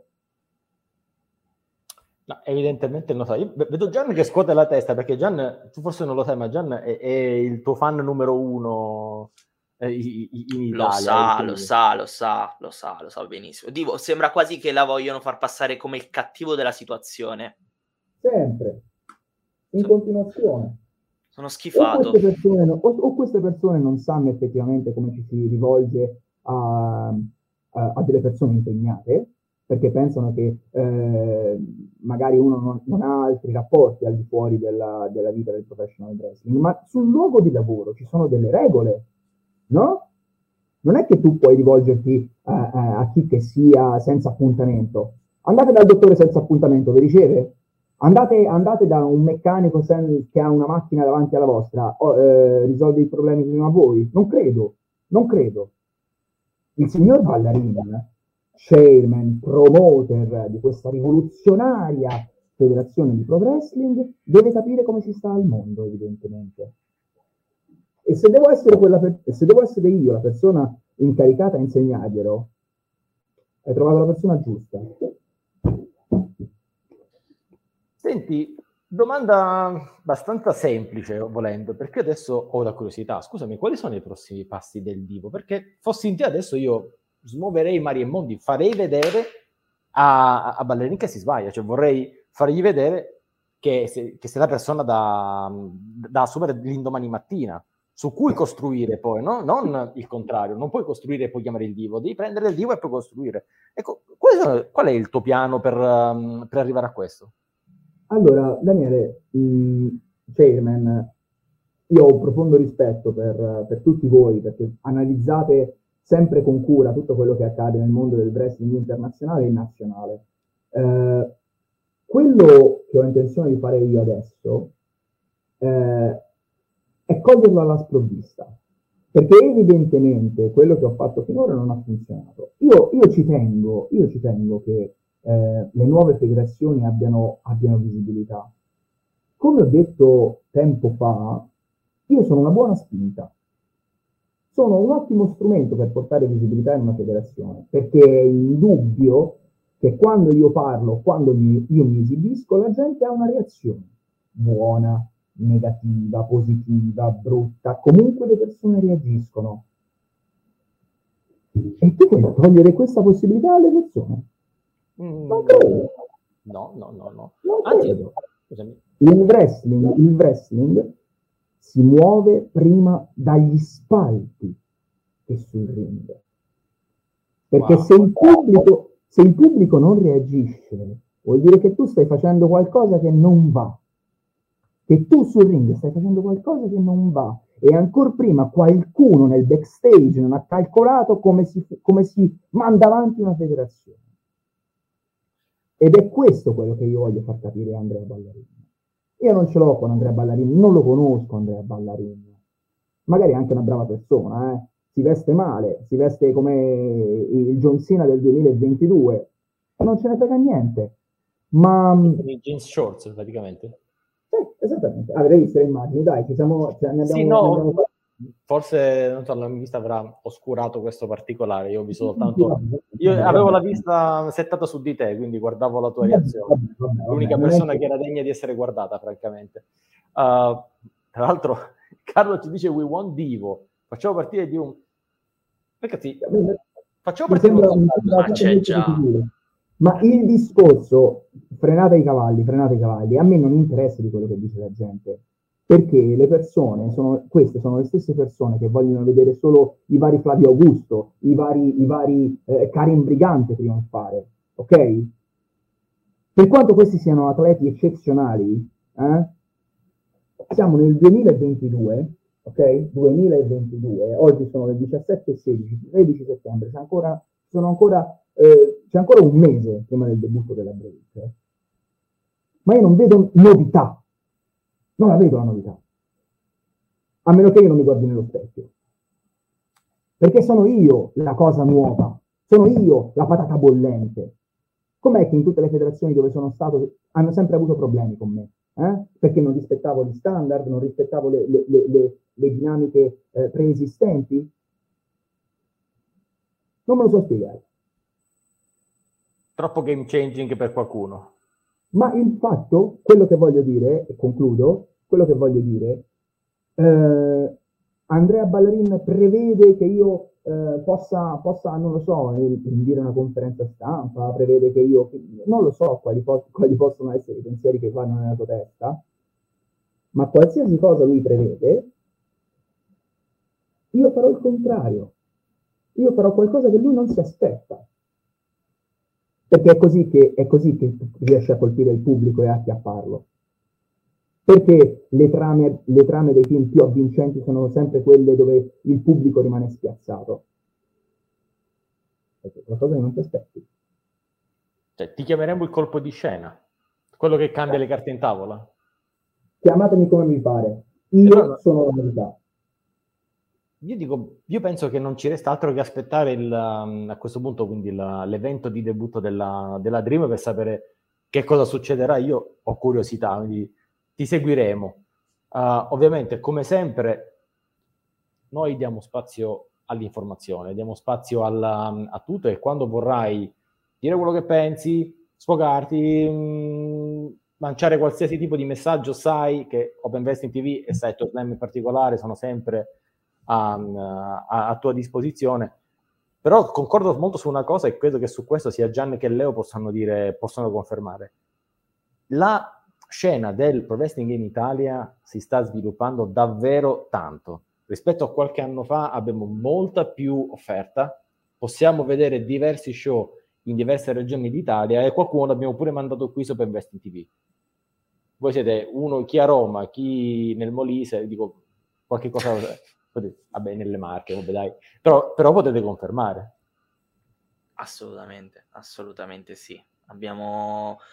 No, evidentemente non lo sai. Io vedo Gian che scuote la testa, perché Gian, tu forse non lo sai, ma Gian è, è il tuo fan numero uno in Italia. Lo sa, lo sa, lo sa, lo sa, lo sa benissimo. Divo, sembra quasi che la vogliono far passare come il cattivo della situazione. Sempre, in so, continuazione. Sono schifato. O queste, persone, o, o queste persone non sanno effettivamente come ci si rivolge a, a, a delle persone impegnate, perché pensano che eh, magari uno non, non ha altri rapporti al di fuori della, della vita del professional wrestling, ma sul luogo di lavoro ci sono delle regole. No? Non è che tu puoi rivolgerti uh, uh, a chi che sia senza appuntamento. Andate dal dottore senza appuntamento, vi riceve? Andate, andate da un meccanico sen- che ha una macchina davanti alla vostra, o, eh, risolve i problemi prima a voi? Non credo, non credo. Il signor Ballarin, chairman, promoter di questa rivoluzionaria federazione di pro wrestling, deve capire come si sta al mondo, evidentemente. E se devo essere quella per- e se devo essere io la persona incaricata a insegnarglielo, hai trovato la persona giusta. Senti, domanda abbastanza semplice, volendo, perché adesso ho la curiosità. Scusami, quali sono i prossimi passi del Divo? Perché fossi in te adesso io smuoverei mari e mondi, farei vedere a, a Ballerini che si sbaglia, cioè vorrei fargli vedere che, se, che sei la persona da, da assumere l'indomani mattina, su cui costruire poi, no? Non il contrario, non puoi costruire e poi chiamare il Divo, devi prendere il Divo e poi costruire. Ecco, qual è, qual è il tuo piano per, um, per arrivare a questo? Allora, Daniele, mh, chairman, io ho un profondo rispetto per, per tutti voi, perché analizzate sempre con cura tutto quello che accade nel mondo del wrestling internazionale e nazionale. Eh, quello che ho intenzione di fare io adesso eh, è coglierlo alla sprovvista, perché evidentemente quello che ho fatto finora non ha funzionato. Io, io ci tengo, io ci tengo che eh, le nuove federazioni abbiano, abbiano visibilità. Come ho detto tempo fa, io sono una buona spinta. Sono un ottimo strumento per portare visibilità in una federazione, perché è indubbio che quando io parlo, quando mi, io mi esibisco, la gente ha una reazione buona, negativa, positiva, brutta, comunque le persone reagiscono. E tu puoi togliere questa possibilità alle persone? Mm, Non credo. No, no, no, no. Non Anzi, credo. scusami. Il wrestling, il wrestling si muove prima dagli spalti che sul ring. Perché Wow. se il pubblico, se il pubblico non reagisce, vuol dire che tu stai facendo qualcosa che non va. Che tu sul ring stai facendo qualcosa che non va. E ancora prima qualcuno nel backstage non ha calcolato come si, come si manda avanti una federazione. Ed è questo quello che io voglio far capire a Andrea Ballarini. Io non ce l'ho con Andrea Ballarini, non lo conosco Andrea Ballarini. Magari è anche una brava persona, eh. Si veste male, si veste come il John Cena del duemilaventidue, non ce ne frega niente. Ma... I jeans shorts, praticamente. Sì, esattamente. Avrei visto le immagini, dai, ci siamo... Cioè, ne abbiamo, Sì, no, ne abbiamo... forse non so, la mia vista avrà oscurato questo particolare. Io ho visto soltanto. Io avevo la vista settata su di te, quindi guardavo la tua reazione. Vabbè, vabbè, vabbè, L'unica non è persona che- che era degna di essere guardata, francamente. Uh, tra l'altro, Carlo ci dice: We want Divo. Facciamo partire di un. Ragazzi, facciamo Mi partire di sembra, un mi sondaggio. sembra Ma tutto c'è molto già. positivo. Ma il discorso, frenate i cavalli, frenate i cavalli, a me non interessa di quello che dice la gente, perché le persone, sono, queste sono le stesse persone che vogliono vedere solo i vari Flavio Augusto, i vari, i vari eh, Karim Brigante trionfare, ok? Per quanto questi siano atleti eccezionali, eh, siamo nel duemilaventidue, ok? duemilaventidue, oggi sono le diciassette e sedici, tredici settembre, c'è ancora, sono ancora, eh, c'è ancora un mese prima del debutto della Break, ma io non vedo novità, non la vedo la novità, a meno che io non mi guardi nello specchio, perché sono io la cosa nuova, sono io la patata bollente. Com'è che in tutte le federazioni dove sono stato hanno sempre avuto problemi con me? Eh? Perché non rispettavo gli standard, non rispettavo le, le, le, le, le dinamiche eh, preesistenti? Non me lo so spiegare. Troppo game changing per qualcuno. Ma il fatto, quello che voglio dire, e concludo, quello che voglio dire, eh, Andrea Ballarin prevede che io eh, possa, possa, non lo so, indire una conferenza stampa, prevede che io, non lo so quali, po- quali possono essere i pensieri che vanno nella tua testa, ma qualsiasi cosa lui prevede, io farò il contrario. Io farò qualcosa che lui non si aspetta. Perché è così che, è così che riesce a colpire il pubblico e a acchiapparlo. Perché le trame, le trame dei film più avvincenti sono sempre quelle dove il pubblico rimane spiazzato? Perché è qualcosa che non ti aspetti. Cioè, ti chiameremo il colpo di scena, quello che cambia le carte in tavola. Chiamatemi come mi pare. Io Però, sono la novità. Io dico, io penso che non ci resta altro che aspettare il, um, a questo punto quindi la, l'evento di debutto della, della Dream per sapere che cosa succederà. Io ho curiosità, quindi ti seguiremo. Uh, ovviamente, come sempre, noi diamo spazio all'informazione, diamo spazio alla, a tutto, e quando vorrai dire quello che pensi, sfogarti, mh, lanciare qualsiasi tipo di messaggio, sai che Open Wrestling T V e Site of Slam in particolare sono sempre a, a, a tua disposizione. Però concordo molto su una cosa, e credo che su questo sia Gian che Leo possano dire, possono confermare. La scena del pro wrestling in Italia si sta sviluppando davvero tanto. Rispetto a qualche anno fa abbiamo molta più offerta, possiamo vedere diversi show in diverse regioni d'Italia, e qualcuno l'abbiamo pure mandato qui su Open Wrestling T V. Voi siete uno, chi a Roma, chi nel Molise, dico qualche cosa, vabbè, nelle Marche, vabbè, dai. Però, però potete confermare. Assolutamente, assolutamente sì. Abbiamo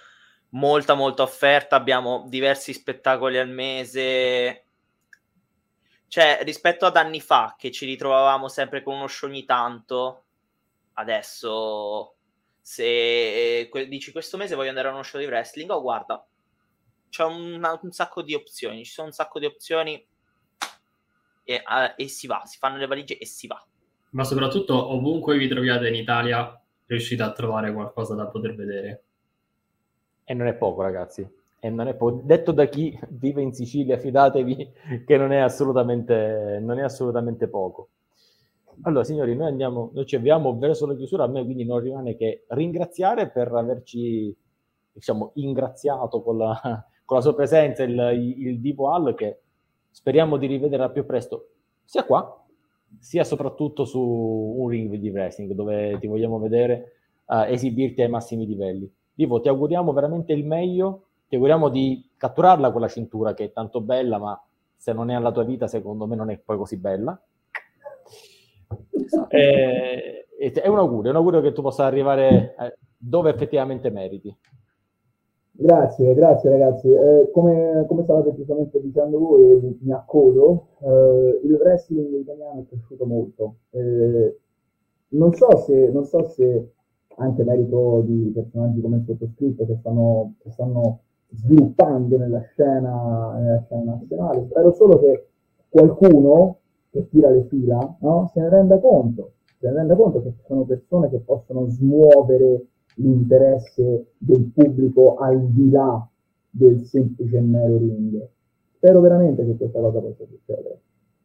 molta molta offerta, abbiamo diversi spettacoli al mese, cioè rispetto ad anni fa che ci ritrovavamo sempre con uno show ogni tanto, adesso se que- dici questo mese voglio andare a uno show di wrestling, oh guarda, c'è un, un sacco di opzioni, ci sono un sacco di opzioni e, uh, e si va, si fanno le valigie e si va. Ma soprattutto ovunque vi troviate in Italia riuscite a trovare qualcosa da poter vedere. E non è poco, ragazzi. E non è poco. Detto da chi vive in Sicilia, fidatevi che non è assolutamente, non è assolutamente poco. Allora, signori, noi andiamo, noi ci avviamo verso la chiusura, a me quindi non rimane che ringraziare per averci, diciamo, ingraziato con la, con la sua presenza il, il Divo Hall, che speriamo di rivedere al più presto, sia qua, sia soprattutto su un ring di wrestling, dove ti vogliamo vedere uh, esibirti ai massimi livelli. Divo, ti auguriamo veramente il meglio, ti auguriamo di catturarla quella cintura che è tanto bella, ma se non è alla tua vita, secondo me non è poi così bella. Esatto. E, è un augurio, è un augurio che tu possa arrivare eh, dove effettivamente meriti. Grazie, grazie ragazzi. Eh, come, come stavate giustamente dicendo voi, mi accodo, eh, il wrestling italiano è cresciuto molto. Eh, non so se, non so se anche merito di personaggi come il sottoscritto che stanno, che stanno sviluppando nella scena, nella scena nazionale, spero solo che qualcuno che tira le fila, no, se ne renda conto, se ne renda conto che ci sono persone che possono smuovere l'interesse del pubblico al di là del semplice mero ring. Spero veramente che questa cosa possa succedere.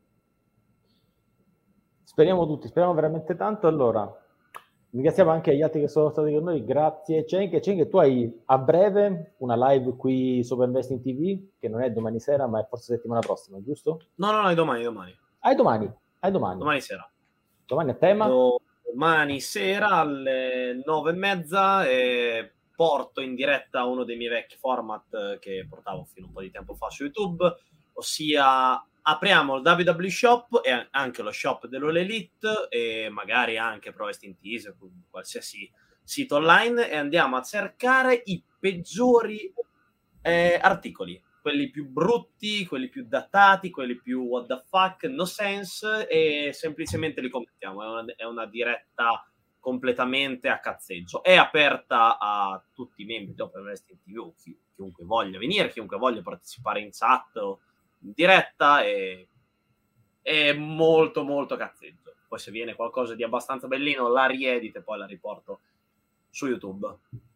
Speriamo tutti, speriamo veramente tanto. Allora, ringraziamo anche gli altri che sono stati con noi. Grazie Cenk. Cenk, tu hai a breve una live qui su Investing T V, che non è domani sera, ma è forse settimana prossima, giusto? No, no, no, è domani, domani. Hai domani, hai domani. Domani sera. Domani a tema? Domani sera alle nove e mezza e porto in diretta uno dei miei vecchi format che portavo fino a un po' di tempo fa su YouTube, ossia apriamo il W W E Shop e anche lo shop dell'All Elite e magari anche Pro Wrestling Tees, qualsiasi sito online, e andiamo a cercare i peggiori eh, articoli, quelli più brutti, quelli più datati, quelli più what the fuck, no sense, e semplicemente li commentiamo. È una, è una diretta completamente a cazzeggio. È aperta a tutti i membri di Open Wrestling T V, chi, chiunque voglia venire, chiunque voglia partecipare in chat o in diretta, e è molto molto cazzeggio. Poi se viene qualcosa di abbastanza bellino la riedito e poi la riporto su YouTube.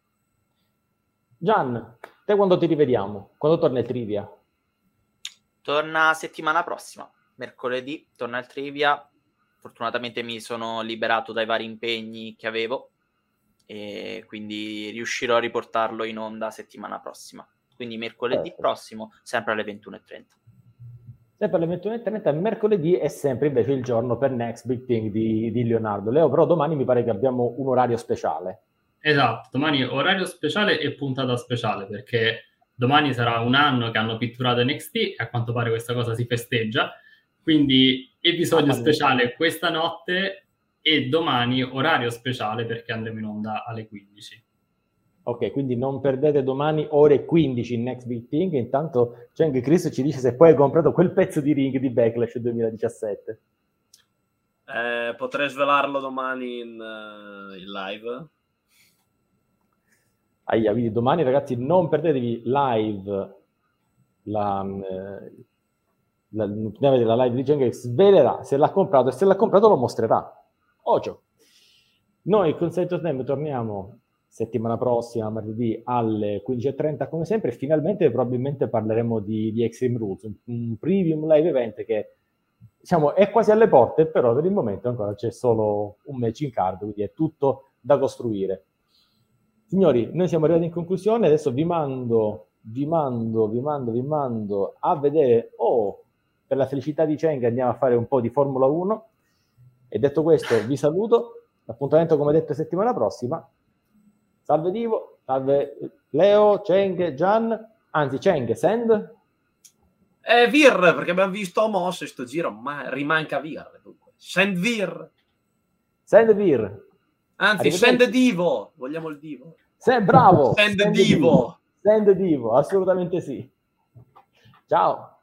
Gian, te quando ti rivediamo? Quando torna il trivia? Torna settimana prossima, mercoledì torna il trivia. Fortunatamente mi sono liberato dai vari impegni che avevo e quindi riuscirò a riportarlo in onda settimana prossima. Quindi mercoledì Perfetto. prossimo, sempre alle ventuno e trenta. Sempre alle ventuno e trenta, mercoledì è sempre invece il giorno per Next Big Thing di, di Leonardo. Leo, però domani mi pare che abbiamo un orario speciale. Esatto, domani orario speciale e puntata speciale, perché domani sarà un anno che hanno pitturato N X T e a quanto pare questa cosa si festeggia, quindi episodio ah, speciale questa notte e domani orario speciale perché andremo in onda alle quindici. Ok, quindi non perdete domani ore quindici in Next Big Thing. Intanto c'è anche Chris ci dice se poi hai comprato quel pezzo di ring di Backlash duemiladiciassette. Eh, potrei svelarlo domani in, uh, in live. Aia, quindi domani ragazzi non perdetevi live la, la, la, la live di Cenk che svelerà se l'ha comprato e se l'ha comprato lo mostrerà. Ocio. Noi con Senso Slam torniamo settimana prossima, martedì alle quindici e trenta come sempre e finalmente probabilmente parleremo di, di Extreme Rules, un, un premium live event che diciamo è quasi alle porte, però per il momento ancora c'è solo un match in card, quindi è tutto da costruire. Signori, noi siamo arrivati in conclusione, adesso vi mando, vi mando, vi mando, vi mando a vedere, oh, per la felicità di Cenk andiamo a fare un po' di Formula uno, e detto questo vi saluto, l'appuntamento come detto settimana prossima, salve Divo, salve Leo, Cenk, Gian, anzi Cenk, Send? Eh, Vir, perché abbiamo visto Omos e sto giro, ma rimanca Vir, dunque. Send Vir. Send Vir. Anzi, send Divo, vogliamo il Divo. Se, bravo! Send, send Divo. Sente Divo, assolutamente sì. Ciao.